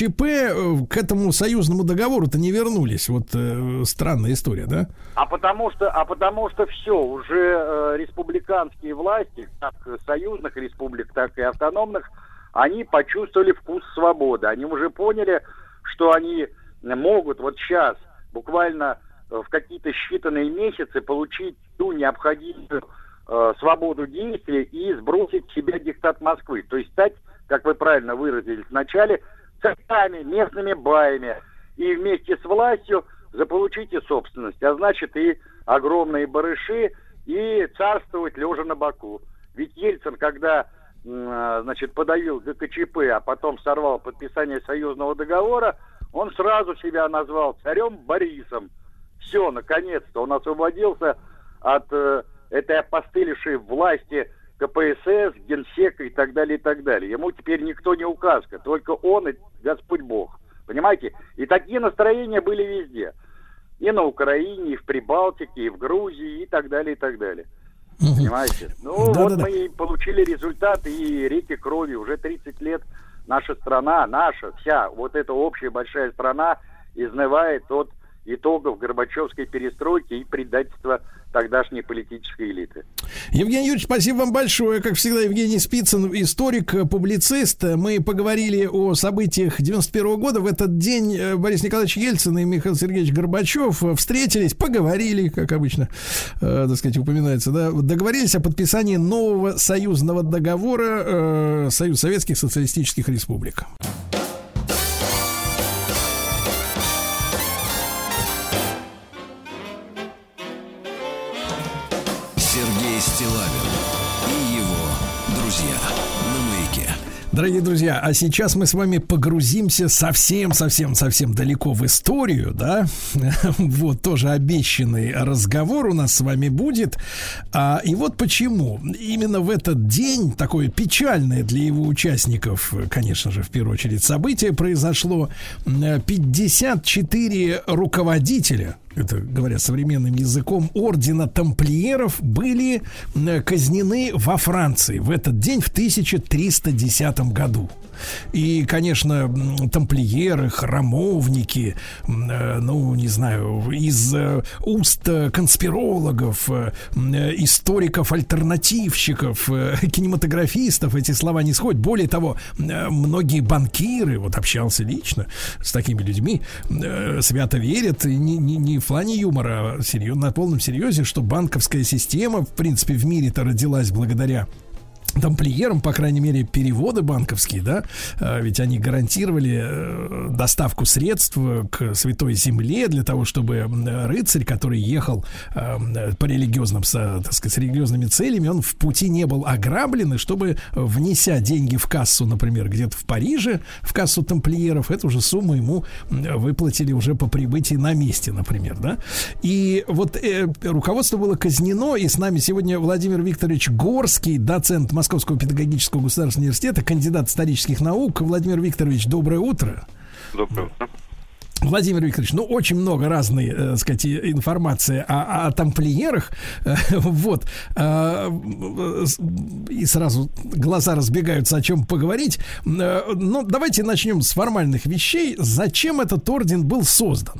ГКЧП к этому союзному договору-то не вернулись? Вот странная история, да? А потому что, а потому что все, уже республиканские власти, как союзных республик, так и автономных, они почувствовали вкус свободы. Они уже поняли, что они могут вот сейчас буквально в какие-то считанные месяцы получить ту необходимую э, свободу действия и сбросить с себя диктат Москвы. То есть стать, как вы правильно выразились в начале, царями, местными баями. И вместе с властью заполучить и собственность. А значит, и огромные барыши, и царствовать лежа на боку. Ведь Ельцин, когда э, значит, подавил ГКЧП, а потом сорвал подписание союзного договора, он сразу себя назвал царем Борисом. Все, наконец-то он освободился от э, этой опостылевшей власти КПСС, Генсека и так далее, и так далее. Ему теперь никто не указка, только он и Господь Бог. Понимаете? И такие настроения были везде. И на Украине, и в Прибалтике, и в Грузии, и так далее, и так далее. Понимаете? Ну, да, вот да, мы да. и получили результат, и реки крови. Уже тридцать лет наша страна, наша, вся, вот эта общая большая страна изнывает от итогов Горбачевской перестройки и предательства тогдашней политической элиты. Евгений Юрьевич, спасибо вам большое. Как всегда, Евгений Спицын, историк, публицист. Мы поговорили о событиях девяносто первого года. В этот день Борис Николаевич Ельцин и Михаил Сергеевич Горбачев встретились, поговорили, как обычно, э, так сказать, упоминается, да, договорились о подписании нового союзного договора э, Союз Советских Социалистических Республик. Дорогие друзья, а сейчас мы с вами погрузимся совсем-совсем-совсем далеко в историю, да? Вот тоже обещанный разговор у нас с вами будет. А, и вот почему. Именно в этот день, такое печальное для его участников, конечно же, в первую очередь, событие произошло. пятьдесят четыре руководителя, это говоря современным языком, ордена тамплиеров были казнены во Франции в этот день в тысяча триста десятом году. И, конечно, тамплиеры, храмовники, ну, не знаю, из уст конспирологов, историков-альтернативщиков, кинематографистов эти слова не сходят. Более того, многие банкиры, вот общался лично с такими людьми, свято верят, не, не, не в плане юмора, а серьезно, на полном серьезе, что банковская система, в принципе, в мире-то родилась благодаря тамплиерам, по крайней мере, переводы банковские, да, ведь они гарантировали доставку средств к Святой Земле для того, чтобы рыцарь, который ехал по религиозным, так сказать, с религиозными целями, он в пути не был ограблен, и чтобы, внеся деньги в кассу, например, где-то в Париже, в кассу тамплиеров, эту же сумму ему выплатили уже по прибытии на месте, например, да. И вот э, руководство было казнено, и с нами сегодня Владимир Викторович Горский, доцент Московского педагогического государственного университета, кандидат исторических наук. Владимир Викторович, доброе утро. Доброе утро. Владимир Викторович, ну, очень много разной, э, так сказать, информации о, о тамплиерах. Э, вот. Э, и сразу глаза разбегаются, о чем поговорить. Э, но давайте начнем с формальных вещей. Зачем этот орден был создан?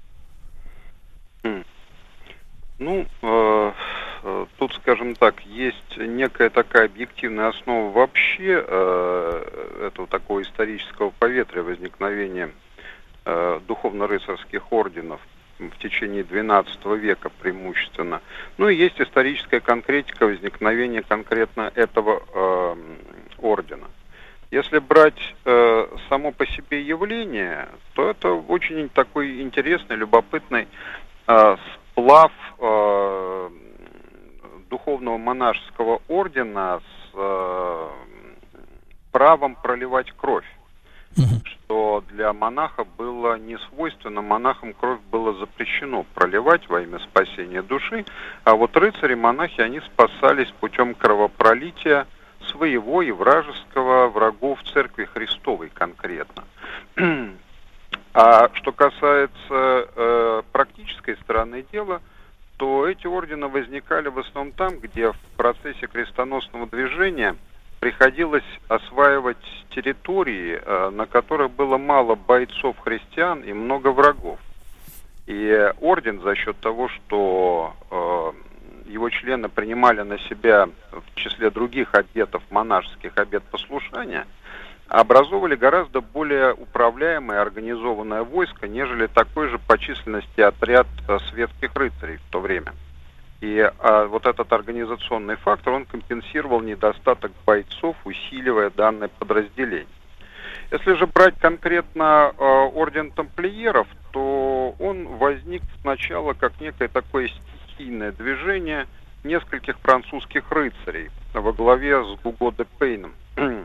Ну, э, э, тут, скажем так, есть некая такая объективная основа вообще э, этого такого исторического поветрия возникновения духовно-рыцарских орденов в течение двенадцатого века преимущественно. Ну и есть историческая конкретика возникновения конкретно этого э, ордена. Если брать э, само по себе явление, то это очень такой интересный, любопытный э, сплав э, духовного монашеского ордена с э, правом проливать кровь. Что для монаха было не свойственно, монахам кровь было запрещено проливать во имя спасения души, а вот рыцари-монахи, они спасались путем кровопролития своего и вражеского врагов Церкви Христовой конкретно. А что касается э, практической стороны дела, то эти ордены возникали в основном там, где в процессе крестоносного движения приходилось осваивать территории, на которых было мало бойцов христиан и много врагов. И орден за счет того, что э, его члены принимали на себя в числе других обетов монашеских обет послушания, образовывали гораздо более управляемое организованное войско, нежели такой же по численности отряд светских рыцарей в то время. И а, вот этот организационный фактор, он компенсировал недостаток бойцов, усиливая данное подразделение. Если же брать конкретно э, орден тамплиеров, то он возник сначала как некое такое стихийное движение нескольких французских рыцарей во главе с Гуго де Пейном э,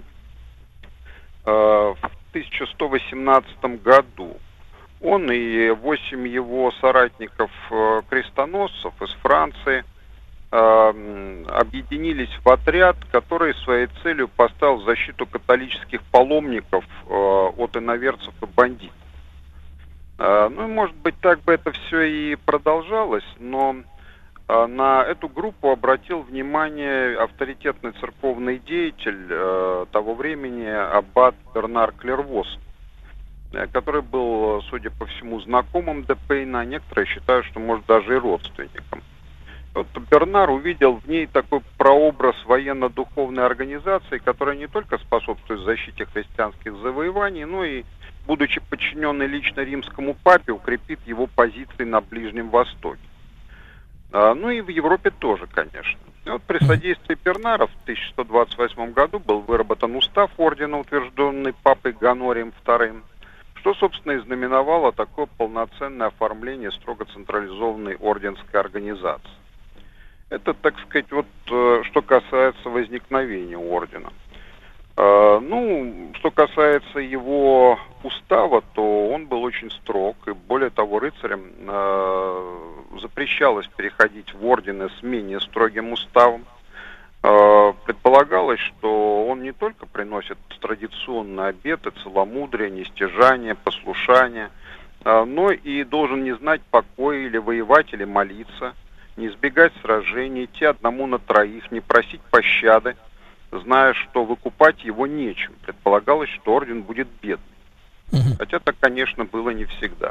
в тысяча сто восемнадцатом году. Он и восемь его соратников-крестоносцев из Франции э, объединились в отряд, который своей целью поставил защиту католических паломников э, от иноверцев и бандитов. Э, ну и, может быть, так бы это все и продолжалось, но э, на эту группу обратил внимание авторитетный церковный деятель э, того времени аббат Бернар Клервос, который был, судя по всему, знакомым де Пейна, а некоторые считают, что, может, даже и родственником. Вот Бернар увидел в ней такой прообраз военно-духовной организации, которая не только способствует защите христианских завоеваний, но и, будучи подчиненной лично римскому папе, укрепит его позиции на Ближнем Востоке. А, ну и в Европе тоже, конечно. И вот при содействии Бернара в тысяча сто двадцать восьмом году был выработан устав ордена, утвержденный папой Гонорием вторым, что, собственно, и знаменовало такое полноценное оформление строго централизованной орденской организации. Это, так сказать, вот что касается возникновения ордена. Ну, что касается его устава, то он был очень строг, и более того, рыцарям запрещалось переходить в ордены с менее строгим уставом. Предполагалось, что он не только приносит традиционные обеты, целомудрие, нестяжание, послушание, но и должен не знать покоя или воевать, или молиться, не избегать сражений, идти одному на троих, не просить пощады, зная, что выкупать его нечем. Предполагалось, что орден будет бедный. Хотя так, конечно, было не всегда.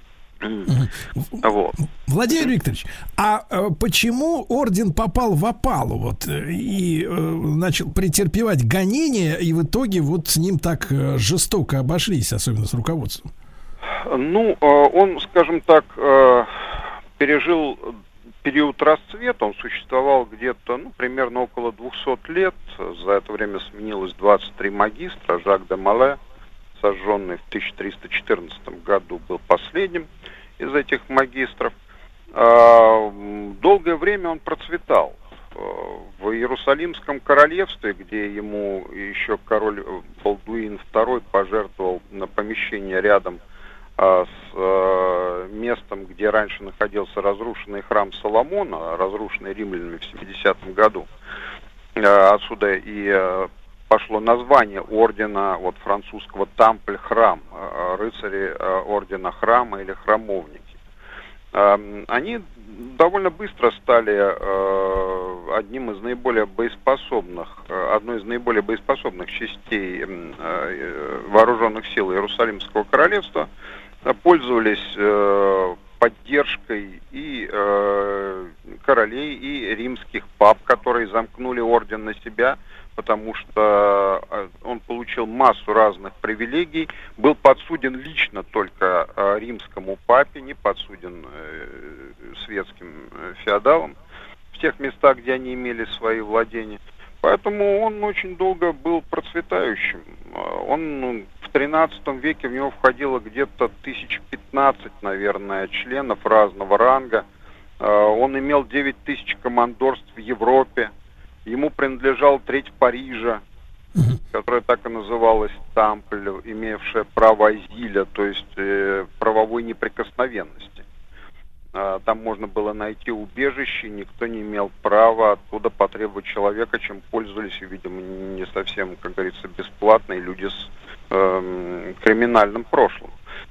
Вот. Владимир Викторович, а э, почему орден попал в опалу вот, и э, начал претерпевать гонения, и в итоге вот с ним так э, жестоко обошлись, особенно с руководством? Ну, э, он, скажем так, э, пережил период расцвета, он существовал где-то, ну, примерно около двухсот лет. За это время сменилось двадцать три магистра. Жак де Мале, сожженный в тысяча триста четырнадцатом году, был последним из этих магистров. Долгое время он процветал. В Иерусалимском королевстве, где ему еще король Балдуин второй пожертвовал на помещение рядом с местом, где раньше находился разрушенный храм Соломона, разрушенный римлянами в семидесятом году. Отсюда и пошло название ордена от французского «Тампль» — храм, рыцари ордена храма или храмовники. Они довольно быстро стали одним из наиболее боеспособных, одной из наиболее боеспособных частей вооруженных сил Иерусалимского королевства, пользовались поддержкой и э, королей, и римских пап, которые замкнули орден на себя, потому что он получил массу разных привилегий, был подсуден лично только э, римскому папе, не подсуден э, светским э, феодалам в тех местах, где они имели свои владения. Поэтому он очень долго был процветающим. Он ну, в тринадцатом веке в него входило где-то тысяч пятнадцать, наверное, членов разного ранга. Он имел девять тысяч командорств в Европе. Ему принадлежал треть Парижа, которая так и называлась Тампль, имевшая право азиля, то есть э, правовой неприкосновенности. Там можно было найти убежище, никто не имел права оттуда потребовать человека, чем пользовались, видимо, не совсем, как говорится, бесплатные люди с э, криминальным прошлым.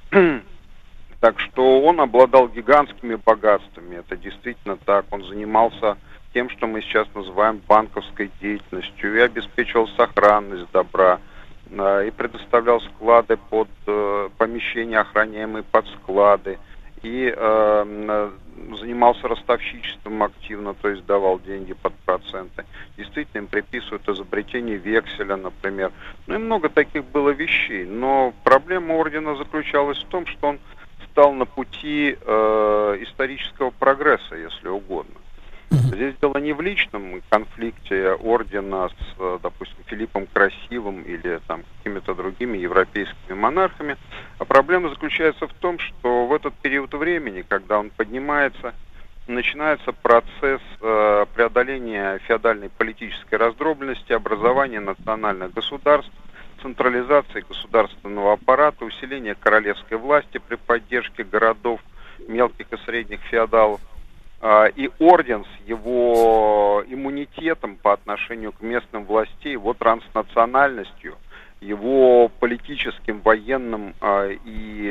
Так что он обладал гигантскими богатствами, это действительно так. Он занимался тем, что мы сейчас называем банковской деятельностью, и обеспечивал сохранность добра, э, и предоставлял склады под э, помещения, охраняемые под склады, и э, занимался ростовщичеством активно, то есть давал деньги под проценты. Действительно, им приписывают изобретение векселя, например. Ну и много таких было вещей. Но проблема ордена заключалась в том, что он стал на пути э, исторического прогресса, если угодно. Здесь дело не в личном конфликте ордена с, допустим, Филиппом Красивым или там какими-то другими европейскими монархами, а проблема заключается в том, что в этот период времени, когда он поднимается, начинается процесс э, преодоления феодальной политической раздробленности, образования национальных государств, централизации государственного аппарата, усиления королевской власти при поддержке городов, мелких и средних феодалов. И орден с его иммунитетом по отношению к местным властям, его транснациональностью, его политическим, военным и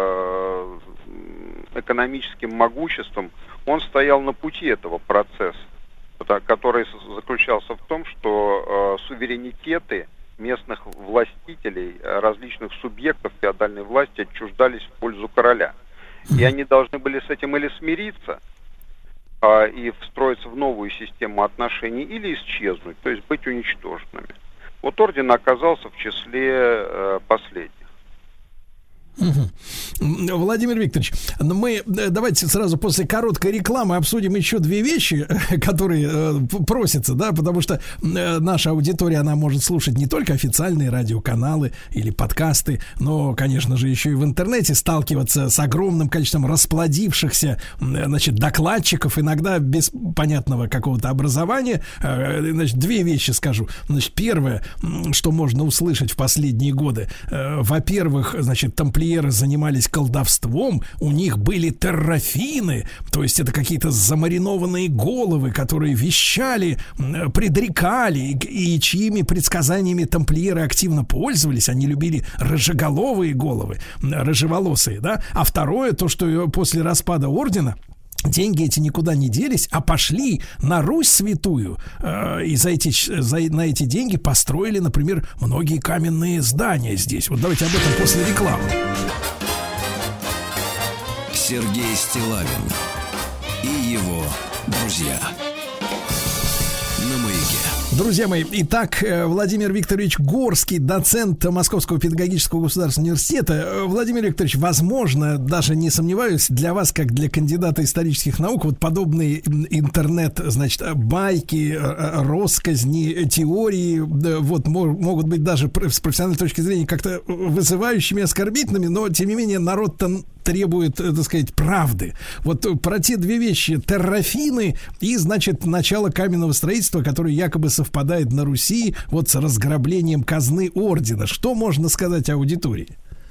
экономическим могуществом, он стоял на пути этого процесса, который заключался в том, что суверенитеты местных властителей, различных субъектов феодальной власти отчуждались в пользу короля. И они должны были с этим или смириться, и встроиться в новую систему отношений, или исчезнуть, то есть быть уничтоженными. Вот орден оказался в числе э, последних. Угу. Владимир Викторович, мы давайте сразу после короткой рекламы обсудим еще две вещи, которые э, просятся, да, потому что э, наша аудитория, она может слушать не только официальные радиоканалы или подкасты, но, конечно же, еще и в интернете сталкиваться с огромным количеством расплодившихся, значит, докладчиков, иногда без понятного какого-то образования. Э, значит, две вещи скажу. Значит, первое, что можно услышать в последние годы, э, во-первых, значит, тамплиеры занимались колдовством, у них были террафины, то есть это какие-то замаринованные головы, которые вещали, предрекали, и чьими предсказаниями тамплиеры активно пользовались. Они любили рыжеголовые головы, рыжеволосые, да. А второе, то, что после распада ордена деньги эти никуда не делись, а пошли на Русь святую, э, и за эти, за, на эти деньги построили, например, многие каменные здания здесь. Вот давайте об этом после рекламы. Сергей Стиллавин и его друзья. На Маяке. Друзья мои, итак, Владимир Викторович Горский, доцент Московского педагогического государственного университета. Владимир Викторович, возможно, даже не сомневаюсь, для вас, как для кандидата исторических наук, вот подобные интернет, значит, байки, россказни, теории, вот, могут быть даже с профессиональной точки зрения как-то вызывающими, оскорбительными, но, тем не менее, народ-то требует, так сказать, правды. Вот про те две вещи, террафины и, значит, начало каменного строительства, которое якобы совпадает на Руси вот с разграблением казны ордена. Что можно сказать аудитории?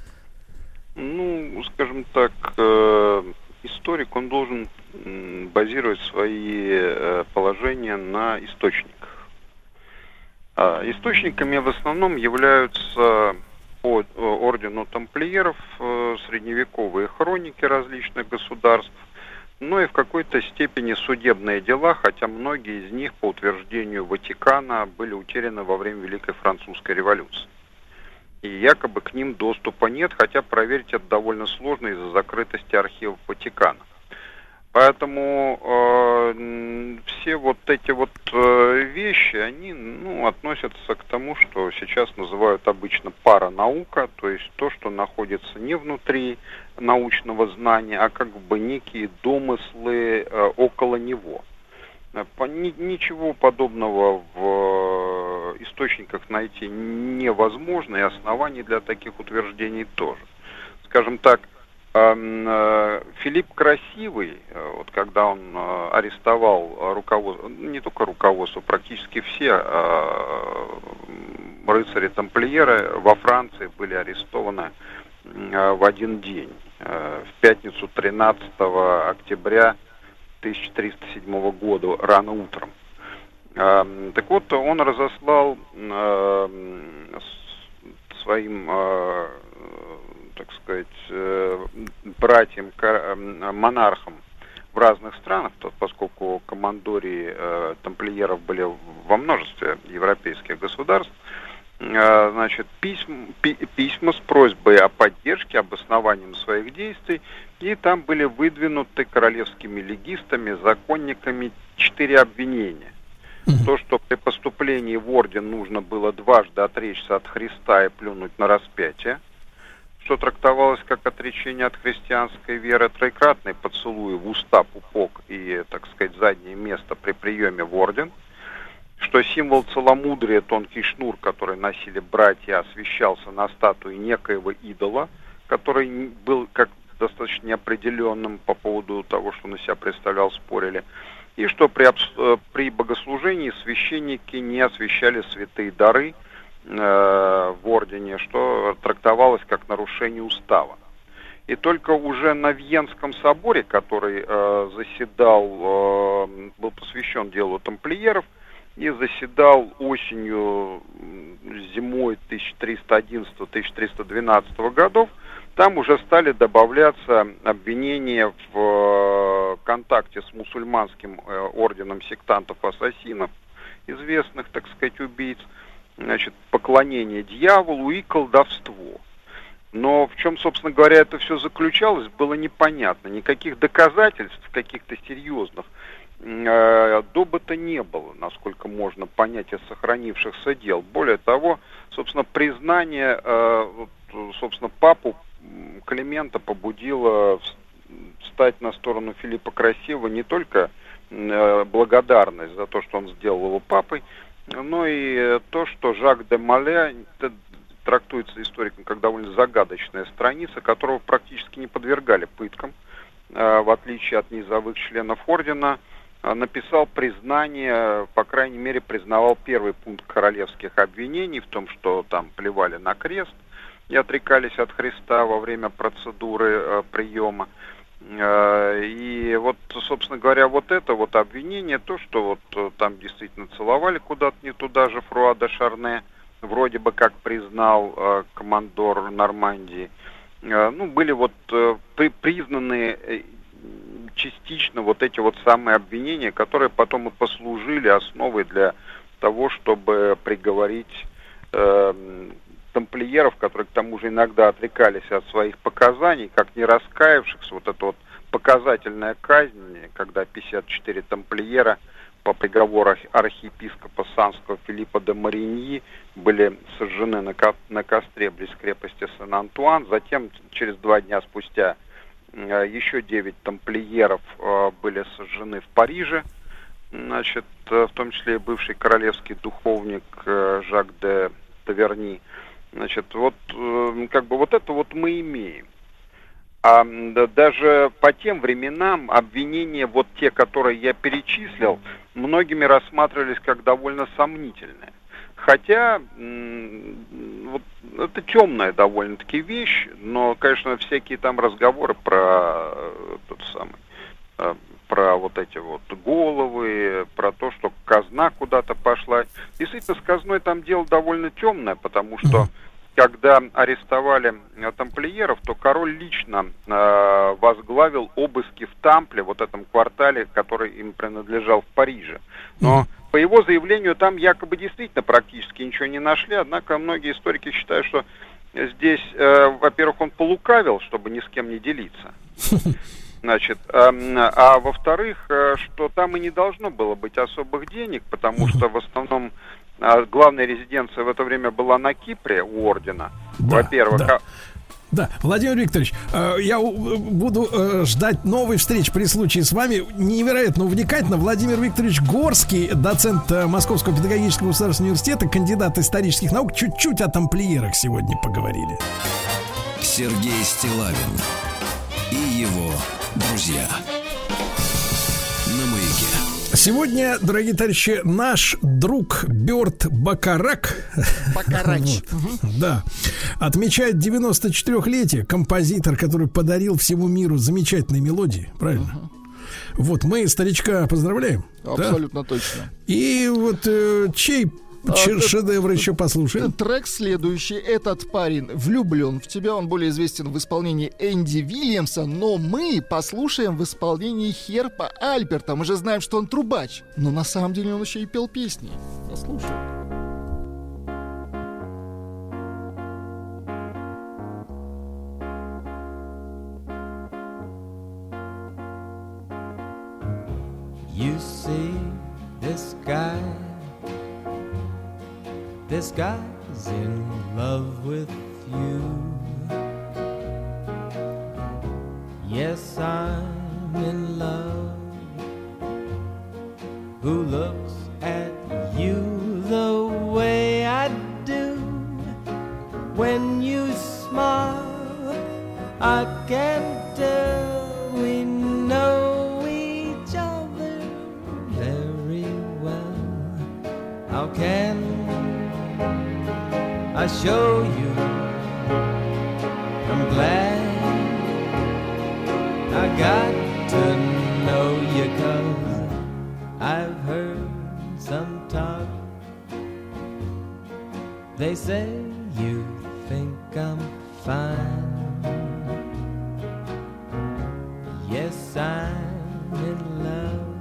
Ну, скажем так, э, историк, он должен базировать свои э, положения на источниках. Источниками в основном являются по ордену тамплиеров средневековые хроники различных государств, ну и в какой-то степени судебные дела, хотя многие из них, по утверждению Ватикана, были утеряны во время Великой Французской революции. И якобы к ним доступа нет, хотя проверить это довольно сложно из-за закрытости архивов Ватикана. Поэтому э, все вот эти вот э, вещи, они, ну, относятся к тому, что сейчас называют обычно паранаука, то есть то, что находится не внутри научного знания, а как бы некие домыслы э, около него. По, ни, ничего подобного в э, источниках найти невозможно, и оснований для таких утверждений тоже. Скажем так, Филипп Красивый, вот когда он арестовал руководство, не только руководство, практически все рыцари-тамплиеры во Франции были арестованы в один день, в пятницу тринадцатого октября тысяча триста седьмого года, рано утром. Так вот, он разослал своим, так сказать, братьям, монархам в разных странах, поскольку командории тамплиеров были во множестве европейских государств, значит, письма, письма с просьбой о поддержке, об основании своих действий, и там были выдвинуты королевскими легистами, законниками четыре обвинения. То, что при поступлении в орден нужно было дважды отречься от Христа и плюнуть на распятие, что трактовалось как отречение от христианской веры, троекратные поцелуи в уста, пупок и, так сказать, заднее место при приеме в орден, что символ целомудрия, тонкий шнур, который носили братья, освещался на статуе некоего идола, который был как достаточно неопределенным по поводу того, что он из себя представлял, спорили, и что при, при богослужении священники не освящали святые дары э, в ордене, что трактовалось как нарушение устава. И только уже на Вьенском соборе, который э, заседал, э, был посвящен делу тамплиеров, и заседал осенью, зимой тысяча триста одиннадцатого — тысяча триста двенадцатого годов, там уже стали добавляться обвинения в контакте с мусульманским орденом сектантов-ассасинов, известных, так сказать, убийц, значит, поклонение дьяволу и колдовство. Но в чем, собственно говоря, это все заключалось, было непонятно. Никаких доказательств каких-то серьезных э, добыта не было, насколько можно понять из сохранившихся дел. Более того, собственно, признание, э, собственно, папу Климента побудило встать на сторону Филиппа Красивого не только э, благодарность за то, что он сделал его папой, но и то, что Жак де Моле трактуется историком как довольно загадочная страница, которого практически не подвергали пыткам, э, в отличие от низовых членов ордена, э, написал признание, по крайней мере, признавал первый пункт королевских обвинений в том, что там плевали на крест и отрекались от Христа во время процедуры э, приема. Э, и вот, собственно говоря, вот это вот обвинение, то, что вот э, там действительно целовали куда-то не туда же Фруа де Шарне, вроде бы как признал э, командор Нормандии, э, ну, были вот э, при, признаны э, частично вот эти вот самые обвинения, которые потом и послужили основой для того, чтобы приговорить э, тамплиеров, которые к тому же иногда отрекались от своих показаний, как не раскаявшихся. Вот эта вот показательная казнь, когда пятьдесят четыре тамплиера по приговору архиепископа Санского Филиппа де Мариньи были сожжены на, ко- на костре близ крепости Сен-Антуан. Затем, через два дня спустя, э, еще девять тамплиеров э, были сожжены в Париже. Значит, э, в том числе и бывший королевский духовник э, Жак де Таверни. Значит, вот э, как бы вот это вот мы имеем. А да, даже по тем временам обвинения, вот те, которые я перечислил, многими рассматривались как довольно сомнительные. Хотя м- вот, это темная довольно-таки вещь, но, конечно, всякие там разговоры про э, тот самый, э, про вот эти вот головы, про то, что казна куда-то пошла. Действительно, с казной там дело довольно темное, потому что когда арестовали э, тамплиеров, то король лично э, возглавил обыски в Тампле, вот этом квартале, который им принадлежал в Париже. Но по его заявлению там якобы действительно практически ничего не нашли, однако многие историки считают, что здесь, э, во-первых, он полукавил, чтобы ни с кем не делиться. Значит, э, а во-вторых, э, что там и не должно было быть особых денег, потому что в основном э, главная резиденция в это время была на Кипре у ордена. Да, во-первых, да. а... Да, Владимир Викторович, э, я у, буду э, ждать новой встречи при случае с вами. Невероятно увлекательно. Владимир Викторович Горский, доцент э, Московского педагогического государственного университета, кандидат исторических наук. Чуть-чуть о тамплиерах сегодня поговорили. Сергей Стиллавин и его друзья на Маяке. Сегодня, дорогие товарищи, наш друг Бёрд Бакарак, Бакарач. вот, да, отмечает девяносто четырехлетие. Композитор, который подарил всему миру замечательные мелодии, правильно? Вот, мы старичка поздравляем. Абсолютно да? точно. И вот э, чей А, шедевр еще послушаем? Трек следующий. Этот парень влюблен в тебя. Он более известен в исполнении Энди Вильямса, но мы послушаем в исполнении Херпа Альперта. Мы же знаем, что он трубач, но на самом деле он еще и пел песни. Послушаем. You see this guy, this guy's in love with you. Yes, I'm in love. Who looks at you the way I do? When you smile, I can tell we know each other very well. How can I show you? I'm glad I got to know you, 'cause I've heard some talk. They say you think I'm fine. Yes, I'm in love.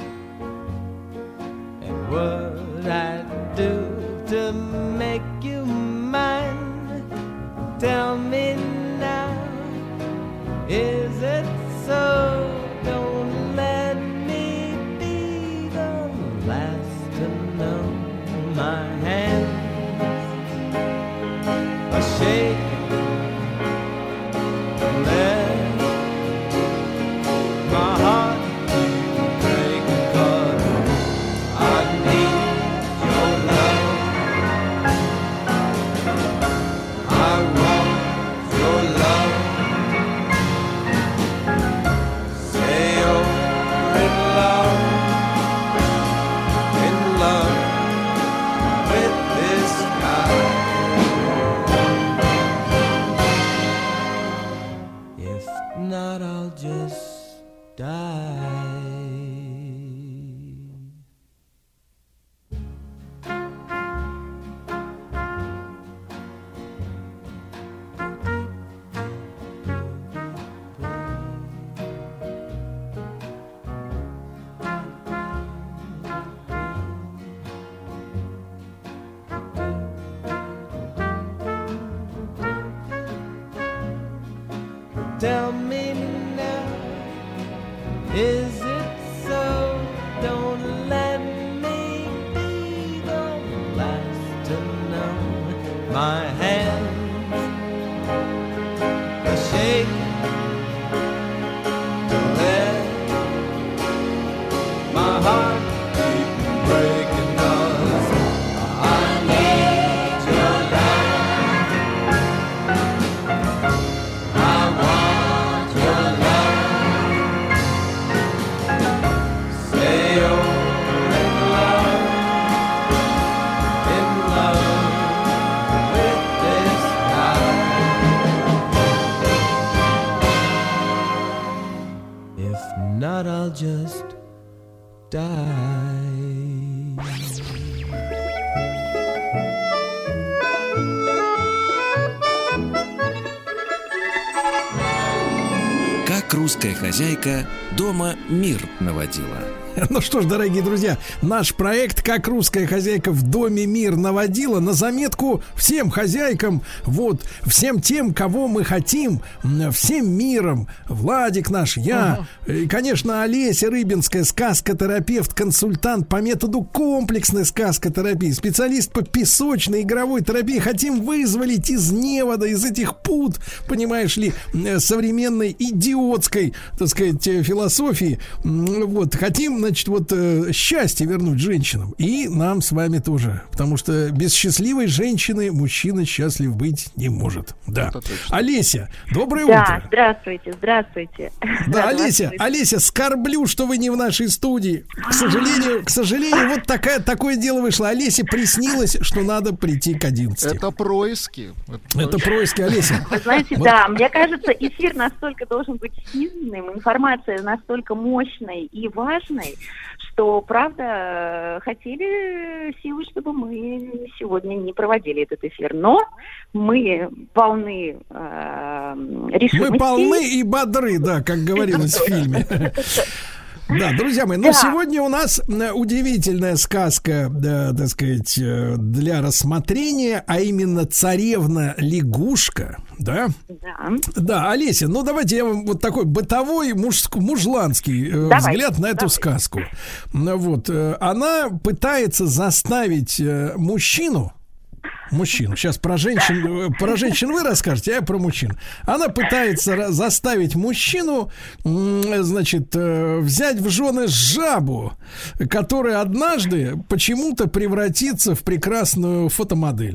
And what I do to make you mine? Tell me now, is it so? Don't let me be the last to know. My hands are shaking. Don't let my heart break, 'cause I need your love. I want your love. Say you're in love, in love with this guy. If not, I'll just die. Tell me now, is it so? Don't let me be the last to know. My hands are shaking. Don't let my heart keep breaking, 'cause I need your love. I want your love. Say you're in love, in love with this как русская хозяйка дома мир наводила. Ну что ж, дорогие друзья, наш проект «Как русская хозяйка в доме мир наводила» на заметку всем хозяйкам, вот, всем тем, кого мы хотим, всем миром. Владик наш, я, uh-huh. и, конечно, Олеся Рыбинская, сказкотерапевт, консультант по методу комплексной сказкотерапии, специалист по песочной игровой терапии. Хотим вызволить из невода, из этих пут, понимаешь ли, современной идиотской, так сказать, философии. Вот, хотим, значит, вот э, счастье вернуть женщинам. И нам с вами тоже. Потому что без счастливой женщины мужчина счастлив быть не может. Да. Олеся, доброе да, утро. Здравствуйте, здравствуйте. Да, Олеся, Олеся, скорблю, что вы не в нашей студии. К сожалению, к сожалению, вот такая, такое дело вышло. Олесе приснилось, что надо прийти к одиннадцати. Это происки. Это, Это происки, Олеся. Вы знаете, вот. Да, мне кажется, эфир настолько должен быть сильным, информация настолько мощной и важной, что, правда, хотели силы, чтобы мы сегодня не проводили этот эфир. Но мы полны э, решимости. Мы полны и бодры, да, как говорилось в фильме. Да, друзья мои, но да. Сегодня у нас удивительная сказка, да, так сказать, для рассмотрения, а именно «Царевна-лягушка». Да? Да. Да, Олеся, ну давайте я вам вот такой бытовой, мужск, мужланский давай, взгляд на эту давай. сказку. Вот, она пытается заставить мужчину, мужчину. Сейчас про женщин, про женщин вы расскажете, а я про мужчин. Она пытается заставить мужчину, значит, взять в жены жабу, которая однажды почему-то превратится в прекрасную фотомодель.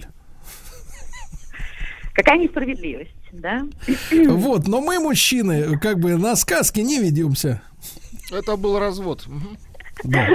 Какая несправедливость, да? Вот, но мы, мужчины, как бы на сказки не ведемся. Это был развод. Да.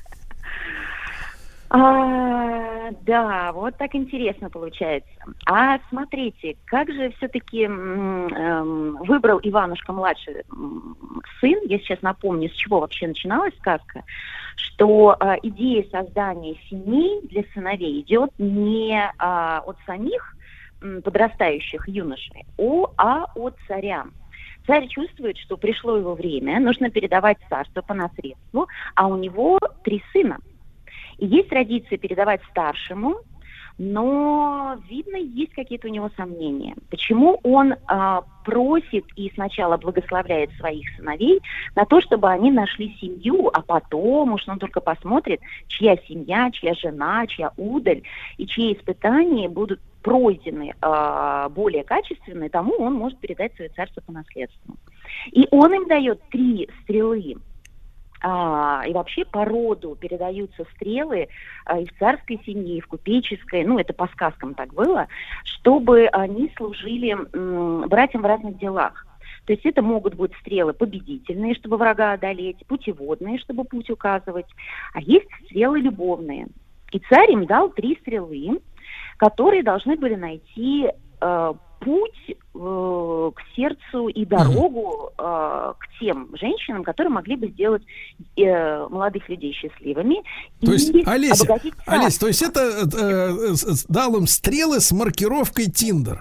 А, да, вот так интересно получается. А смотрите, как же все-таки м- выбрал Иванушка-младший сын, я сейчас напомню, с чего вообще начиналась сказка, что а, идея создания семей для сыновей идет не а, от самих м, подрастающих юношей, о, а от царя. Царь чувствует, что пришло его время, нужно передавать царство по наследству, а у него три сына. И есть традиция передавать старшему, но, видно, есть какие-то у него сомнения. Почему он а, просит и сначала благословляет своих сыновей на то, чтобы они нашли семью, а потом уж он только посмотрит, чья семья, чья жена, чья удаль, и чьи испытания будут пройдены а, более качественные, тому он может передать свое царство по наследству. И он им дает три стрелы. А, и вообще по роду передаются стрелы а, и в царской семье, и в купеческой, ну, это по сказкам так было, чтобы они служили м, братьям в разных делах. То есть это могут быть стрелы победительные, чтобы врага одолеть, путеводные, чтобы путь указывать, а есть стрелы любовные. И царь им дал три стрелы, которые должны были найти э, путь э, к сердцу и дорогу э, к тем женщинам, которые могли бы сделать э, молодых людей счастливыми. То и есть, Олеся, Олеся, то есть это э, э, дал им стрелы с маркировкой Тиндер?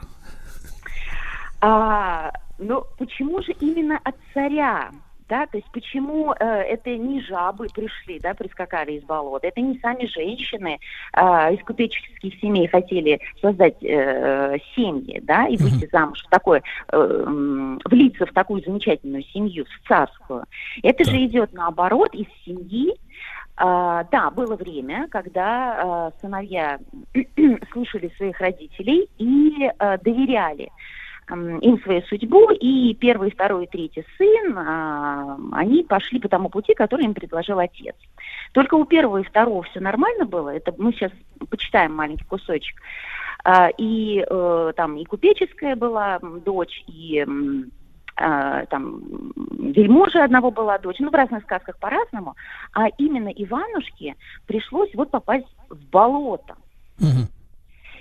А, но почему же именно от царя? Да, то есть почему э, это не жабы пришли, да, прискакали из болота, это не сами женщины э, из купеческих семей хотели создать э, семьи, да, и выйти замуж в такое, э, влиться в такую замечательную семью, в царскую. Это да. же идет наоборот из семьи. Uh, да, было время, когда uh, сыновья слушали своих родителей и uh, доверяли um, им свою судьбу, и первый, второй и третий сын, uh, они пошли по тому пути, который им предложил отец. Только у первого и второго все нормально было, это мы сейчас почитаем маленький кусочек, uh, и uh, там и купеческая была дочь, и... Um, Uh, там вельможи одного была дочь, ну в разных сказках по-разному, а именно Иванушке пришлось вот попасть в болото. Угу.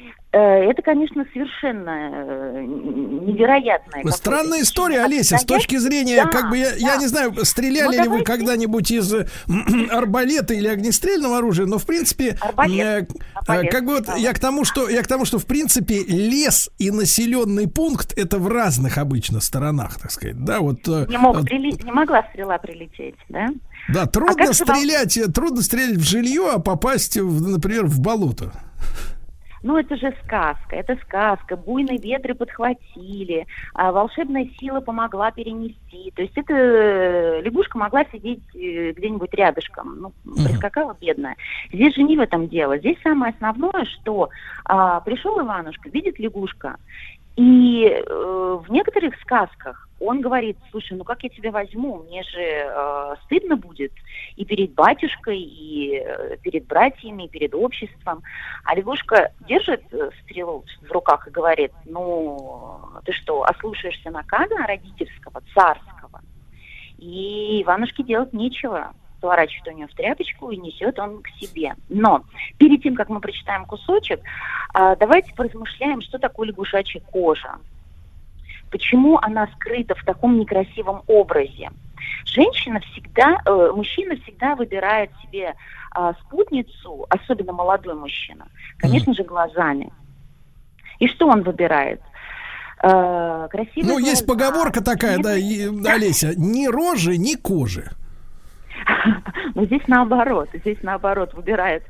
Это, конечно, совершенно невероятная. Странная история, Олеся, с точки зрения, да, как бы, я, да. я не знаю, стреляли ну, ли вы когда-нибудь из арбалета или огнестрельного оружия, но, в принципе, Арбалет. Арбалет. как бы вот да. я к тому, что, я к тому, что, в принципе, лес и населенный пункт, это в разных обычно сторонах, так сказать, да, вот. Не, мог вот, прили... не могла стрела прилететь, да? Да, трудно а стрелять, вам... трудно стрелять в жилье, а попасть, в, например, в болото. Ну, это же сказка, это сказка. Буйные ветры подхватили, а волшебная сила помогла перенести. То есть это лягушка могла сидеть где-нибудь рядышком, ну, прискакала бедная. Здесь же не в этом дело. Здесь самое основное, что а, пришел Иванушка, видит лягушка, и э, в некоторых сказках он говорит: слушай, ну как я тебя возьму, мне же э, стыдно будет и перед батюшкой, и э, перед братьями, и перед обществом. А лягушка держит э, стрелу в руках и говорит: ну, ты что, ослушаешься наказа родительского, царского? И Иванушке делать нечего. Сворачивает у нее в тряпочку и несет он к себе. Но перед тем, как мы прочитаем кусочек, давайте поразмышляем, что такое лягушачья кожа. Почему она скрыта в таком некрасивом образе? Женщина всегда, э, мужчина всегда выбирает себе э, спутницу, особенно молодой мужчина, конечно же, глазами. И что он выбирает? Э, красивые ну, глаза. Есть поговорка такая, да, и, Олеся: ни рожи, ни кожи. Но здесь наоборот, здесь наоборот выбирают.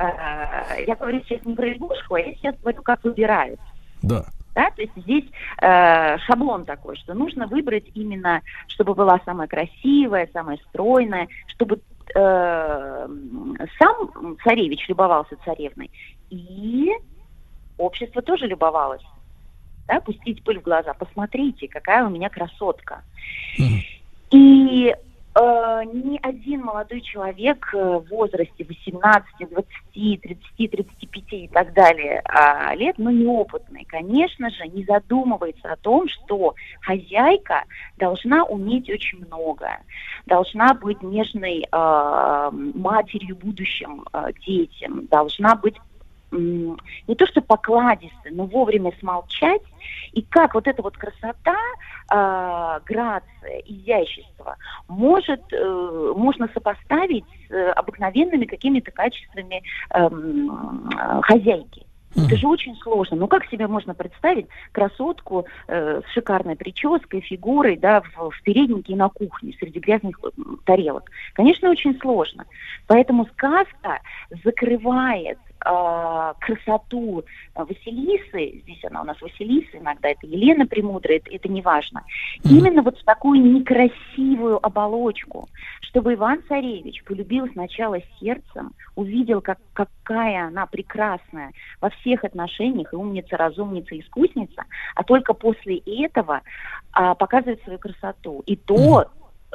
Я говорю сейчас не про лягушку, а я сейчас говорю, как выбирают. Да. Да, то есть здесь э, шаблон такой, что нужно выбрать именно, чтобы была самая красивая, самая стройная, чтобы э, сам царевич любовался царевной, и общество тоже любовалось. Да, пустить пыль в глаза. Посмотрите, какая у меня красотка. Mm. И Uh, ни один молодой человек в возрасте восемнадцати, двадцати, тридцати, тридцати пяти и так далее uh, лет, но неопытный, конечно же, не задумывается о том, что хозяйка должна уметь очень многое, должна быть нежной uh, матерью будущим uh, детям, должна быть не то что покладистой, но вовремя смолчать. И как вот эта вот красота, э, грация, изящество может, э, можно сопоставить с э, обыкновенными какими-то качествами э, э, хозяйки. Mm-hmm. Это же очень сложно. Ну как себе можно представить красотку э, с шикарной прической, фигурой, да, в, в переднике и на кухне среди грязных тарелок? Конечно, очень сложно. Поэтому сказка закрывает э, красоту Василисы, здесь она у нас Василиса, иногда это Елена Премудрая, это, это не важно, mm-hmm. именно вот в такую некрасивую оболочку, чтобы Иван-Царевич полюбил сначала сердцем, увидел, как, какая она прекрасная во всех отношениях, и умница, разумница, искусница, а только после этого а, показывает свою красоту. И то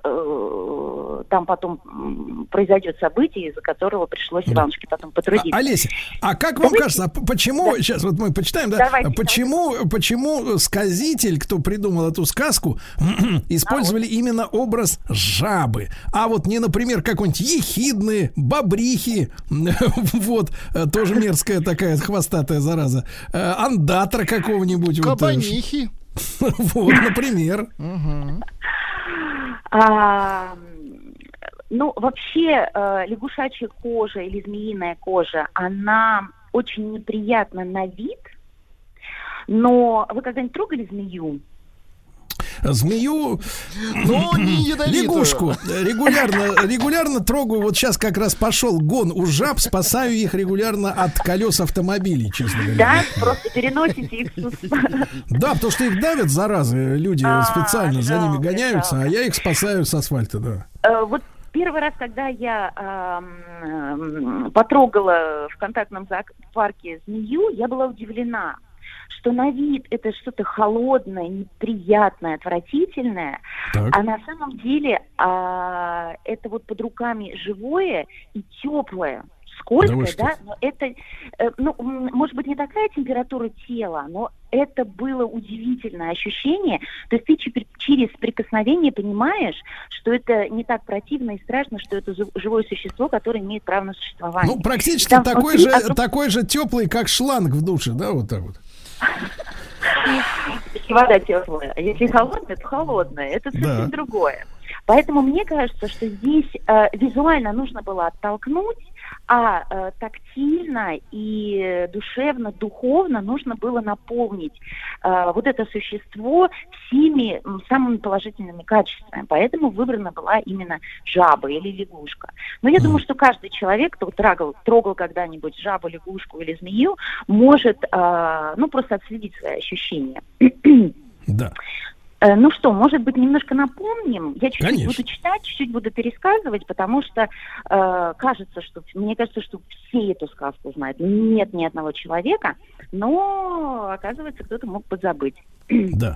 э, там потом произойдет событие, из-за которого пришлось Иванушке потом потрудиться. А, Олеся, а как вам Давайте... кажется, а почему, да. сейчас вот мы почитаем, да, Давайте, почему, давайте. почему сказитель, кто придумал эту сказку, использовали а вот. именно образ жабы, а вот не, например, какой-нибудь ехидны, бобрихи, вот, тоже мерзкая такая хвостатая зараза, андатра какого-нибудь. Кабанихи. Вот, например. А, ну, вообще, э, лягушачья кожа или змеиная кожа, она очень неприятна на вид, но вы когда-нибудь трогали змею? Змею, ну, лягушку регулярно, регулярно трогаю. Вот сейчас как раз пошел гон у жаб, спасаю их регулярно от колес автомобилей, честно говоря. Да, просто переносите их. Да, потому что их давят, заразы, люди специально за ними гоняются, а я их спасаю с асфальта, да. Вот первый раз, когда я э, потрогала в контактном зоопарке змею, я была удивлена, что на вид это что-то холодное, неприятное, отвратительное, так. а на самом деле а, это вот под руками живое и теплое скользкое, да, да, но это, э, ну, может быть, не такая температура тела, но это было удивительное ощущение. То есть ты ч- через прикосновение понимаешь, что это не так противно и страшно, что это живое существо, которое имеет право на существование. Ну, практически там такой внутри, же, а... такой же теплый, как шланг в душе, да, вот так вот. Если вода теплая, а если холодная, то холодная. Это совсем да. другое. Поэтому мне кажется, что здесь э, визуально нужно было оттолкнуть, а э, тактильно и душевно, духовно нужно было наполнить э, вот это существо всеми м, самыми положительными качествами. Поэтому выбрана была именно жаба или лягушка. Но я думаю, что каждый человек, кто трогал, трогал когда-нибудь жабу, лягушку или змею, может э, ну, просто отследить свои ощущения. Да. Ну что, может быть, немножко напомним? Я чуть-чуть Конечно. буду читать, чуть-чуть буду пересказывать, потому что э, кажется, что мне кажется, что все эту сказку знают. Нет ни одного человека, но, оказывается, кто-то мог подзабыть. Да.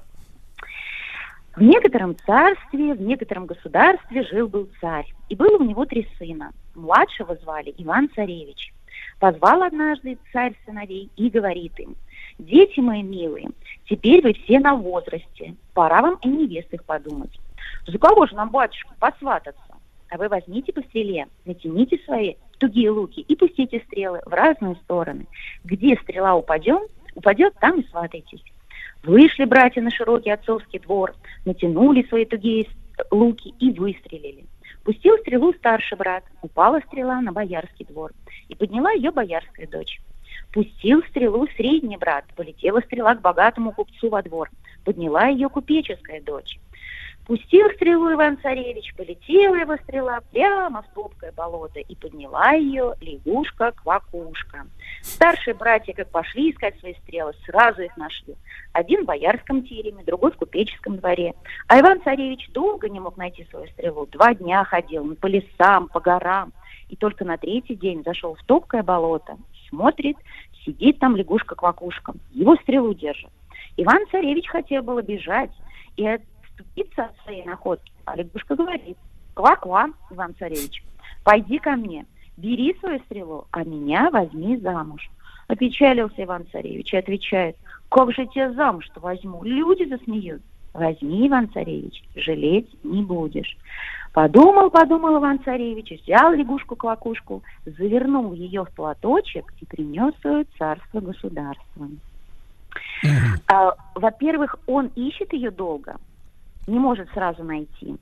В некотором царстве, в некотором государстве жил-был царь, и было у него три сына. Младшего звали Иван-Царевич. Позвал однажды царь сыновей и говорит им: «Дети мои милые, теперь вы все на возрасте, пора вам и невест их подумать. За кого же нам, батюшка, посвататься? А вы возьмите по стреле, натяните свои тугие луки и пустите стрелы в разные стороны. Где стрела упадет, упадет, там и сватайтесь». Вышли братья на широкий отцовский двор, натянули свои тугие луки и выстрелили. Пустил стрелу старший брат, упала стрела на боярский двор, и подняла ее боярская дочь. Пустил стрелу средний брат, полетела стрела к богатому купцу во двор, подняла ее купеческая дочь. Пустил стрелу Иван-Царевич, полетела его стрела прямо в топкое болото, и подняла ее лягушка-квакушка. Старшие братья, как пошли искать свои стрелы, сразу их нашли. Один в боярском тереме, другой в купеческом дворе. А Иван-Царевич долго не мог найти свою стрелу. Два дня ходил по лесам, по горам. И только на третий день зашел в топкое болото. Смотрит, сидит там лягушка-квакушка. Его стрелу держит. Иван-Царевич хотел было бежать и отступиться от своей находки. А лягушка говорит: «Ква-ква, Иван-Царевич, пойди ко мне, бери свою стрелу, а меня возьми замуж». Опечалился Иван-Царевич и отвечает: «Как же тебя замуж-то возьму? Люди засмеют». «Возьми, Иван-Царевич, жалеть не будешь». Подумал, подумал Иван-Царевич, взял лягушку-квакушку, завернул ее в платочек и принес свое царство-государство. Mm-hmm. А, во-первых, он ищет ее долго, не может сразу найти.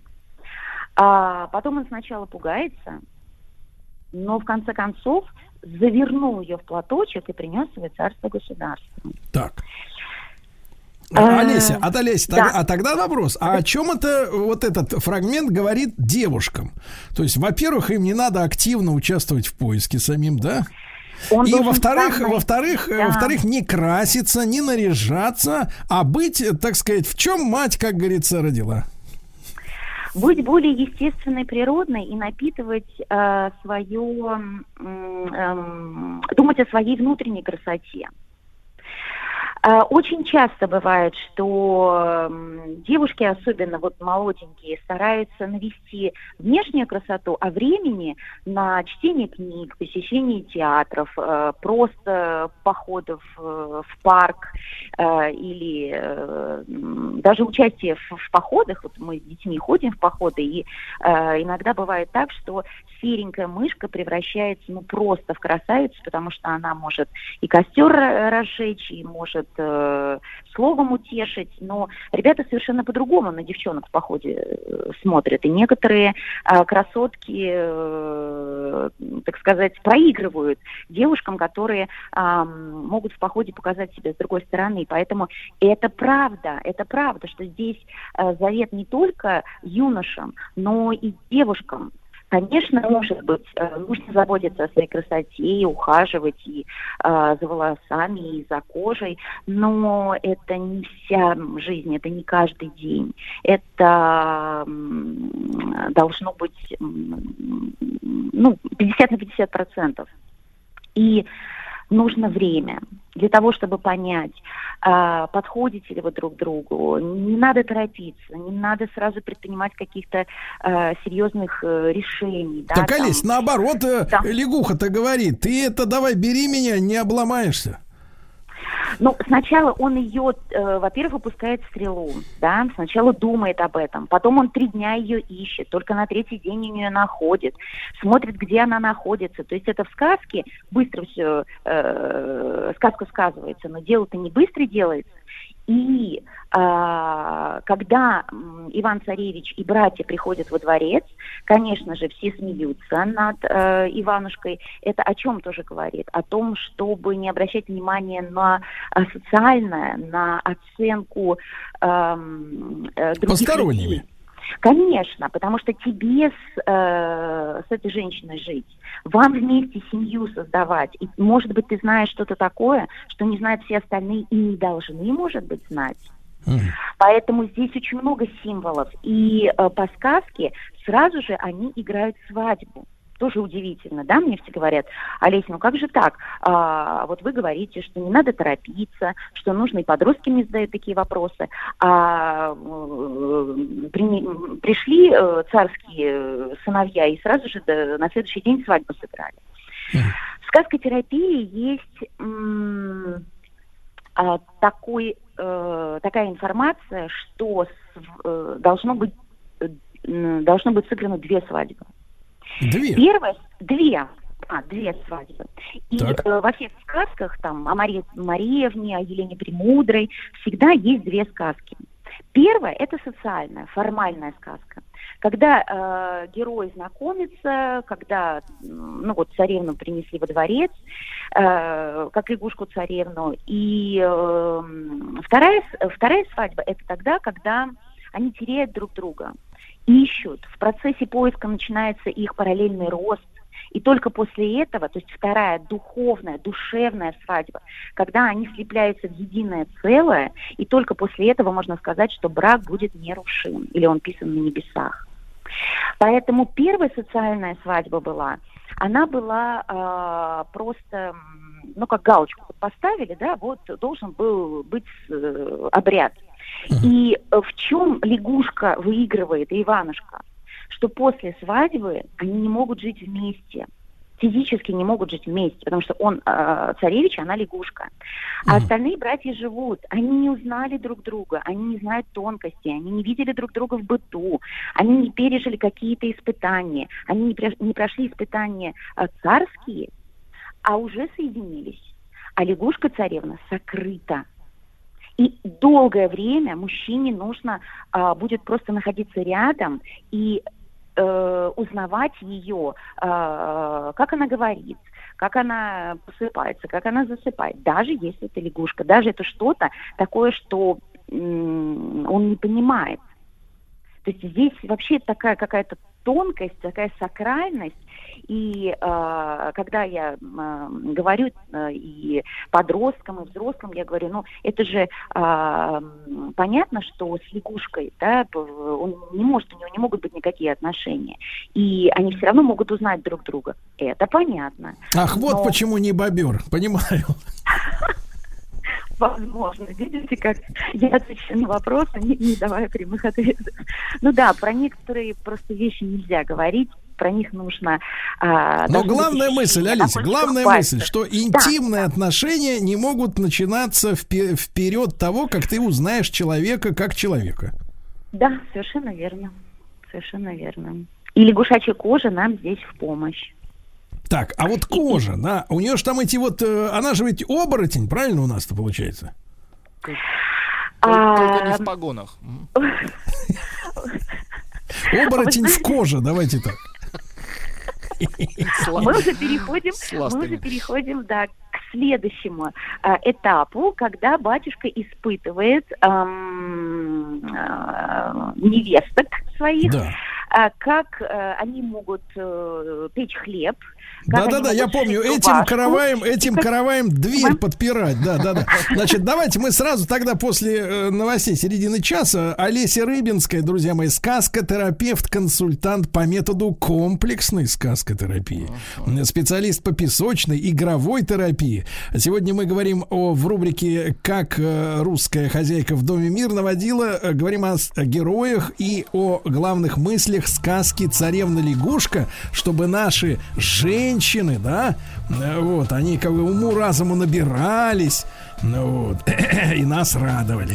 А потом он сначала пугается, но в конце концов завернул ее в платочек и принес свое царство-государство. Так. Олеся, от Олеси, да. так, а тогда вопрос, а о чем это вот этот фрагмент говорит девушкам? То есть, во-первых, им не надо активно участвовать в поиске самим, да? Он и во-вторых, самый... во-вторых, да. во-вторых, не краситься, не наряжаться, а быть, так сказать, в чем мать, как говорится, родила? Быть более естественной, природной и напитывать э, свое, э, э, думать о своей внутренней красоте. Очень часто бывает, что девушки, особенно вот молоденькие, стараются навести внешнюю красоту, а времени на чтение книг, посещение театров, просто походов в парк или даже участие в походах. Вот мы с детьми ходим в походы, и иногда бывает так, что серенькая мышка превращается ну просто в красавицу, потому что она может и костер разжечь, и может э, словом утешить, но ребята совершенно по-другому на девчонок в походе э, смотрят, и некоторые э, красотки, э, так сказать, проигрывают девушкам, которые э, могут в походе показать себя с другой стороны, поэтому это правда, это правда, что здесь э, завет не только юношам, но и девушкам. Конечно, может быть, нужно заботиться о своей красоте, и ухаживать и э, за волосами, и за кожей, но это не вся жизнь, это не каждый день. Это э, должно быть э, ну, пятьдесят на пятьдесят процентов. И нужно время для того, чтобы понять, а, подходите ли вы друг другу. Не надо торопиться, не надо сразу предпринимать каких-то а, серьезных а, решений. Да, так, там, Олесь, наоборот, там... лягуха-то говорит, ты это давай бери меня, не обломаешься. Ну, сначала он ее, э, во-первых, выпускает стрелу, да, сначала думает об этом, потом он три дня ее ищет, только на третий день у нее находит, смотрит, где она находится. То есть это в сказке быстро все, э, сказка сказывается, но дело-то не быстро делается. И а, когда Иван-Царевич и братья приходят во дворец, конечно же, все смеются над э, Иванушкой. Это о чем тоже говорит? О том, чтобы не обращать внимания на а, социальное, на оценку э, э, других посторонними. людей. Конечно, потому что тебе с, э, с этой женщиной жить, вам вместе семью создавать. И, может быть, ты знаешь что-то такое, что не знают все остальные и не должны, может быть, знать. Mm. Поэтому здесь очень много символов. И э, по сказке сразу же они играют свадьбу. Тоже удивительно, да, мне все говорят: Олесь, ну как же так? А, вот вы говорите, что не надо торопиться, что нужно, и подростки мне задают такие вопросы. А при, пришли э, царские сыновья и сразу же да, на следующий день свадьбу сыграли. В сказкотерапии есть м, а, такой, э, такая информация, что с, э, должно быть, э, должно быть сыграно две свадьбы. Две? Первая, две, а, две свадьбы. И так. э, во всех сказках, там, о Марии Мариевне, о Елене Премудрой, всегда есть две сказки. Первая – это социальная, формальная сказка. Когда э, герой знакомится, когда, ну вот, царевну принесли во дворец, э, как лягушку-царевну. И э, вторая, вторая свадьба – это тогда, когда они теряют друг друга. Ищут, в процессе поиска начинается их параллельный рост, и только после этого, то есть вторая духовная, душевная свадьба, когда они слепляются в единое целое, и только после этого можно сказать, что брак будет нерушим, или он писан на небесах. Поэтому первая социальная свадьба была, она была э, просто, ну как галочку поставили, да, вот должен был быть э, обряд. И в чем лягушка выигрывает, и Иванушка? Что после свадьбы они не могут жить вместе. Физически не могут жить вместе, потому что он э, царевич, она лягушка. А остальные братья живут. Они не узнали друг друга, они не знают тонкостей, они не видели друг друга в быту, они не пережили какие-то испытания, они не, про- не прошли испытания э, царские, а уже соединились. А лягушка-царевна сокрыта. И долгое время мужчине нужно а, будет просто находиться рядом и э, узнавать ее, э, как она говорит, как она посыпается, как она засыпает. Даже если это лягушка, даже это что-то такое, что м- он не понимает. То есть здесь вообще такая какая-то тонкость, такая сакральность. И э, когда я э, говорю э, и подросткам, и взрослым, я говорю, ну, это же э, понятно, что с лягушкой, да, он не может, у него не могут быть никакие отношения. И они все равно могут узнать друг друга. Это понятно. Ах, вот Но... почему не бобер, понимаю. Возможно. Видите, как я отвечаю на вопросы, не, не давая прямых ответов. Ну да, про некоторые просто вещи нельзя говорить, про них нужно... А, Но главная мысль, Алиса, главная пальцев. мысль, что интимные да. отношения не могут начинаться впе- вперед того, как ты узнаешь человека как человека. Да, совершенно верно. Совершенно верно. И лягушачья кожа нам здесь в помощь. Так, а вот кожа, да, у нее же там эти вот, э, она же ведь оборотень, правильно у нас-то получается? А... Только не в погонах. Оборотень в коже, давайте так. Мы уже переходим, мы уже переходим, да, к следующему э, этапу, когда батюшка испытывает эм, э, невесток своих, да. а, как а, они могут а, печь хлеб. Да-да-да, я помню, этим караваем, этим как... караваем дверь подпирать, да-да-да. Значит, давайте мы сразу тогда после э, новостей середины часа. Олеся Рыбинская, друзья мои, сказкотерапевт, консультант по методу комплексной сказкотерапии, специалист по песочной, игровой терапии. Сегодня мы говорим о, в рубрике «Как русская хозяйка в доме мир наводила», говорим о, о героях и о главных мыслях сказки «Царевна-лягушка», чтобы наши женщины Женщины, да, вот, они как бы уму-разуму набирались, вот, и нас радовали.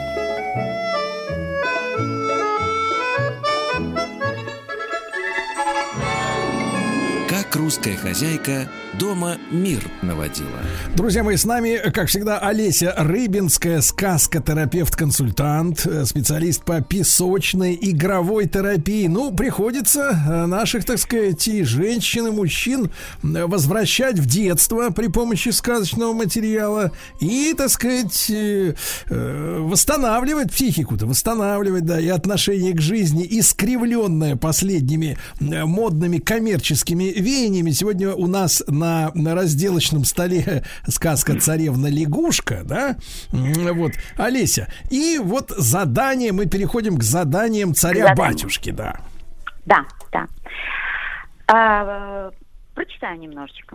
Как русская хозяйка дома мир наводила. Друзья мои, с нами, как всегда, Олеся Рыбинская, сказкотерапевт-консультант, специалист по песочной игровой терапии. Ну, приходится наших, так сказать, и женщин, и мужчин возвращать в детство при помощи сказочного материала и, так сказать, восстанавливать психику-то, восстанавливать, да, и отношение к жизни, искривленное последними модными коммерческими веяниями. Сегодня у нас на На, на разделочном столе сказка «Царевна-лягушка», да, вот, Олеся, и вот задание, мы переходим к заданиям царя-батюшки, да. Да, да. А, прочитаю немножечко.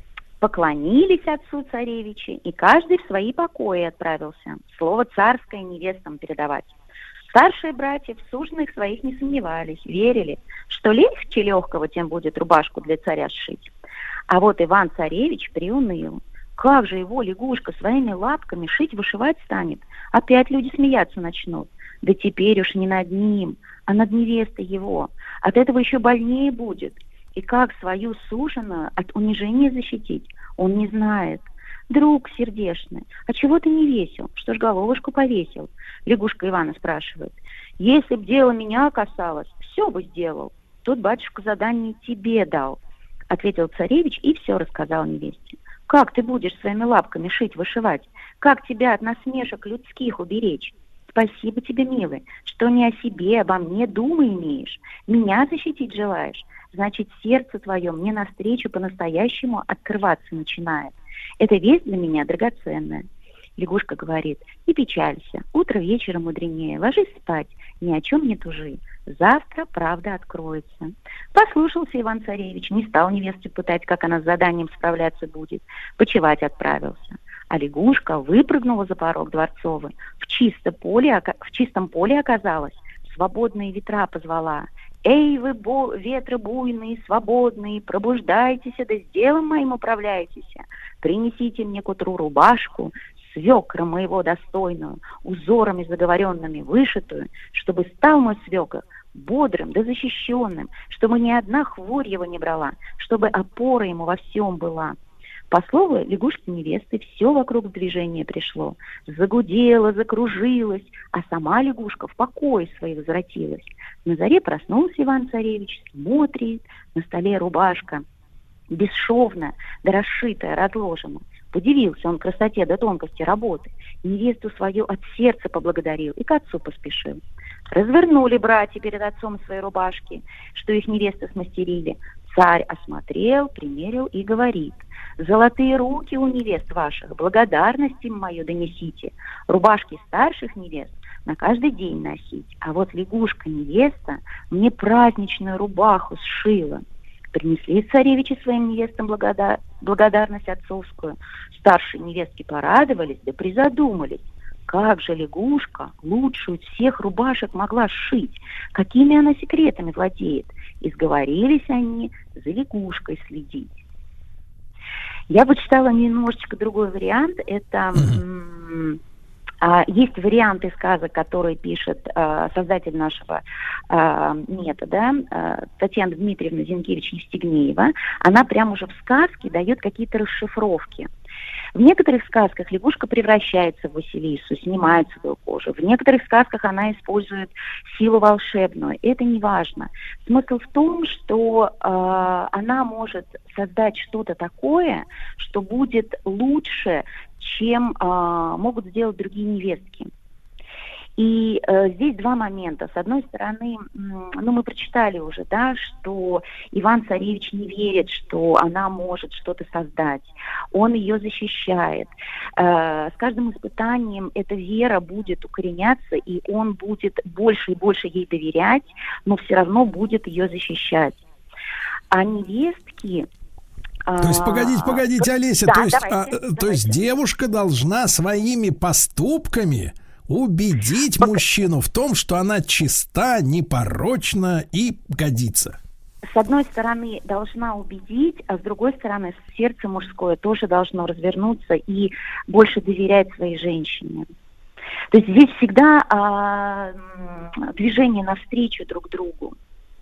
Поклонились отцу царевичи, и каждый в свои покои отправился, слово царское невестам передавать. Старшие братья в суженых своих не сомневались, верили, что легче легкого тем будет рубашку для царя сшить. А вот Иван-царевич приуныл. Как же его лягушка своими лапками шить-вышивать станет? Опять люди смеяться начнут. Да теперь уж не над ним, а над невестой его. От этого еще больнее будет. И как свою суженую от унижения защитить, он не знает. Друг сердечный, а чего ты не весел? Что ж головушку повесил? Лягушка Ивана спрашивает. Если б дело меня касалось, все бы сделал. Тут батюшка задание тебе дал. Ответил царевич и все рассказал невесте. Как ты будешь своими лапками шить-вышивать? Как тебя от насмешек людских уберечь? Спасибо тебе, милый, что не о себе, обо мне думы имеешь. Меня защитить желаешь? Значит, сердце твое мне навстречу по-настоящему открываться начинает. Эта весть для меня драгоценная. Лягушка говорит, не печалься, утро вечера мудренее, ложись спать, ни о чем не тужи. Завтра правда откроется. Послушался Иван-царевич, не стал невесту пытать, как она с заданием справляться будет. Почевать отправился. А лягушка выпрыгнула за порог дворцовый. В, чисто поле, в чистом поле оказалась, свободные ветра позвала. «Эй, вы, бо, ветры буйные, свободные, пробуждайтесь, да с делом моим управляйтесь. Принесите мне к утру рубашку, свекра моего достойную, узорами заговоренными вышитую, чтобы стал мой свекр бодрым да защищенным, чтобы ни одна хворь его не брала, чтобы опора ему во всем была». По слову лягушки-невесты все вокруг в движение пришло. Загудело, закружилось, а сама лягушка в покое свои возвратилась. На заре проснулся Иван-царевич, смотрит, на столе рубашка, бесшовная, да расшитая, разложена. Удивился он красоте да тонкости работы. Невесту свою от сердца поблагодарил и к отцу поспешил. Развернули братья перед отцом свои рубашки, что их невесты смастерили. Царь осмотрел, примерил и говорит: «Золотые руки у невест ваших, благодарность им мою донесите. Рубашки старших невест на каждый день носить. А вот лягушка-невеста мне праздничную рубаху сшила». Принесли царевичи своим невестам благодар... благодарность отцовскую. Старшие невестки порадовались, да призадумались. Как же лягушка лучшую всех рубашек могла сшить? Какими она секретами владеет? И сговорились они за лягушкой следить. Я бы читала немножечко другой вариант. Это... М- А, есть варианты сказок, которые пишет а, создатель нашего а, метода, а, Татьяна Дмитриевна Зинкевич-Евстигнеева. Она прямо уже в сказке дает какие-то расшифровки. В некоторых сказках лягушка превращается в Василису, снимает свою кожу. В некоторых сказках она использует силу волшебную. Это не важно. Смысл в том, что э, она может создать что-то такое, что будет лучше, чем э, могут сделать другие невестки. И э, здесь два момента. С одной стороны, м, ну, мы прочитали уже, да, что Иван-царевич не верит, что она может что-то создать. Он ее защищает. Э, с каждым испытанием эта вера будет укореняться, и он будет больше и больше ей доверять, но все равно будет ее защищать. А невестки... То есть, погодите, погодите, Олеся, да, то есть, давайте, а, давайте. то есть девушка должна своими поступками убедить мужчину в том, что она чиста, непорочна и годится. С одной стороны, должна убедить, а с другой стороны, сердце мужское тоже должно развернуться и больше доверять своей женщине. То есть здесь всегда а, движение навстречу друг другу.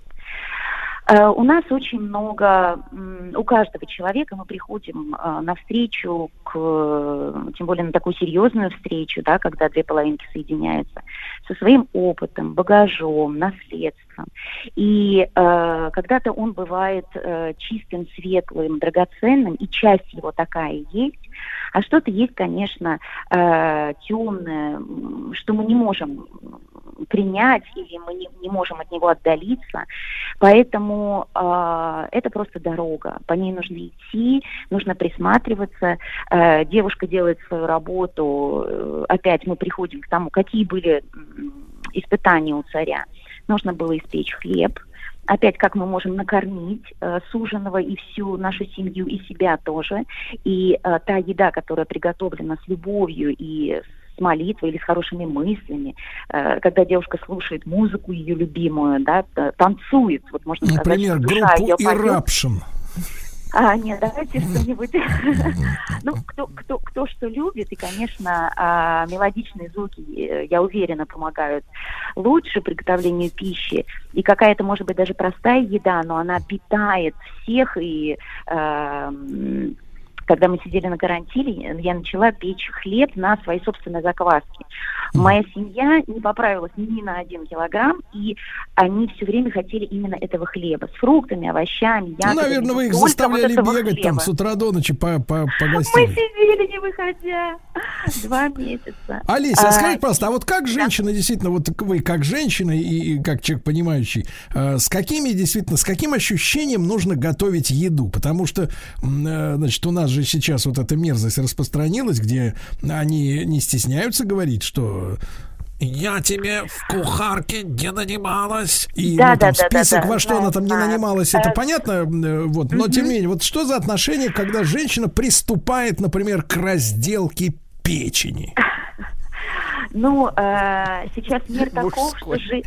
У нас очень много, у каждого человека мы приходим навстречу, к, тем более на такую серьезную встречу, да, когда две половинки соединяются, со своим опытом, багажом, наследством. И э, когда-то он бывает э, чистым, светлым, драгоценным, и часть его такая и есть, а что-то есть, конечно, э, темное, что мы не можем принять или мы не, не можем от него отдалиться. Поэтому э, это просто дорога. По ней нужно идти, нужно присматриваться. Э, девушка делает свою работу. Э, опять мы приходим к тому, какие были э, испытания у царя. Нужно было испечь хлеб. Опять, как мы можем накормить э, суженого и всю нашу семью, и себя тоже. И э, та еда, которая приготовлена с любовью и с молитвой или с хорошими мыслями, э, когда девушка слушает музыку ее любимую, да, танцует, вот можно сказать, например, что душа группу ее поет. Eruption. А, нет, давайте что-нибудь. Ну, кто, кто, кто что любит, и, конечно, а, мелодичные звуки, я уверена, помогают лучше приготовлению пищи. И какая-то, может быть, даже простая еда, но она питает всех. И а, когда мы сидели на карантине, я начала печь хлеб на своей собственной закваске. Моя семья не поправилась ни на один килограмм, и они все время хотели именно этого хлеба с фруктами, овощами, ягодами. Ну, наверное, вы их заставляли вот бегать хлеба. Там с утра до ночи по, по, по гостиной. Мы сидели, не выходя, два месяца. Олеся, а, скажите, пожалуйста, а вот как женщина, да. действительно, вот вы как женщина и, и как человек понимающий, э, с какими, действительно, с каким ощущением нужно готовить еду? Потому что, э, значит, у нас же сейчас вот эта мерзость распространилась, где они не стесняются говорить, что я тебе в кухарке не нанималась. И да, ну, там, да, список, да, да, во что да, она там да, не нанималась, да. это понятно. Вот. Но, тем не менее, вот что за отношение, когда женщина приступает, например, к разделке печени? Ну, э, сейчас мир таков, что жи...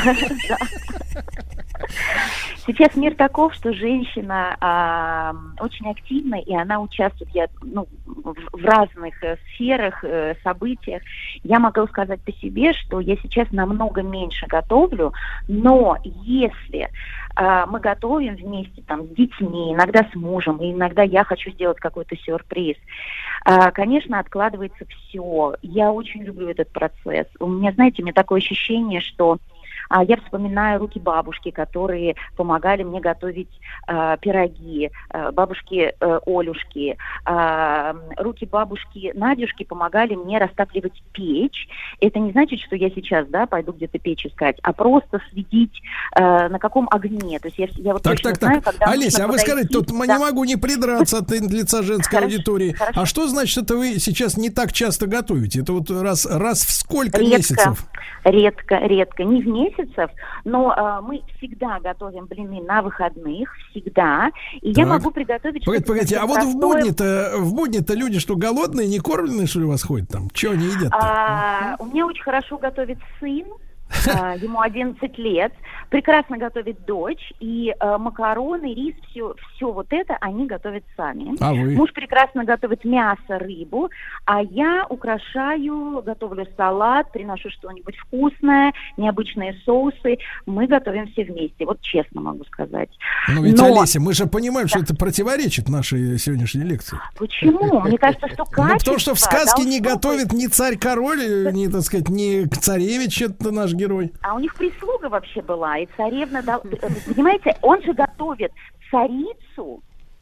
Сейчас мир таков, что женщина а, очень активна, и она участвует я, ну, в, в разных э, сферах, э, событиях. Я могу сказать по себе, что я сейчас намного меньше готовлю, но если а, мы готовим вместе там, с детьми, иногда с мужем, и иногда я хочу сделать какой-то сюрприз, а, конечно, откладывается все. Я очень люблю этот процесс. У меня, знаете, у меня такое ощущение, что А я вспоминаю руки бабушки, которые помогали мне готовить э, пироги, э, бабушки э, Олюшки. Э, руки бабушки Надюшки помогали мне растапливать печь. Это не значит, что я сейчас, да, пойду где-то печь искать, а просто следить, э, на каком огне. То есть я, я вот так, точно так, знаю, так. когда Олеся, а вы скажите, тут да. не могу не придраться от лица женской хорошо, аудитории. Хорошо. А что значит, это вы сейчас не так часто готовите? Это вот раз, раз в сколько редко, месяцев? Редко, редко. Не в месяцев, но э, мы всегда готовим блины на выходных, всегда. И так. я могу приготовить... Погодите, погодите, а вот в будни-то, в будни-то люди что, голодные, не кормленные, что ли, у вас ходят там? Чего они едят? А, у меня очень хорошо готовит сын. Uh, ему одиннадцать лет, прекрасно готовит дочь, и uh, макароны, рис, все, все вот это они готовят сами. А вы? Муж прекрасно готовит мясо, рыбу, а я украшаю, готовлю салат, приношу что-нибудь вкусное, необычные соусы. Мы готовим все вместе, вот честно могу сказать. Ну ведь, Но... Олеся, мы же понимаем, да. что это противоречит нашей сегодняшней лекции. Почему? Мне кажется, что качество... Ну, потому что в сказке не готовит ни царь-король, ни, так сказать, ни царевич, это наш герой. А у них прислуга вообще была, и царевна дал... Понимаете, он же готовит царицу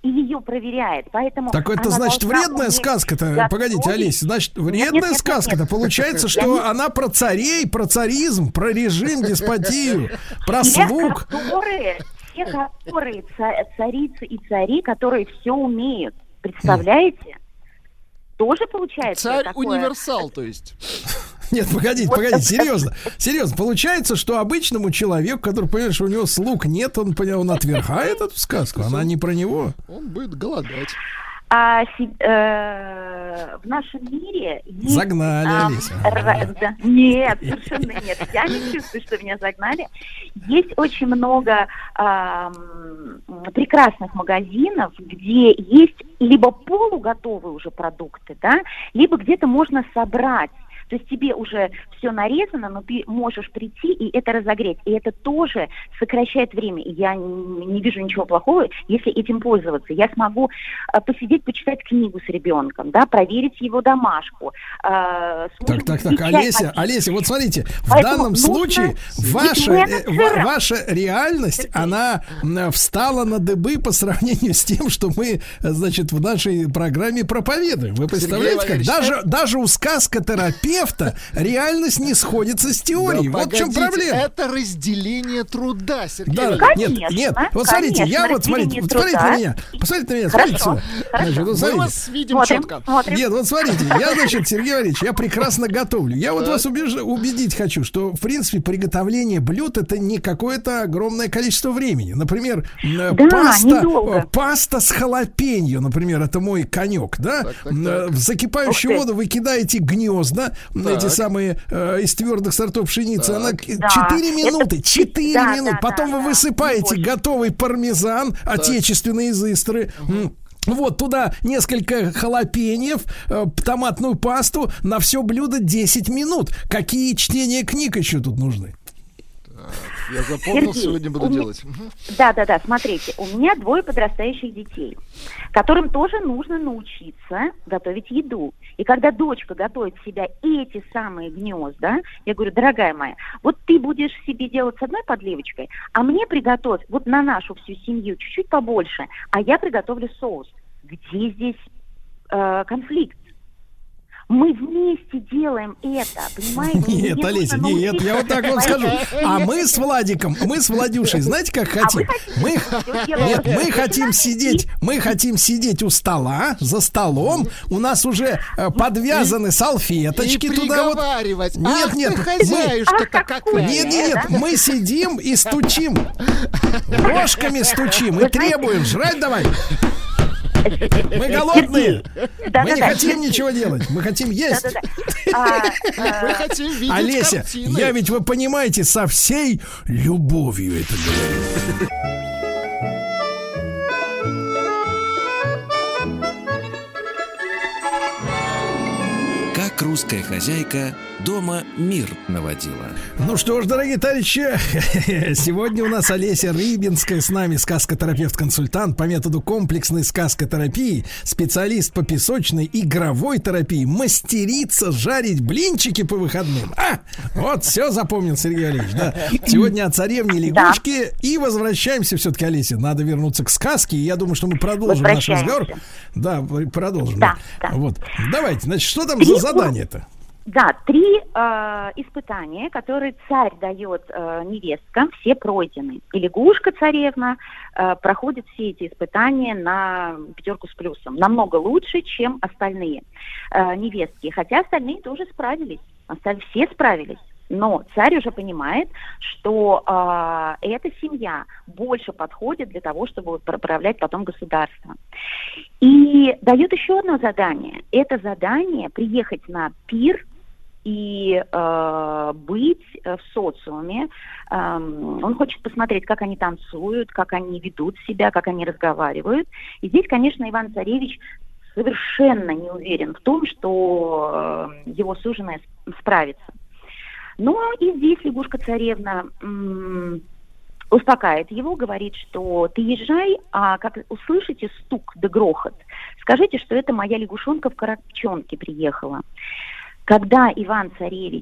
и ее проверяет. Поэтому так это значит вредная сказка-то? Готовить. Погодите, Олеся, значит вредная сказка-то? Получается, что она про царей, про царизм, про режим, деспотию, про слуг. Те, которые царицы и цари, которые все умеют. Представляете? Тоже получается царь-универсал, то есть. Нет, погодите, погодите, серьезно. Серьезно, получается, что обычному человеку, который понимает, что у него слуг нет, он, он отвергает эту сказку, она не про него. Он будет голодать. А э, в нашем мире есть, загнали, а, Олеся. Р- да, нет, совершенно нет. Я не чувствую, что меня загнали. Есть очень много а, прекрасных магазинов, где есть либо полуготовые уже продукты, да, либо где-то можно собрать. То есть тебе уже все нарезано, но ты можешь прийти и это разогреть. И это тоже сокращает время. И я не, не вижу ничего плохого, если этим пользоваться. Я смогу э, посидеть, почитать книгу с ребенком, да, проверить его домашку. Э, так, так, так, Олеся, Олеся, вот смотрите, в данном случае ваша, э, ваша реальность, она встала на дыбы по сравнению с тем, что мы, значит, в нашей программе проповедуем. Вы представляете, как? Даже, даже у сказкотерапевта реальность не сходится с теорией. Да, вот в чем проблема. Это разделение труда, Сергей. Да, конечно, нет, нет. Вот смотрите, конечно, я вот смотрите, вот смотрите на меня. Посмотрите на меня, хорошо, смотрите. Значит, вот смотрите. Мы вас видим смотрим, четко. Смотрим. Нет, вот смотрите, я, значит, Сергей Валерьевич, я прекрасно готовлю. Я вот вас убеж... убедить хочу, что, в принципе, приготовление блюд — это не какое-то огромное количество времени. Например, да, паста, паста с халапеньо, например, это мой конек, да? Так, так, так. В закипающую воду вы кидаете гнезда, Так. эти самые э, из твердых сортов пшеницы. Так. Она Да. четыре минуты, четыре Да, минуты. да, Потом да, вы да. высыпаете Не готовый пармезан, отечественный из Истры. М. Вот туда несколько халапеньев, э, томатную пасту, на все блюдо десять минут. Какие чтения книг еще тут нужны? Я запомнил, Сергей, сегодня буду у меня- делать. Да, да, да, смотрите, у меня двое подрастающих детей, которым тоже нужно научиться готовить еду. И когда дочка готовит в себя эти самые гнезда, я говорю, дорогая моя, вот ты будешь себе делать с одной подливочкой, а мне приготовь вот на нашу всю семью чуть-чуть побольше, а я приготовлю соус. Где здесь э, конфликт? Мы вместе делаем это, понимаете? Нет, Мне Олеся, нужно нет, научиться, я вот так вот скажу. понимаете? А мы с Владиком, мы с Владюшей, знаете, как хотим? Мы, нет, мы хотим сидеть, мы хотим сидеть у стола, за столом. У нас уже э, подвязаны салфеточки И туда вот. приговаривать. Нет, Ах, нет, ты мы- хозяюшка-то какая. Нет, нет, нет, мы сидим и стучим. Ложками стучим и требуем. Жрать давай. Мы голодные. Да, Мы да, не да. хотим ничего делать. Мы хотим есть. Да-да-да. А, а, Мы хотим видеть Олеся, картины. я ведь, вы понимаете, со всей любовью это говорю. Как русская хозяйка дома мир наводила. Ну что ж, дорогие товарищи, сегодня у нас Олеся Рыбинская с нами, сказкотерапевт-консультант по методу комплексной сказкотерапии, специалист по песочной игровой терапии, мастерица жарить блинчики по выходным. А, вот все запомнил Сергей Валерьевич, да. Сегодня о царевне лягушке. И возвращаемся все-таки, Олеся, надо вернуться к сказке. И я думаю, что мы продолжим наш разговор. Да, продолжим. Да, да. Вот, давайте, значит, что там за задание-то? Да, три э, испытания, которые царь дает э, невесткам, все пройдены. И лягушка-царевна э, проходит все эти испытания на пятерку с плюсом. Намного лучше, чем остальные э, невестки. Хотя остальные тоже справились. Остальные все справились. Но царь уже понимает, что э, эта семья больше подходит для того, чтобы управлять потом государством. И дает еще одно задание. Это задание приехать на пир и э, быть в социуме. Э, он хочет посмотреть, как они танцуют, как они ведут себя, как они разговаривают. И здесь, конечно, Иван Царевич совершенно не уверен в том, что э, его суженая справится. Но и здесь лягушка-царевна м- успокаивает его, говорит, что ты езжай, а как услышите стук да грохот, скажите, что это моя лягушонка в коробчонке приехала. Когда Иван Царевич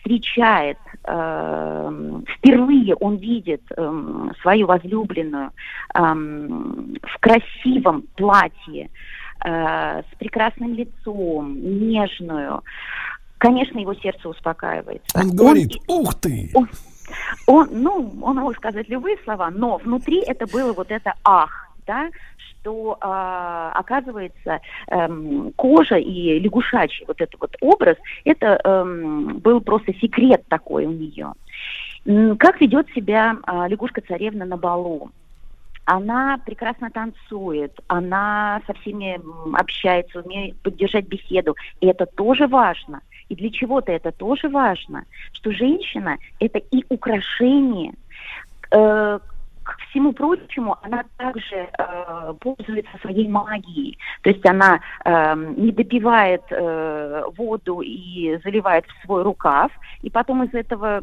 встречает, э, впервые он видит э, свою возлюбленную э, в красивом платье, э, с прекрасным лицом, нежную, конечно, его сердце успокаивается. Он говорит, он, ух ты! Он, он, ну, он мог сказать любые слова, но внутри это было вот это «ах», да, что, э, оказывается, э, кожа и лягушачий вот этот вот образ, это э, был просто секрет такой у нее. Как ведет себя э, лягушка-царевна на балу? Она прекрасно танцует, она со всеми общается, умеет поддержать беседу, и это тоже важно. И для чего-то это тоже важно, что женщина – это и украшение. Э, к всему прочему, она также э, пользуется своей магией. То есть она э, не допивает э, воду и заливает в свой рукав, и потом из этого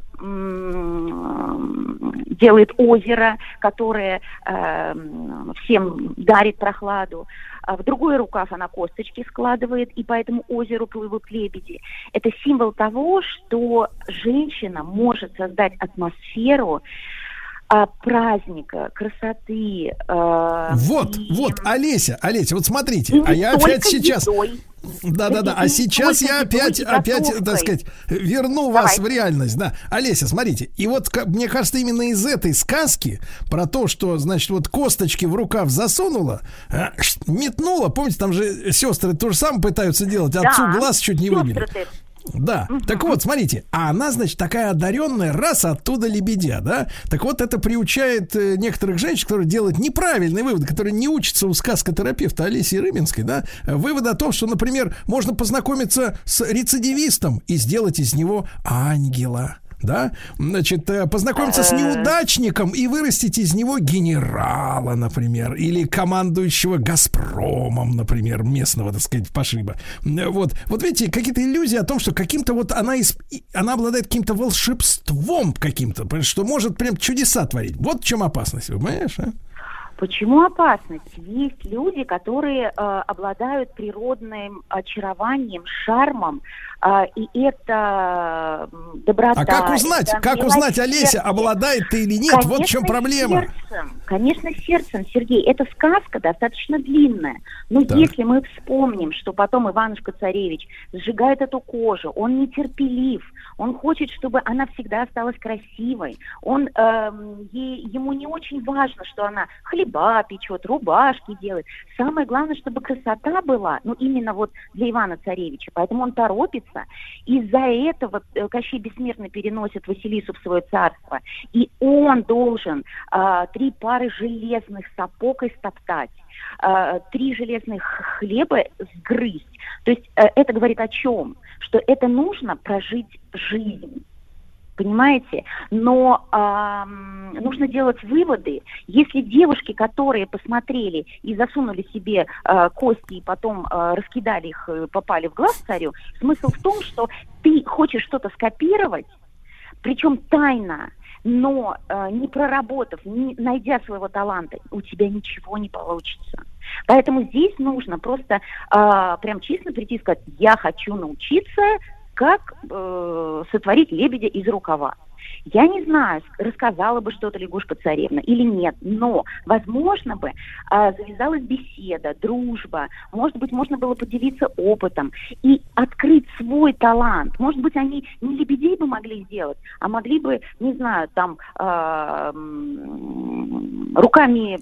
э, делает озеро, которое э, всем дарит прохладу. А в другой рукав она косточки складывает, и по этому озеру плывут лебеди. Это символ того, что женщина может создать атмосферу а, праздника, красоты. А, вот, и... вот, Олеся, Олеся, вот смотрите, а я опять сейчас... Да-да-да, а сейчас я опять, опять, так сказать, верну вас в реальность, да. Олеся, смотрите, и вот, мне кажется, именно из этой сказки про то, что, значит, вот косточки в рукав засунула, метнула, помните, там же сестры то же самое пытаются делать, отцу да, глаз чуть не выбили. Да, угу. Так вот, смотрите, а она, значит, такая одаренная, раз оттуда лебедя, да? Так вот, это приучает э, некоторых женщин, которые делают неправильные выводы, которые не учатся у сказкотерапевта Олеси Рыбинской, да? Вывод о том, что, например, можно познакомиться с рецидивистом и сделать из него ангела. Да, значит, познакомиться с неудачником и вырастить из него генерала, например, или командующего Газпромом, например, местного, так сказать, пошиба. Вот, вот видите, какие-то иллюзии о том, что каким-то вот она, исп... она обладает каким-то волшебством каким-то, что может прям чудеса творить. Вот в чем опасность, вы понимаешь, а? Почему опасность? Есть люди, которые э, обладают природным очарованием, шармом, э, и это доброта. А как узнать, это как узнать, Олеся, обладает ты или нет? Конечно, вот в чем проблема. Сердцем, конечно, сердцем, Сергей. Эта сказка достаточно длинная. Но так. Если мы вспомним, что потом Иванушка-царевич сжигает эту кожу, он нетерпелив, он хочет, чтобы она всегда осталась красивой, он, э, ей, ему не очень важно, что она хлеб печет, рубашки делает. Самое главное, чтобы красота была, ну, именно вот для Ивана-царевича. Поэтому он торопится. Из-за этого Кощей Бессмертный переносит Василису в свое царство. И он должен а, три пары железных сапог истоптать, а, три железных хлеба сгрызть. То есть а, это говорит о чем? Что это нужно прожить жизнь. Понимаете? Но э, нужно делать выводы. Если девушки, которые посмотрели и засунули себе э, кости и потом э, раскидали их, попали в глаз царю, смысл в том, что ты хочешь что-то скопировать, причем тайно, но э, не проработав, не найдя своего таланта, у тебя ничего не получится. Поэтому здесь нужно просто э, прям честно прийти и сказать: я хочу научиться, как э, сотворить лебедя из рукава. Я не знаю, рассказала бы что-то лягушка-царевна или нет, но, возможно бы, э, завязалась беседа, дружба, может быть, можно было поделиться опытом и открыть свой талант. Может быть, они не лебедей бы могли сделать, а могли бы, не знаю, там, э, руками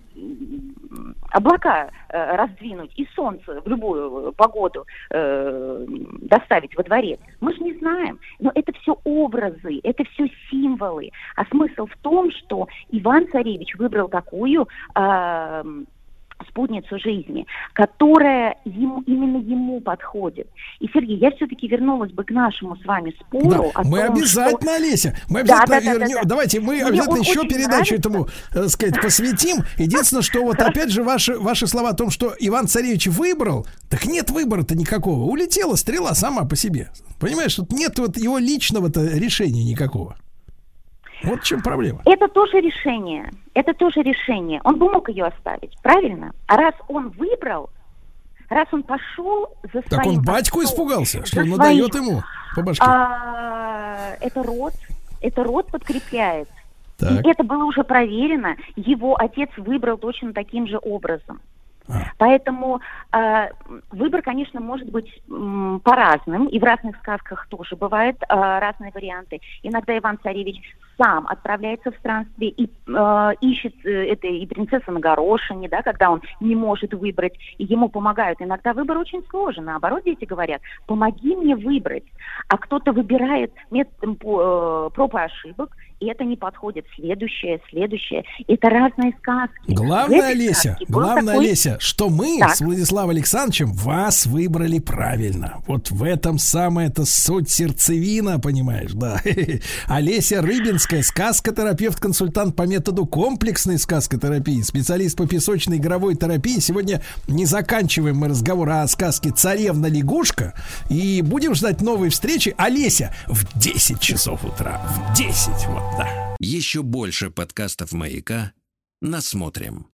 облака э, раздвинуть и солнце в любую погоду э, доставить во дворец. Мы же не знаем. Но это все образы, это все символы. А смысл в том, что Иван-царевич выбрал такую э, спутницу жизни, которая ему, именно ему подходит. И, Сергей, я все-таки вернулась бы к нашему с вами спору. Да, о мы том, обязательно, что... Олеся, мы обязательно да, да, вернем. Да, да, Давайте мы Мне обязательно еще передачу нравится. этому, так сказать, посвятим. Единственное, что вот опять же ваши, ваши слова о том, что Иван-царевич выбрал, так нет выбора-то никакого. Улетела стрела сама по себе. Понимаешь, тут нет вот его личного-то решения никакого. Вот в чем проблема. Это тоже решение. Это тоже решение. Он бы мог ее оставить, правильно? А раз он выбрал, раз он пошел за своим... Так он батьку отцом, испугался, что он своим, надает ему по башке. А, э, это род, это род подкрепляет. Так. И это было уже проверено. Его отец выбрал точно таким же образом. Поэтому э, выбор, конечно, может быть м, по-разному, и в разных сказках тоже бывают э, разные варианты. Иногда Иван-Царевич сам отправляется в странствие и э, ищет э, это и принцесса на горошине, да, когда он не может выбрать, и ему помогают. Иногда выбор очень сложен, наоборот, дети говорят: помоги мне выбрать. А кто-то выбирает методом э, проб и ошибок, и это не подходит. Следующее, следующее. Это разные сказки. Главное, Олеся, главное, такой... Олеся, что мы так. с Владиславом Александровичем вас выбрали правильно. Вот в этом самая-то суть, сердцевина, понимаешь, да. Олеся Рыбинская, сказкотерапевт, консультант по методу комплексной сказкотерапии, специалист по песочной игровой терапии. Сегодня не заканчиваем мы разговор о сказке «Царевна-лягушка» и будем ждать новой встречи. Олеся в десять часов утра. В десять, вот, да. Еще больше подкастов «Маяка» насмотрим.